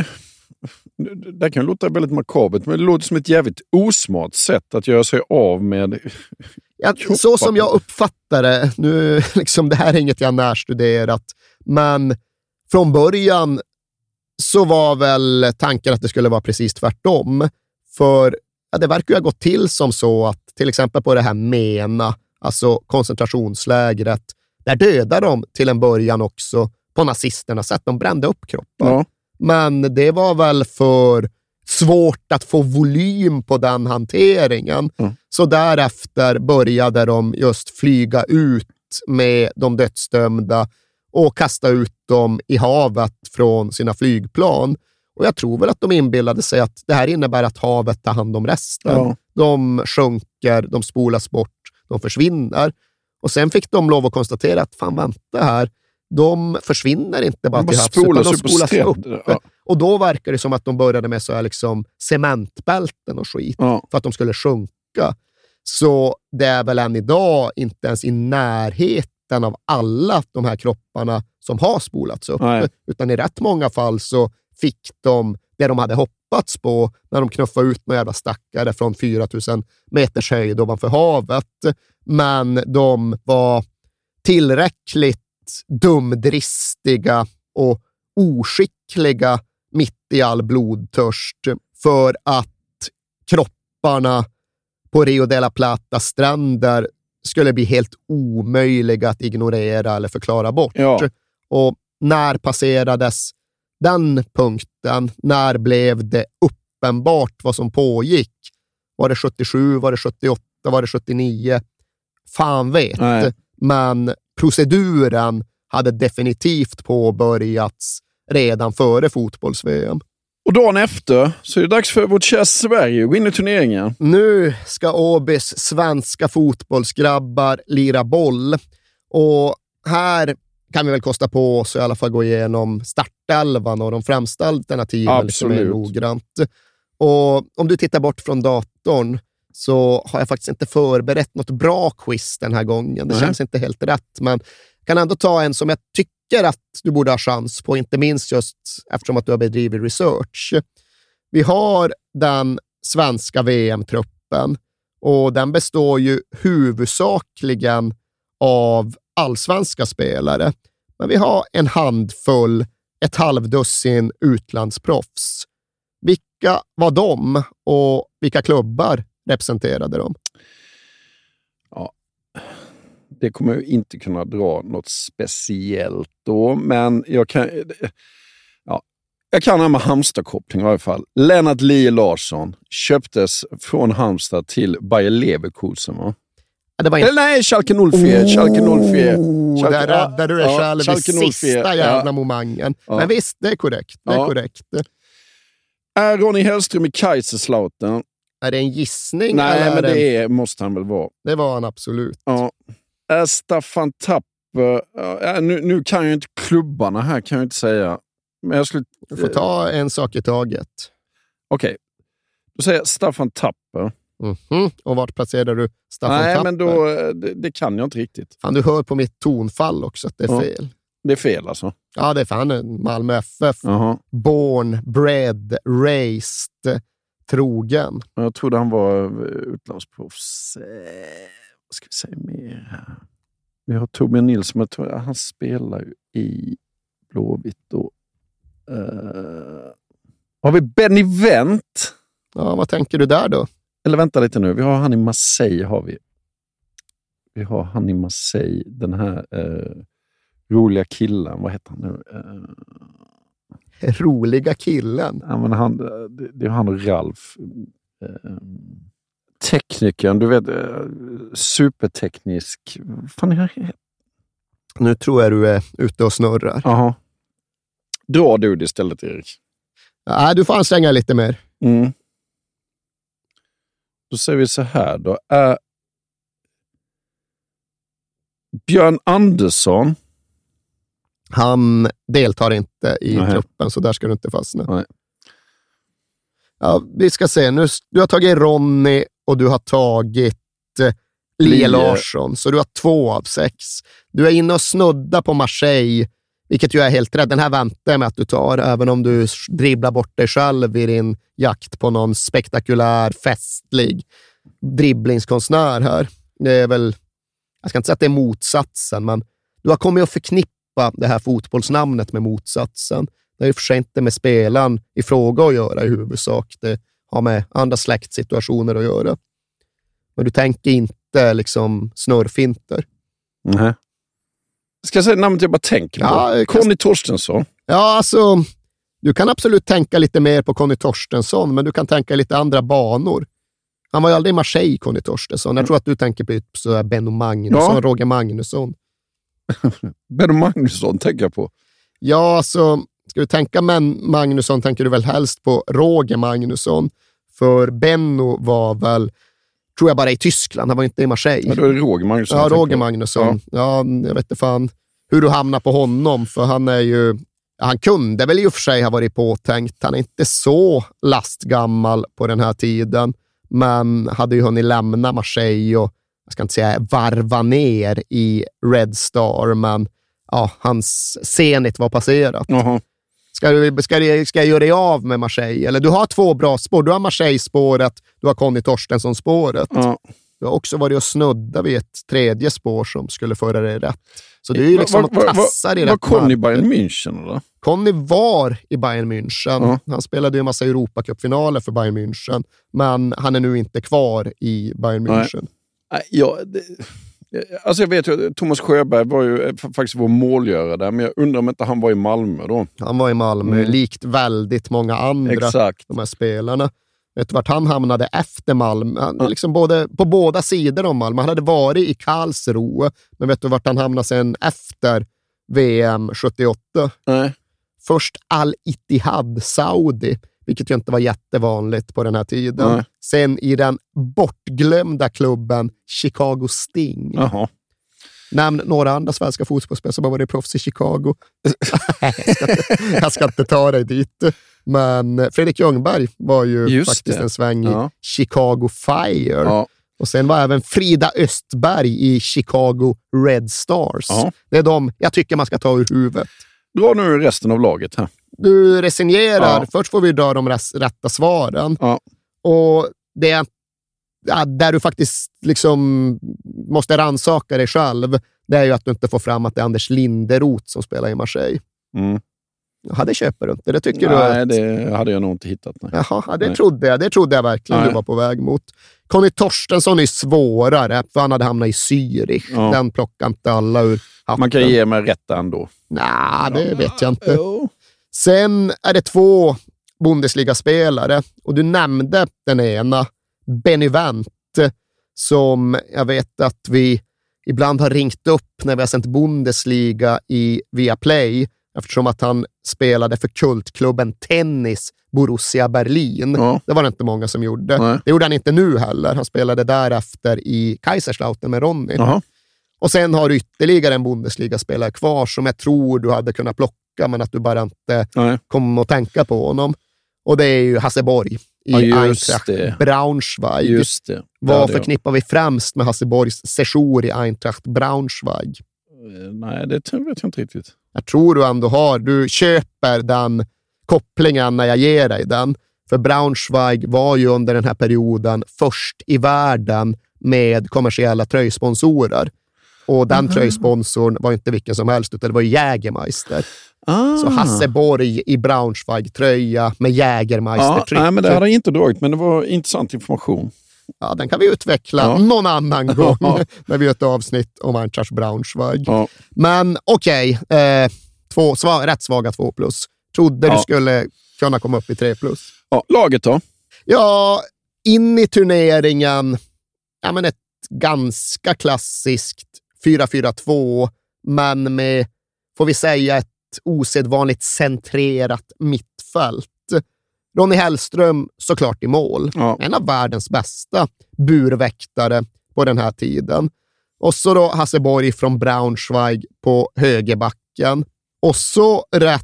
I: det kan låta väldigt makabert, men det låter som ett jävligt osmart sätt att göra sig av med...
J: Ja, så som jag uppfattar det, nu liksom det här är inget jag närstuderat, men från början så var väl tanken att det skulle vara precis tvärtom. För ja, det verkar ju ha gått till som så att till exempel på det här Mena, alltså koncentrationslägret, där dödade de till en början också på nazisternas sätt. De brände upp kroppar. Ja. Men det var väl för svårt att få volym på den hanteringen. Mm. Så därefter började de just flyga ut med de dödsdömda och kasta ut dem i havet från sina flygplan. Och jag tror väl att de inbillade sig att det här innebär att havet tar hand om resten. Ja. De sjunker, de spolas bort, de försvinner. Och sen fick de lov att konstatera att fan vänta här, de försvinner inte bara de till havs, utan de spolas upp. Ja. Och då verkar det som att de började med så här liksom cementbälten och skit ja. För att de skulle sjunka. Så det är väl än idag inte ens i närheten av alla de här kropparna som har spolats upp. Nej. Utan i rätt många fall så fick de det de hade hoppats på när de knuffade ut några jävla stackare från fyra tusen meters höjd ovanför havet. Men de var tillräckligt dumdristiga och oskickliga mitt i all blodtörst för att kropparna på Rio de la Plata stränder skulle bli helt omöjliga att ignorera eller förklara bort. Ja. Och när passerades den punkten? När blev det uppenbart vad som pågick? Var det sjuttiosju? Var det sjuttioåtta? Var det sjuttionio? Fan vet. Nej. Men proceduren hade definitivt påbörjats redan före fotbolls-V M.
I: Och dagen efter så är det dags för vårt kära Sverige att gå in i turneringen.
J: Nu ska Åbys svenska fotbollsgrabbar lira boll. Och här kan vi väl kosta på oss i alla fall gå igenom startelvan och de främsta alternativen lite mer noggrant. Och om du tittar bort från datorn så har jag faktiskt inte förberett något bra quiz den här gången. Det Nej. Känns inte helt rätt, men kan ändå ta en som jag tycker att du borde ha chans på, inte minst just eftersom att du har bedrivit research. Vi har den svenska V M-truppen och den består ju huvudsakligen av allsvenska spelare. Men vi har en handfull, ett halvdussin utlandsproffs. Vilka var de och vilka klubbar representerade de?
I: Ja, det kommer jag inte kunna dra något speciellt då, men jag kan... Ja, jag kan ha med Halmstad-koppling i alla fall. Lennart Lie Larsson köptes från Halmstad till Bayer Leverkusen, va?
J: Ja, det var inte...
I: Eller nej, Schalke noll fyra. Oh, Schalke noll fyra.
J: Schalke, där räddade du dig ja, själv i sista jävla ja. momangen. Ja. Men visst, det är korrekt. Det är ja. korrekt.
I: Är Ronny Hellström i Kaiserslautern?
J: Är det en gissning?
I: Nej,
J: eller
I: men det,
J: det
I: är, måste han väl vara.
J: Det var han absolut.
I: Ja. Är Staffan Tapper... Ja, nu, nu kan jag inte klubbarna här, kan jag inte säga. Men jag skulle...
J: Du får ta en sak i taget.
I: Okej. Okay. Då säger jag Staffan Tapper.
J: Mm-hmm. Och vart placerar du Staffan
I: Nej,
J: Tapper?
I: men då, det, det kan jag inte riktigt.
J: Fan, du hör på mitt tonfall också att det är ja. fel.
I: Det är fel alltså?
J: Ja, det är fan Malmö F F.
I: Uh-huh.
J: Born, bred, raised, trogen.
I: Jag trodde han var utlandsproffs. Vad ska vi säga mer här? Vi har Torbjörn Nilsson, jag tror han spelar ju i Blåvitt då. Uh... Har vi Benny Wendt?
J: Ja, vad tänker du där då?
I: Eller vänta lite nu, vi har han i Marseille har vi. Vi har han i Marseille, den här uh, roliga killen, vad heter han nu? Uh...
J: Roliga killen?
I: Ja, men han, det, det är han och Ralf. Uh, teknikern, du vet, uh, superteknisk. Fan är det?
J: Nu tror jag du är ute och snurrar.
I: Jaha. Drar du det istället, Erik?
J: Ja, du får anstränga lite mer.
I: Mm. Då säger vi så här då. Uh, Björn Andersson.
J: Han deltar inte i Nej. truppen, så där ska du inte fastna.
I: Nej.
J: Ja, vi ska se. Nu, du har tagit Ronny och du har tagit eh, Lie Larsson, så du har två av sex. Du är inne och snudda på Marseille, vilket ju är helt rätt. Den här väntar jag med att du tar, även om du dribblar bort dig själv i din jakt på någon spektakulär, festlig dribblingskonstnär här. Det är väl, jag ska inte säga att det är motsatsen, men du har kommit att förknippa det här fotbollsnamnet med motsatsen. Det är ju för sig inte med spelaren i fråga att göra i huvudsak. Det har med andra släktsituationer att göra. Men du tänker inte liksom snurrfinter.
I: Nej. Ska jag säga namnet jag bara tänker på? Ja, Conny Torstensson.
J: Ja, alltså, du kan absolut tänka lite mer på Conny Torstensson, men du kan tänka lite andra banor. Han var ju aldrig i Marseille, Conny Torstensson. Jag tror att du tänker på så Benno Magnusson, ja. Roger Magnusson.
I: Benno Magnusson tänker jag på.
J: Ja, alltså, ska du tänka men Magnusson tänker du väl helst på Roger Magnusson. För Benno var väl, tror jag, bara i Tyskland. Han var inte i Marseille.
I: Ja, då är det Roger Magnusson.
J: Ja, Roger Magnusson. Ja. ja, jag vet inte fan hur du hamnar på honom. För han är ju, han kunde väl i och för sig ha varit påtänkt. Han är inte så lastgammal på den här tiden. Men hade ju hunnit lämna Marseille och, jag ska inte säga varva ner i Red Star, men ja, hans senit var passerat.
I: Uh-huh.
J: Ska, du, ska, du, ska jag göra dig av med Marseille? Eller du har två bra spår. Du har Marseille-spåret, du har Conny Torstensson-spåret.
I: Uh-huh.
J: Du har också varit och snudda vid ett tredje spår som skulle föra dig rätt. Så det är ju liksom
I: va, va,
J: att tassa
I: va,
J: i
I: rätt. Var Conny i Bayern
J: mark.
I: München eller?
J: Conny var i Bayern München.
I: Uh-huh.
J: Han spelade ju en massa Europacupfinaler för Bayern München. Men han är nu inte kvar i Bayern München.
I: Nej, ja, det, alltså jag vet ju, Thomas Sjöberg var ju faktiskt vår målgörare där, men jag undrar om inte han var i Malmö då.
J: Han var i Malmö, mm. likt väldigt många andra.
I: Exakt.
J: De här spelarna. Vet du vart han hamnade efter Malmö? Han, ja. liksom både, på båda sidor om Malmö. Han hade varit i Karlsruhe, men vet du vart han hamnade sen efter V M sjuttioåtta?
I: Nej.
J: Först Al-Ittihad Saudi, vilket ju inte var jättevanligt på den här tiden.
I: Nej.
J: Sen i den bortglömda klubben Chicago Sting.
I: Jaha.
J: Nämn några andra svenska fotbollsspelare som har varit proffs i Chicago. jag, ska inte, jag ska inte ta dig dit. Men Fredrik Ljungberg var ju Just faktiskt det. en sväng i ja. Chicago Fire.
I: Ja.
J: Och sen var även Frida Östberg i Chicago Red Stars.
I: Ja.
J: Det är de jag tycker man ska ta ur huvudet.
I: Dra nu resten av laget här.
J: du resignerar.
I: Ja.
J: Först får vi dra de rätta svaren.
I: Ja.
J: Och det är ja, där du faktiskt liksom måste rannsaka dig själv. Det är ju att du inte får fram att det är Anders Linderoth som spelar i Marseille.
I: Mm.
J: Ja, det köper du inte. Det tycker
I: nej,
J: du att...
I: det hade jag nog inte hittat. Nej.
J: Jaha, ja, det,
I: nej.
J: Trodde jag. det trodde jag verkligen nej. Du var på väg mot. Conny Torstensson är svårare, för han hade hamnat i Zürich. Ja. Den plockar inte alla ur hatten.
I: Man kan ge mig rätt ändå.
J: Nej, det vet jag inte.
I: Ja.
J: Sen är det två Bundesliga-spelare, och du nämnde den ena, Benny Wendt, som jag vet att vi ibland har ringt upp när vi har sänt Bundesliga i Viaplay, eftersom att han spelade för kultklubben Tennis Borussia Berlin. Ja. Det var det inte många som gjorde. Nej. Det gjorde han inte nu heller. Han spelade därefter i Kaiserslautern med Ronny. Aha. Och sen har du ytterligare en Bundesliga-spelare kvar som jag tror du hade kunnat plocka, men att du bara inte Nej. kom att tänka på honom. Och det är ju Hasse Borg i ja, Eintracht det. Braunschweig.
I: Just det.
J: Vad förknippar vi främst med Hasse Borgs sejour i Eintracht Braunschweig?
I: Nej, det vet jag inte riktigt.
J: Jag tror du ändå har. Du köper den kopplingen när jag ger dig den. För Braunschweig var ju under den här perioden först i världen med kommersiella tröjsponsorer. Och den mm. tröjsponsorn var inte vilken som helst, utan det var Jägermeister. Ah. Så Hasse Borg i Braunschweig-tröja med Jägermeister-tryck.
I: Ja, nej, men det hade jag inte dragit, men det var intressant information.
J: Ja, den kan vi utveckla ja. någon annan gång när vi gör ett avsnitt om Eintracht Braunschweig. Ja. Men okej, okay, eh, två, sva, rätt svaga två plus. Trodde ja. du skulle kunna komma upp i tre plus.
I: Ja, laget då?
J: Ja, in i turneringen, ja, men ett ganska klassiskt fyra fyra två, men med, får vi säga, ett osedvanligt centrerat mittfält. Ronny Hellström såklart i mål. Ja. En av världens bästa burväktare på den här tiden. Och så då Hasse Borg från Braunschweig på högerbacken. Och så rätt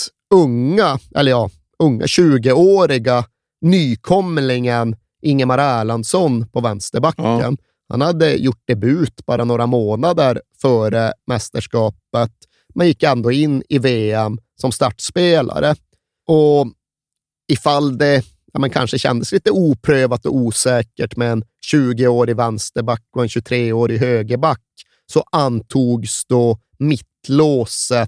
J: unga, eller ja, unga tjugoåriga nykomlingen Ingemar Erlandsson på vänsterbacken. Ja. Han hade gjort debut bara några månader före mästerskapet, men gick ändå in i V M som startspelare. Och ifall det ja, men kanske kändes lite oprövat och osäkert med en tjugoårig vänsterback och en tjugotre-årig högerback, så antogs då mittlåset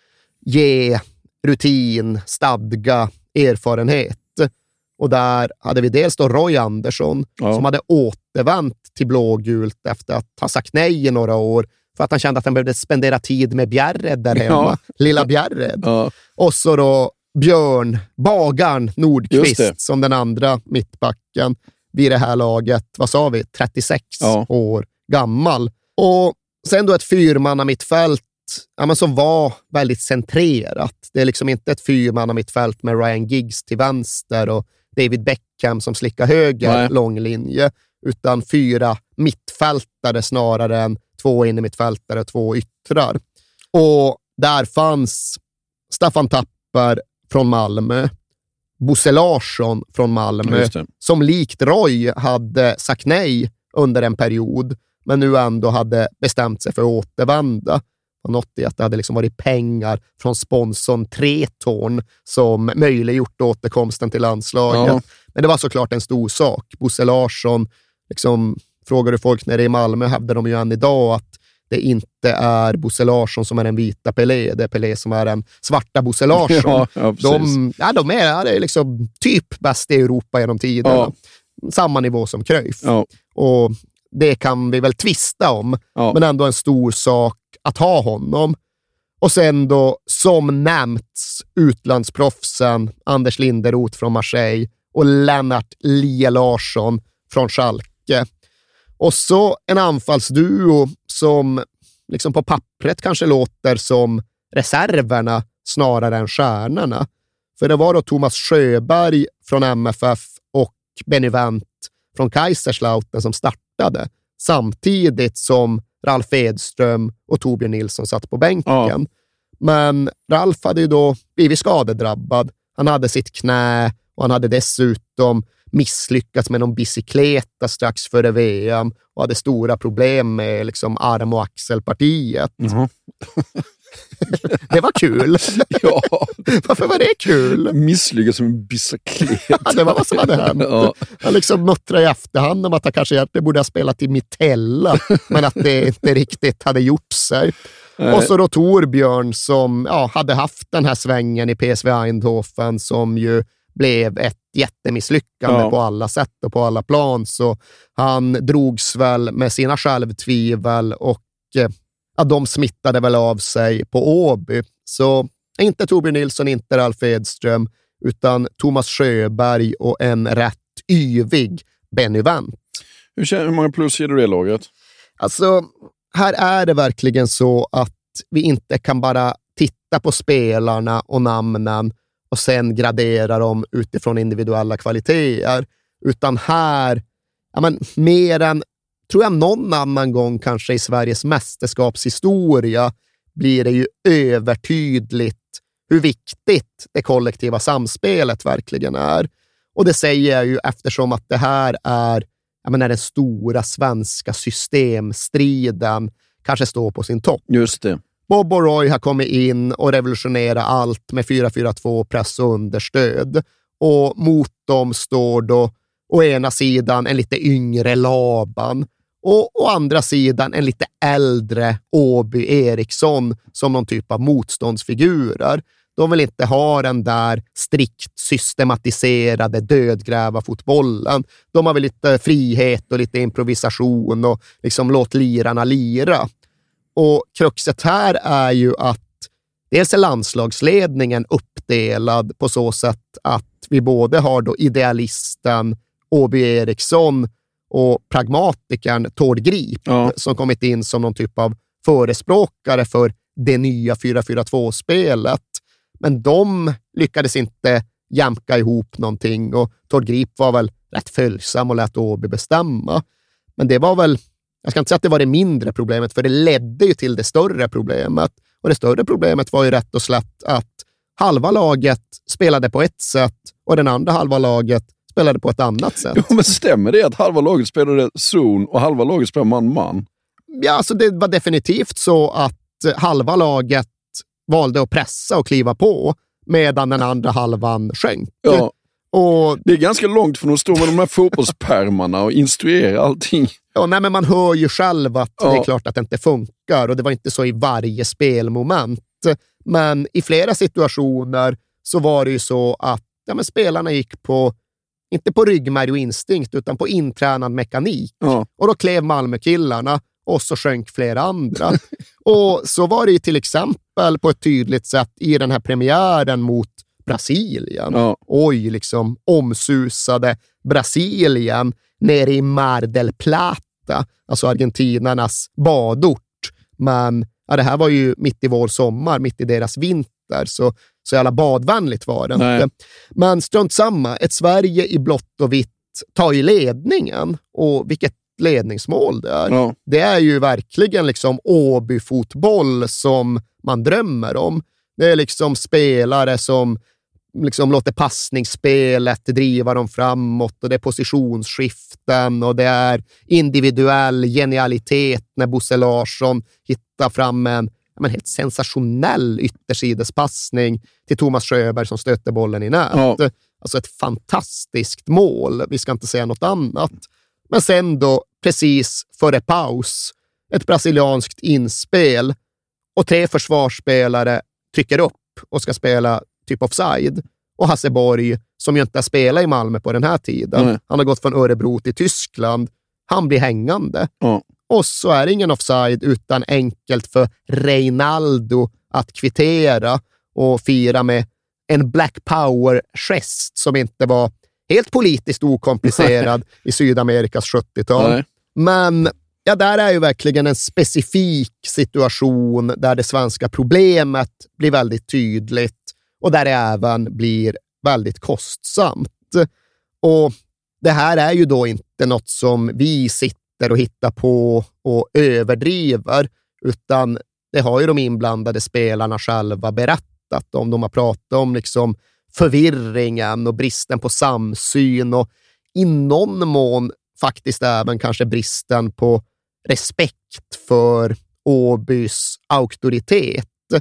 J: ge rutin, stadga, erfarenhet. Och där hade vi dels då Roy Andersson ja. som hade återvänt till blågult efter att ha sagt nej i några år för att han kände att han behövde spendera tid med Bjärred där hemma. Ja. Lilla Bjärred. Ja. Och så då Björn, bagaren Nordqvist som den andra mittbacken vid det här laget, vad sa vi, trettiosex ja. år gammal. Och sen då ett fyrmanna mittfält ja, men som var väldigt centrerat. Det är liksom inte ett fyrmanna mittfält med Ryan Giggs till vänster och David Beckham som slickar höger Nej. lång linje, utan fyra mittfältare snarare än två inne mittfältare och två yttrar. Och där fanns Staffan Tapper från Malmö, Bosse Larsson från Malmö, som likt Roy hade sagt nej under en period, men nu ändå hade bestämt sig för att återvända. Och något i att det hade liksom varit pengar från sponsorn Tretorn som möjliggjort återkomsten till landslaget. Ja. Men det var såklart en stor sak. Bosse Larsson, liksom, frågar du folk när det är i Malmö, hävdar de ju än idag att det inte är Bosse Larsson som är den vita Pelé, det är Pelé som är den svarta Bosse Larsson. Ja, ja, de, ja, de är, ja, det är liksom typ bäst i Europa genom tiderna. Ja. Samma nivå som Cruyff. Ja. Och det kan vi väl tvista om, ja. men ändå en stor sak att ha honom. Och sen då, som nämnts, utlandsproffsen Anders Linderoth från Marseille och Lennart Lie Larsson från Schalke. Och så en anfallsduo som liksom på pappret kanske låter som reserverna snarare än stjärnorna. För det var då Thomas Sjöberg från M F F och Benny Wendt från Kaiserslautern som startade, samtidigt som Ralf Edström och Torbjörn Nilsson satt på bänken. Ja. Men Ralf hade ju då blivit skadedrabbad. Han hade sitt knä och han hade dessutom misslyckats med någon bicykleta strax före V M och hade stora problem med liksom arm- och axelpartiet. Mm. Det var kul.
I: Ja,
J: Varför var det kul?
I: Misslyckas som en bicyklet.
J: Ja, det var vad som hade hänt. Ja. Han liksom muttrade i efterhand om att han kanske egentligen borde ha spelat i Mitella, men att det inte riktigt hade gjort sig. Nej. Och så då Torbjörn som ja, hade haft den här svängen i P S V Eindhoven som ju blev ett jättemisslyckande ja. på alla sätt och på alla plan. Så han drogs väl med sina självtvivel och ja, de smittade väl av sig på Åby. Så inte Torbjörn Nilsson, inte Ralf Edström, utan Thomas Sjöberg och en rätt yvig Benny Wendt.
I: Hur, hur många plus ger du det laget?
J: Alltså, här är det verkligen så att vi inte kan bara titta på spelarna och namnen och sen gradera dem utifrån individuella kvaliteter. Utan här, ja men, mer än, tror jag någon annan gång kanske i Sveriges mästerskapshistoria blir det ju övertydligt hur viktigt det kollektiva samspelet verkligen är. Och det säger jag ju eftersom att det här är, jag menar, den stora svenska systemstriden kanske står på sin topp.
I: Just det.
J: Bob och Roy har kommit in och revolutionerat allt med fyra fyra två press och understöd. Och mot dem står då å ena sidan en lite yngre Laban och å andra sidan en lite äldre Åby Eriksson som någon typ av motståndsfigurer. De vill inte ha den där strikt systematiserade dödgräva fotbollen. De har väl lite frihet och lite improvisation och liksom låt lirarna lira. Och kruxet här är ju att dels är landslagsledningen uppdelad på så sätt att vi både har då idealisten Åby Eriksson och pragmatikern Tord Grip ja. som kommit in som någon typ av förespråkare för det nya fyra fyra två-spelet. Men de lyckades inte jämka ihop någonting och Tord Grip var väl rätt följsam och lät Åby bestämma. Men det var väl, jag ska inte säga att det var det mindre problemet, för det ledde ju till det större problemet. Och det större problemet var ju rätt och slätt att halva laget spelade på ett sätt och den andra halva laget spelade på ett annat sätt.
I: Jo, men stämmer det att halva laget spelade zon och halva laget spelade man-man?
J: Ja, alltså det var definitivt så att halva laget valde att pressa och kliva på medan den andra halvan sjönk.
I: Ja, och det är ganska långt från att stå med de här fotbollspärmarna och instruera allting.
J: Ja, nej, men man hör ju själv att ja. det är klart att det inte funkar och det var inte så i varje spelmoment. Men i flera situationer så var det ju så att ja, men spelarna gick på, inte på ryggmärg och instinkt utan på intränad mekanik. Ja. Och då klev Malmökillarna och så sjönk flera andra. Och så var det ju till exempel på ett tydligt sätt i den här premiären mot Brasilien. Ja. Oj, liksom omsusade Brasilien nere i Mar del Plata, alltså argentinarnas badort. Men ja, det här var ju mitt i vår sommar, mitt i deras vinter, så, så jävla badvänligt var det inte. Men strunt samma, ett Sverige i blått och vitt tar ju ledningen, och vilket ledningsmål det är. Ja. Det är ju verkligen liksom Åby-fotboll som man drömmer om. Det är liksom spelare som liksom låter passningsspelet driva dem framåt, och det är positionsskiften och det är individuell genialitet när Bosse Larsson hittar fram en men helt sensationell yttersidespassning till Thomas Sjöberg som stöter bollen i nät. Ja. Alltså ett fantastiskt mål, vi ska inte säga något annat. Men sen då, precis före paus, ett brasilianskt inspel och tre försvarsspelare trycker upp och ska spela typ offside. Och Hasse Borg, som ju inte har spelat i Malmö på den här tiden, mm. han har gått från Örebro till Tyskland, han blir hängande. Mm. Och så är det ingen offside utan enkelt för Reinaldo att kvittera och fira med en Black Power-gest som inte var helt politiskt okomplicerad i Sydamerikas sjuttiotal. Nej. Men ja, där är ju verkligen en specifik situation där det svenska problemet blir väldigt tydligt och där det även blir väldigt kostsamt. Och det här är ju då inte något som vi sitter och hittar på och överdriver, utan det har ju de inblandade spelarna själva berättat om. De har pratat om liksom förvirringen och bristen på samsyn och i någon mån faktiskt även kanske bristen på respekt för Åbys auktoritet.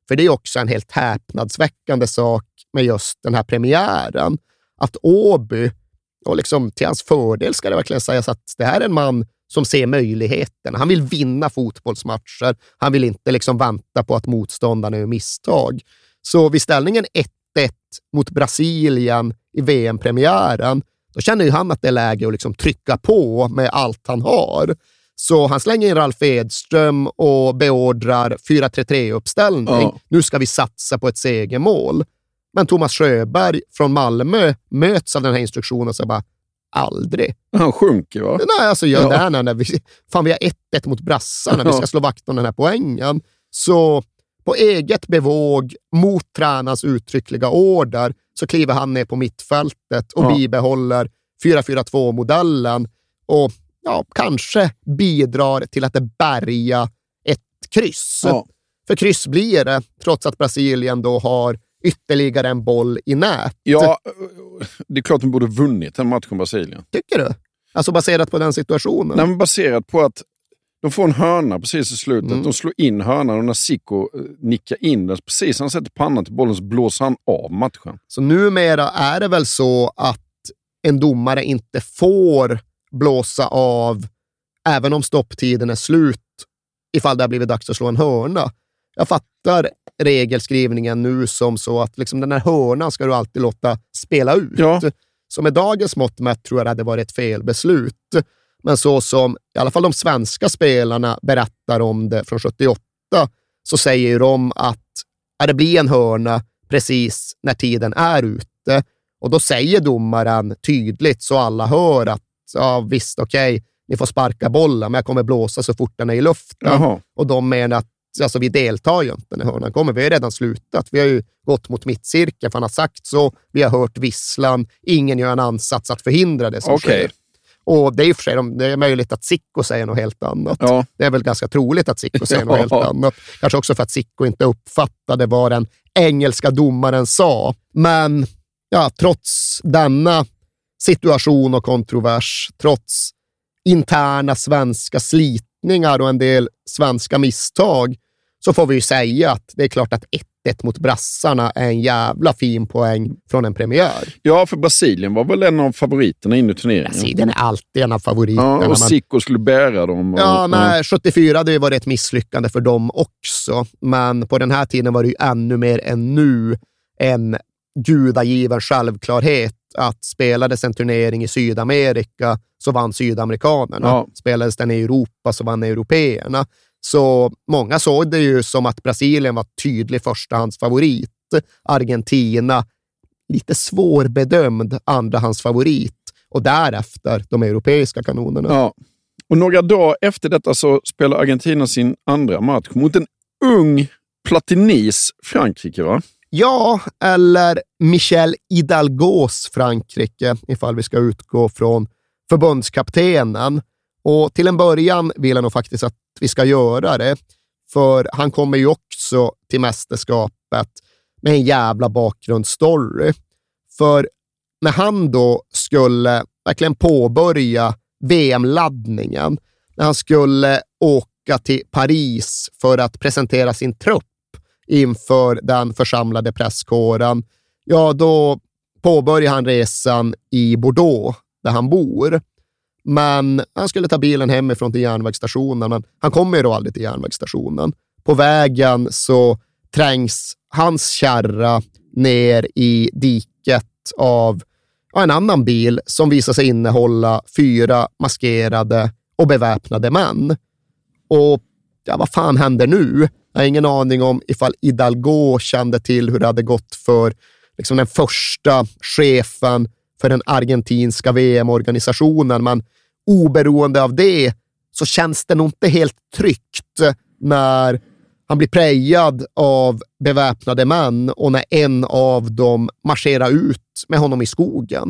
J: För det är också en helt häpnadsväckande sak med just den här premiären. Att Åby, och liksom till hans fördel ska det verkligen sägas att det här är en man som ser möjligheten. Han vill vinna fotbollsmatcher. Han vill inte liksom vänta på att motståndarna gör misstag. Så vid ställningen ett ett mot Brasilien i V M-premiären, då känner ju han att det är läge att liksom trycka på med allt han har. Så han slänger in Ralf Edström och beordrar fyra tre tre-uppställning. Ja. Nu ska vi satsa på ett segermål. Men Thomas Sjöberg från Malmö möts av den här instruktionen och så bara, aldrig.
I: Han sjunker, va?
J: Nej, alltså gör ja. det här när vi, fan, vi har ett ett mot brassarna. Ja. Vi ska slå vakt om den här poängen. Så på eget bevåg, mot tränarens uttryckliga order, så kliver han ner på mittfältet och ja. bibehåller fyra fyra två-modellen och ja, kanske bidrar till att det bärga ett kryss. Ja. För kryss blir det, trots att Brasilien då har ytterligare en boll i nät.
I: Ja, det är klart att de borde vunnit den matchen Brasilien.
J: Tycker du? Alltså baserat på den situationen?
I: Nej, men baserat på att de får en hörna precis i slutet. Mm. De slår in hörnan och när Zico nickar in den precis när han sätter pannan till bollen så blåser han av matchen.
J: Så numera är det väl så att en domare inte får blåsa av även om stopptiden är slut ifall det har blivit dags att slå en hörna. Jag fattar regelskrivningen nu som så att liksom den här hörnan ska du alltid låta spela ut. Ja. Så med dagens mått mätt tror jag det hade varit ett felbeslut. Men så som i alla fall de svenska spelarna berättar om det från sjuttioåtta så säger ju de att ja, det blir en hörna precis när tiden är ute. Och då säger domaren tydligt så alla hör att ja visst okej, okay, ni får sparka bollen men jag kommer blåsa så fort den är i luften. Jaha. Och de menar att alltså, vi deltar ju inte när hörnan kommer. Vi har redan slutat. Vi har ju gått mot mittcirkeln för han har sagt så. Vi har hört visslan. Ingen gör en ansats att förhindra det som okay. sker. Och det är ju för sig, det är möjligt att Zico säger något helt annat. Ja. Det är väl ganska troligt att Zico säger något helt annat. Kanske också för att Zico inte uppfattade vad den engelska domaren sa. Men ja, trots denna situation och kontrovers, trots interna svenska slitningar och en del svenska misstag, så får vi ju säga att det är klart att ett ett mot brassarna är en jävla fin poäng från en premiär.
I: Ja, för Brasilien var väl en av favoriterna in i turneringen.
J: Brasilien är alltid en av favoriterna.
I: Ja, och Zico skulle bära dem. Och,
J: ja, nej, sjuttiofyra hade ju varit ett misslyckande för dem också. Men på den här tiden var det ju ännu mer än nu en gudagiven självklarhet att spelades en turnering i Sydamerika så vann sydamerikanerna. Ja. Spelades den i Europa så vann européerna. Så många såg det ju som att Brasilien var tydlig förstahandsfavorit. Argentina lite svårbedömd andrahandsfavorit. Och därefter de europeiska kanonerna.
I: Ja. Och några dagar efter detta så spelar Argentina sin andra match mot en ung Platinis Frankrike, va?
J: Ja, eller Michel Hidalgos Frankrike, ifall vi ska utgå från förbundskaptenen. Och till en början vill han nog faktiskt att vi ska göra det. För han kommer ju också till mästerskapet med en jävla bakgrundsstory. För när han då skulle verkligen påbörja V M-laddningen, när han skulle åka till Paris för att presentera sin trupp inför den församlade presskåren, ja då påbörjar han resan i Bordeaux där han bor. Men han skulle ta bilen hemifrån till järnvägsstationen, men han kommer ju då aldrig till järnvägsstationen. På vägen så trängs hans kärra ner i diket av en annan bil som visar sig innehålla fyra maskerade och beväpnade män. Och ja, vad fan händer nu? Jag har ingen aning om ifall Hidalgo kände till hur det hade gått för liksom den första chefen för den argentinska V M-organisationen, men oberoende av det så känns det nog inte helt tryggt när han blir prejad av beväpnade män och när en av dem marscherar ut med honom i skogen.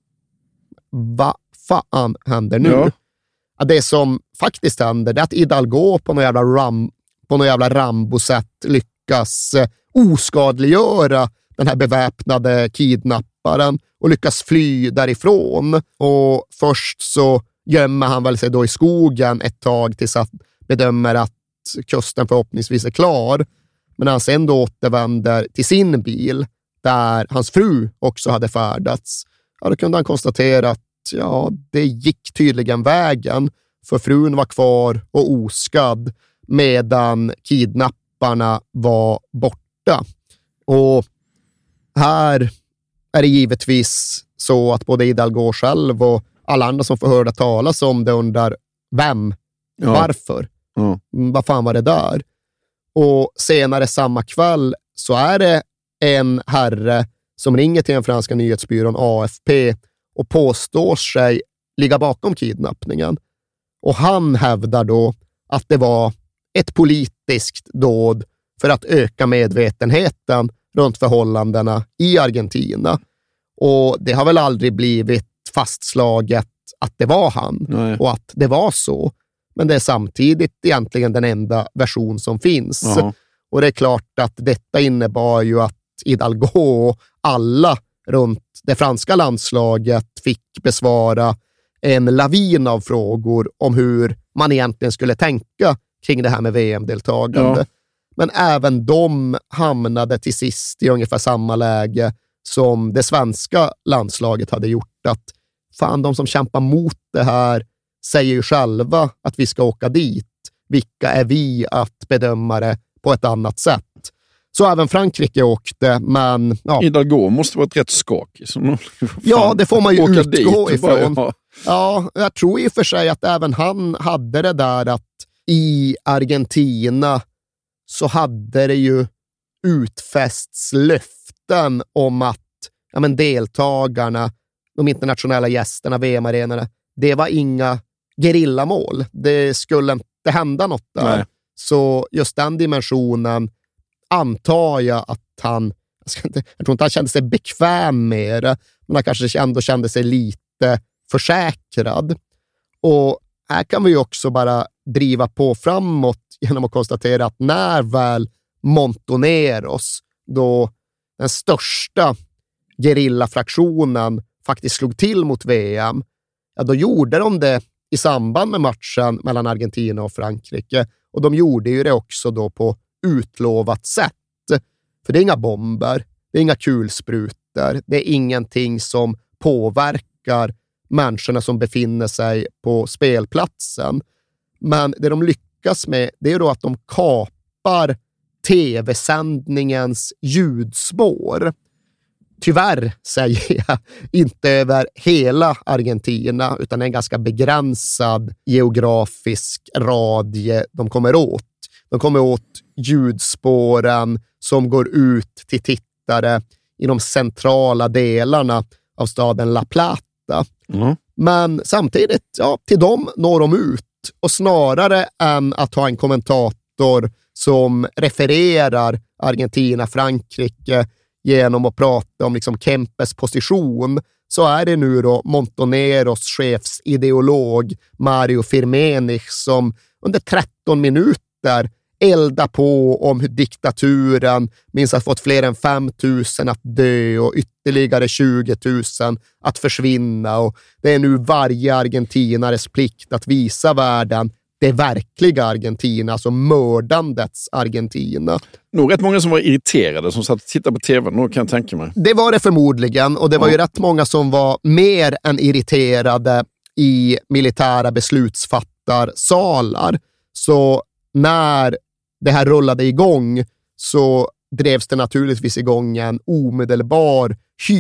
J: Vad fan händer nu? Ja. Ja, det som faktiskt händer det är att Hidalgo på något jävla, ram, på något jävla Rambo-sätt lyckas oskadliggöra den här beväpnade kidnapparen och lyckas fly därifrån. Och först så gömmer han väl sig då i skogen ett tag tills att bedömer att kusten förhoppningsvis är klar. Men när han sen då återvänder till sin bil, där hans fru också hade färdats, ja, då kunde han konstatera att ja, det gick tydligen vägen, för frun var kvar och oskadd medan kidnapparna var borta. Och här är det givetvis så att både Hidalgo själv och alla andra som får höra talas om det undrar vem, ja. varför, ja. vad fan var det där? Och senare samma kväll så är det en herre som ringer till den franska nyhetsbyrån A F P och påstår sig ligga bakom kidnappningen. Och han hävdar då att det var ett politiskt dåd för att öka medvetenheten runt förhållandena i Argentina. Och det har väl aldrig blivit fastslaget att det var han. Nej. Och att det var så. Men det är samtidigt egentligen den enda version som finns. Aha. Och det är klart att detta innebar ju att Hidalgo och alla runt det franska landslaget fick besvara en lavin av frågor om hur man egentligen skulle tänka kring det här med V M-deltagande. Ja. Men även de hamnade till sist i ungefär samma läge som det svenska landslaget hade gjort. Att fan, de som kämpar mot det här säger ju själva att vi ska åka dit. Vilka är vi att bedöma det på ett annat sätt? Så även Frankrike åkte, men... Ja.
I: Hidalgo måste vara ett rätt skakig.
J: Ja, det får man ju utgå
I: dit,
J: ifrån.
I: Bara, ja.
J: ja, jag tror i och för sig att även han hade det där att i Argentina så hade det ju utfästs löften om att ja, men deltagarna, de internationella gästerna, V M-arenorna, det var inga gerillamål. Det skulle inte hända något där. Nej. Så just den dimensionen antar jag att han, jag, ska inte, jag tror inte han kände sig bekväm med det, men han kanske ändå kände sig lite försäkrad. Och här kan vi ju också bara driva på framåt genom att konstatera att när väl Montoneros, då den största gerillafraktionen faktiskt slog till mot V M, ja, då gjorde de det i samband med matchen mellan Argentina och Frankrike. Och de gjorde ju det också då på utlovat sätt. För det är inga bomber, det är inga kulsprutor, det är ingenting som påverkar människorna som befinner sig på spelplatsen. Men det de lyckas med, det är då att de kapar tv-sändningens ljudspår. Tyvärr säger jag inte över hela Argentina, utan en ganska begränsad geografisk radie de kommer åt. De kommer åt ljudspåren som går ut till tittare i de centrala delarna av staden La Plata. Mm. Men samtidigt, ja, till dem når de ut. Och snarare än att ha en kommentator som refererar Argentina-Frankrike genom att prata om liksom Kempes position, så är det nu då Montoneros chefsideolog Mario Firmenich som under tretton minuter eldar på om hur diktaturen minst har fått fler än fem tusen att dö och ytterligare tjugo tusen att försvinna. Och det är nu varje argentinares plikt att visa världen det verkliga Argentina, alltså mördandets Argentina.
I: Nog rätt många som var irriterade som satt och tittade på tv, nog kan jag tänka mig.
J: Det var det förmodligen, och det var ja. ju rätt många som var mer än irriterade i militära beslutsfattarsalar. Så när det här rullade igång så drevs det naturligtvis igång en omedelbar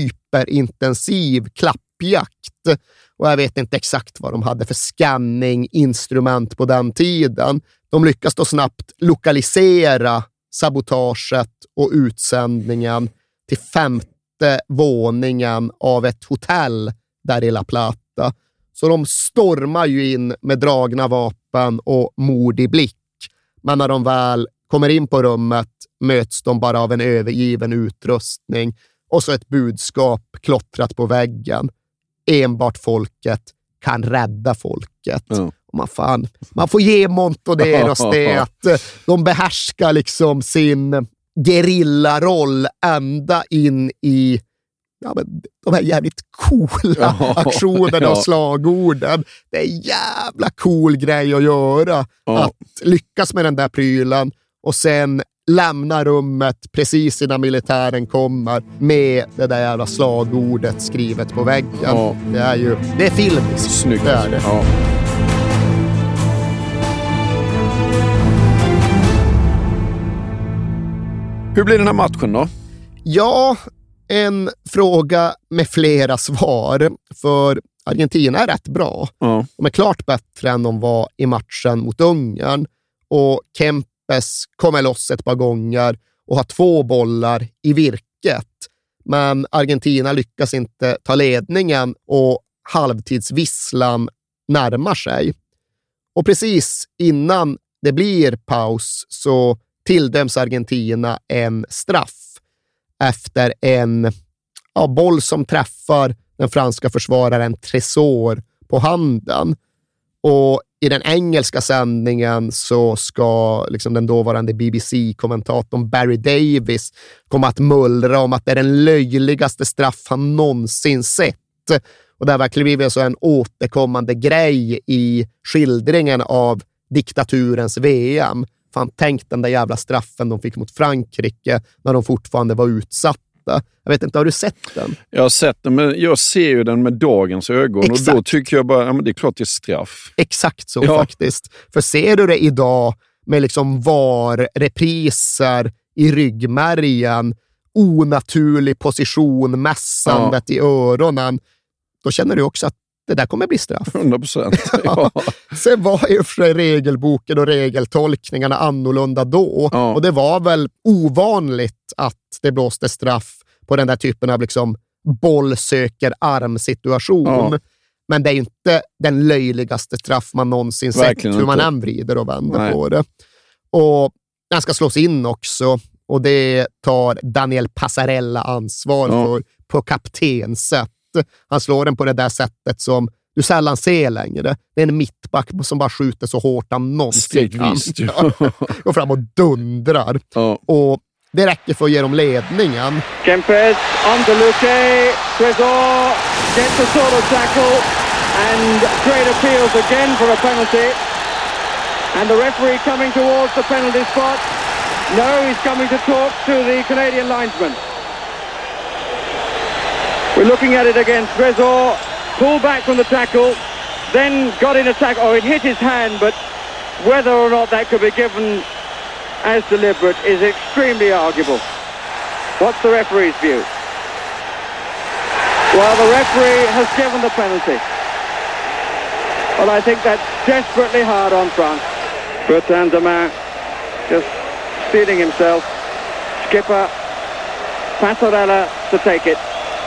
J: hyperintensiv klappjakt. Och jag vet inte exakt vad de hade för scanning-instrument på den tiden. De lyckas då snabbt lokalisera sabotaget och utsändningen till femte våningen av ett hotell där i La Plata. Så de stormar ju in med dragna vapen och modig blick. Men när de väl kommer in på rummet möts de bara av en övergiven utrustning och så ett budskap klottrat på väggen. Enbart folket kan rädda folket. Mm. Och man, fan, man får ge Montoneros det att de behärskar liksom sin gerillaroll ända in i ja, men de här jävligt coola ja, aktionerna och ja. slagorden. Det är en jävla cool grej att göra. Ja. Att lyckas med den där prylen och sen lämnar rummet precis innan militären kommer med det där jävla slagordet skrivet på väggen. Ja. Det är ju, det är filmiskt.
I: Snyggt.
J: Det är det.
I: Ja. Hur blir den här matchen då?
J: Ja, en fråga med flera svar. För Argentina är rätt bra.
I: Ja.
J: De är klart bättre än de var i matchen mot Ungern. Och Kempes kommer loss ett par gånger och har två bollar i virket. Men Argentina lyckas inte ta ledningen och halvtidsvisslan närmar sig. Och precis innan det blir paus så tilldöms Argentina en straff efter en ja, boll som träffar den franska försvararen Tresor på handen. Och i den engelska sändningen så ska liksom den dåvarande B B C-kommentatorn Barry Davis komma att mullra om att det är den löjligaste straff han någonsin sett. Och det har verkligen blivit så en återkommande grej i skildringen av diktaturens V M. Fan, tänk den där jävla straffen de fick mot Frankrike när de fortfarande var utsatta. Jag vet inte, har du sett den?
I: Jag har sett den, men jag ser ju den med dagens ögon. Exakt. Och då tycker jag bara, ja men det är klart det är straff.
J: Exakt så
I: ja.
J: faktiskt. För ser du det idag med liksom var-repriser i ryggmärgen, onaturlig position, mässandet ja. i öronen, då känner du också att det där kommer bli straff.
I: hundra procent. Ja.
J: Sen var ju för regelboken och regeltolkningarna annorlunda då. Ja. Och det var väl ovanligt att det blåste straff på den där typen av liksom boll-söker-arm-situation. Ja. Men det är ju inte den löjligaste straff man någonsin Verkligen sett, hur man än vrider och vänder Nej. på det. Och den ska slås in också. Och det tar Daniel Passarella ansvar ja. för på kaptensätt. Han slår den på det där sättet som du sällan ser längre. Det är en mittback som bara skjuter så hårt han någonsin kan. Går fram och dundrar. Ja. Och det räcker för att ge dem ledningen.
F: Kempes, on to Luque, Tresor, gets a sort of tackle, and great appeals again for a penalty. And the referee coming towards the penalty spot. No, he's coming to talk to the Canadian linesman. We're looking at it again. Tresor pulled back from the tackle, then got in a tackle. Oh, it hit his hand, but whether or not that could be given as deliberate is extremely arguable. What's the referee's view? Well, the referee has given the penalty. Well, I think that's desperately hard on France. Bertrand Demain just feeling himself. Skipper Passarella to take it.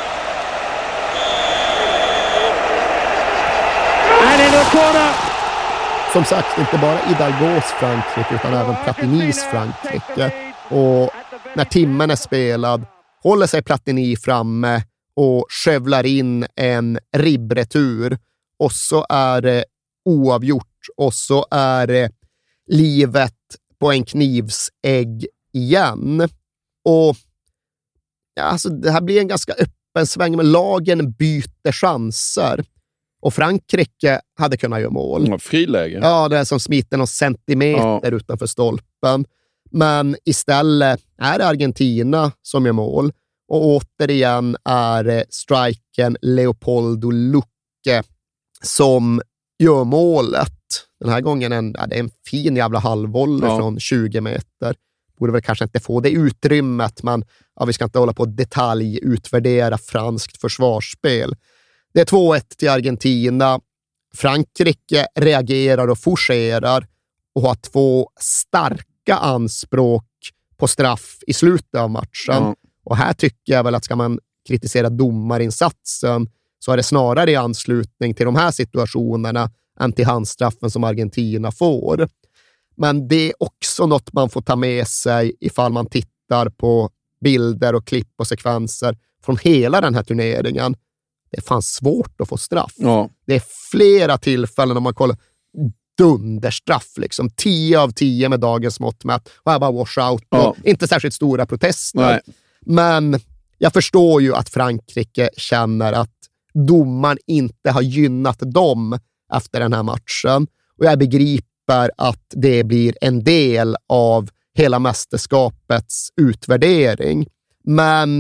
F: And in the corner.
J: Som sagt, inte bara Hidalgos Frankrike utan även Platinis Frankrike. Och när timmen är spelad håller sig Platini framme och skövlar in en ribbretur. Och så är det oavgjort. Och så är det livet på en knivsägg igen. Och ja, alltså, det här blir en ganska öppen sväng, men lagen byter chanser. Och Frankrike hade kunnat göra mål.
I: Ja, friläge.
J: Ja, det är som smiter någon centimeter ja. utanför stolpen. Men istället är det Argentina som gör mål. Och återigen är det striken Leopoldo Luque som gör målet. Den här gången en, ja, det är en fin jävla halvvolley ja. från tjugo meter. Borde väl kanske inte få det utrymmet, men ja, vi ska inte hålla på att detaljutvärdera franskt försvarsspel. Det är två ett till Argentina. Frankrike reagerar och forcerar och har två starka anspråk på straff i slutet av matchen. Ja. Och här tycker jag väl att ska man kritisera domarinsatsen så är det snarare i anslutning till de här situationerna än till handstraffen som Argentina får. Men det är också något man får ta med sig ifall man tittar på bilder och klipp och sekvenser från hela den här turneringen. Det är fan svårt att få straff. Ja. Det är flera tillfällen om man kollar dunderstraff, liksom tio av tio med dagens mått mätt. Och här bara wash out. Ja. Inte särskilt stora protester. Nej. Men jag förstår ju att Frankrike känner att domaren inte har gynnat dem efter den här matchen. Och jag begriper att det blir en del av hela mästerskapets utvärdering. Men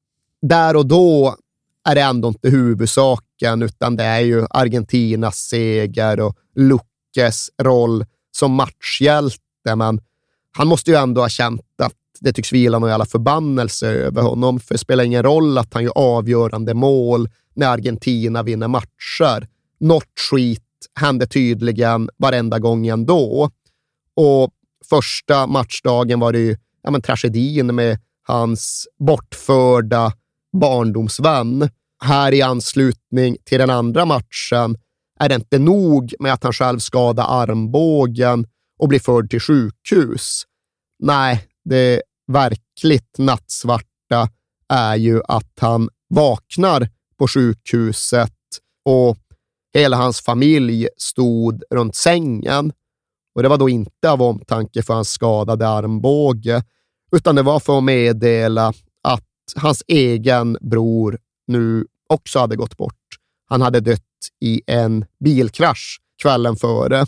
J: där och då är det ändå inte huvudsaken, utan det är ju Argentinas seger och Luques roll som matchhjälte. Men han måste ju ändå ha känt att det tycks vila någon jävla förbannelse över honom, för det spelar ingen roll att han gör avgörande mål när Argentina vinner matcher. Något skit hände tydligen varenda gång ändå. Och första matchdagen var det ju ja, men tragedin med hans bortförda barndomsvän. Här i anslutning till den andra matchen är det inte nog med att han själv skadar armbågen och blir förd till sjukhus. Nej, det verkligt nattsvarta är ju att han vaknar på sjukhuset och hela hans familj stod runt sängen. Och det var då inte av omtanke för hans skadade armbåge, utan det var för att meddela att hans egen bror nu också hade gått bort. Han hade dött i en bilkrasch kvällen före.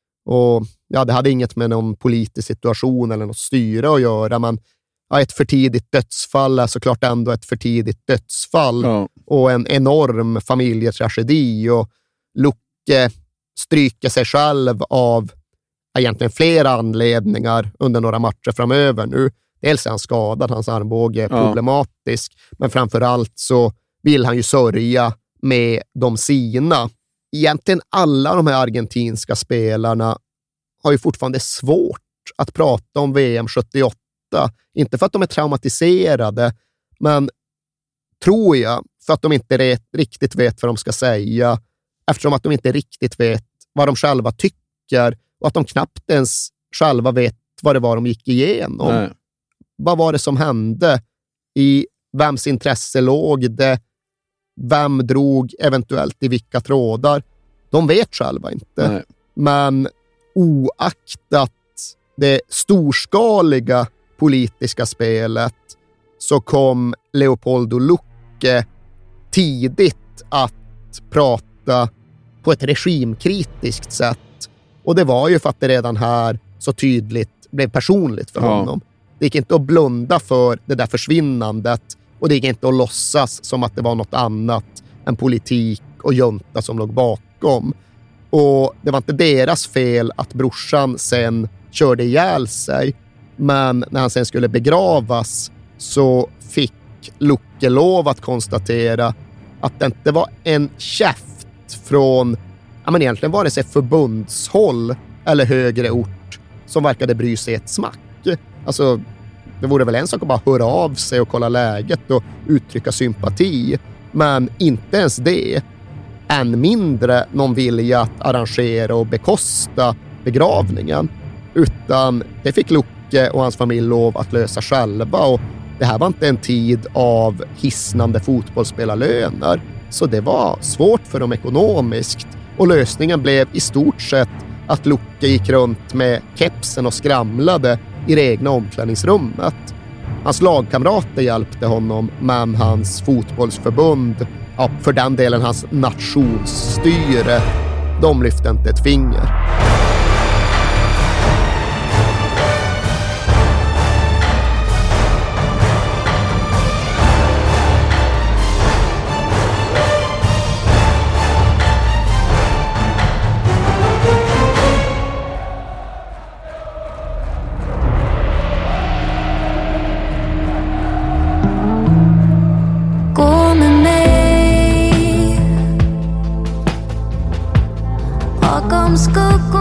J: Och ja, det hade inget med någon politisk situation eller något styre att göra, men ja, ett för tidigt dödsfall är såklart ändå ett för tidigt dödsfall. Ja. Och en enorm familjetragedi. Och Luque stryker sig själv av egentligen flera anledningar under några matcher framöver nu. Dels är han skadad, hans armbåge är problematisk, ja. Men framförallt så vill han ju sörja med de sina. Egentligen alla de här argentinska spelarna har ju fortfarande svårt att prata om V M sjuttioåtta. Inte för att de är traumatiserade, men tror jag för att de inte ret, riktigt vet vad de ska säga, eftersom att de inte riktigt vet vad de själva tycker och att de knappt ens själva vet vad det var de gick igenom. Nej. Vad var det som hände? I vems intresse låg det? Vem drog eventuellt i vilka trådar? De vet själva inte. Nej. Men oaktat det storskaliga politiska spelet så kom Leopoldo Luque tidigt att prata på ett regimkritiskt sätt. Och det var ju för att det redan här så tydligt blev personligt för ja. honom. Det gick inte att blunda för det där försvinnandet och det gick inte att låtsas som att det var något annat än politik och junta som låg bakom. Och det var inte deras fel att brorsan sen körde ihjäl sig, men när han sen skulle begravas så fick Luque lov att konstatera att det inte var en käft från ja, men egentligen var det sig förbundshåll eller högre ort som verkade bry sig ett smack. Alltså, det vore väl en sak att bara höra av sig och kolla läget och uttrycka sympati, men inte ens det. Än mindre någon vilja att arrangera och bekosta begravningen, utan det fick Luque och hans familj lov att lösa själva. Och det här var inte en tid av hisnande fotbollsspelarlöner, så det var svårt för dem ekonomiskt. Och lösningen blev i stort sett att Luque gick runt med kepsen och skramlade i det egna omklädningsrummet. Hans lagkamrater hjälpte honom, men hans fotbollsförbund, ja, för den delen hans nationsstyre, de lyfte inte ett finger.
P: Skuggor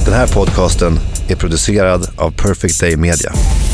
P: Den här podcasten är producerad av Perfect Day Media.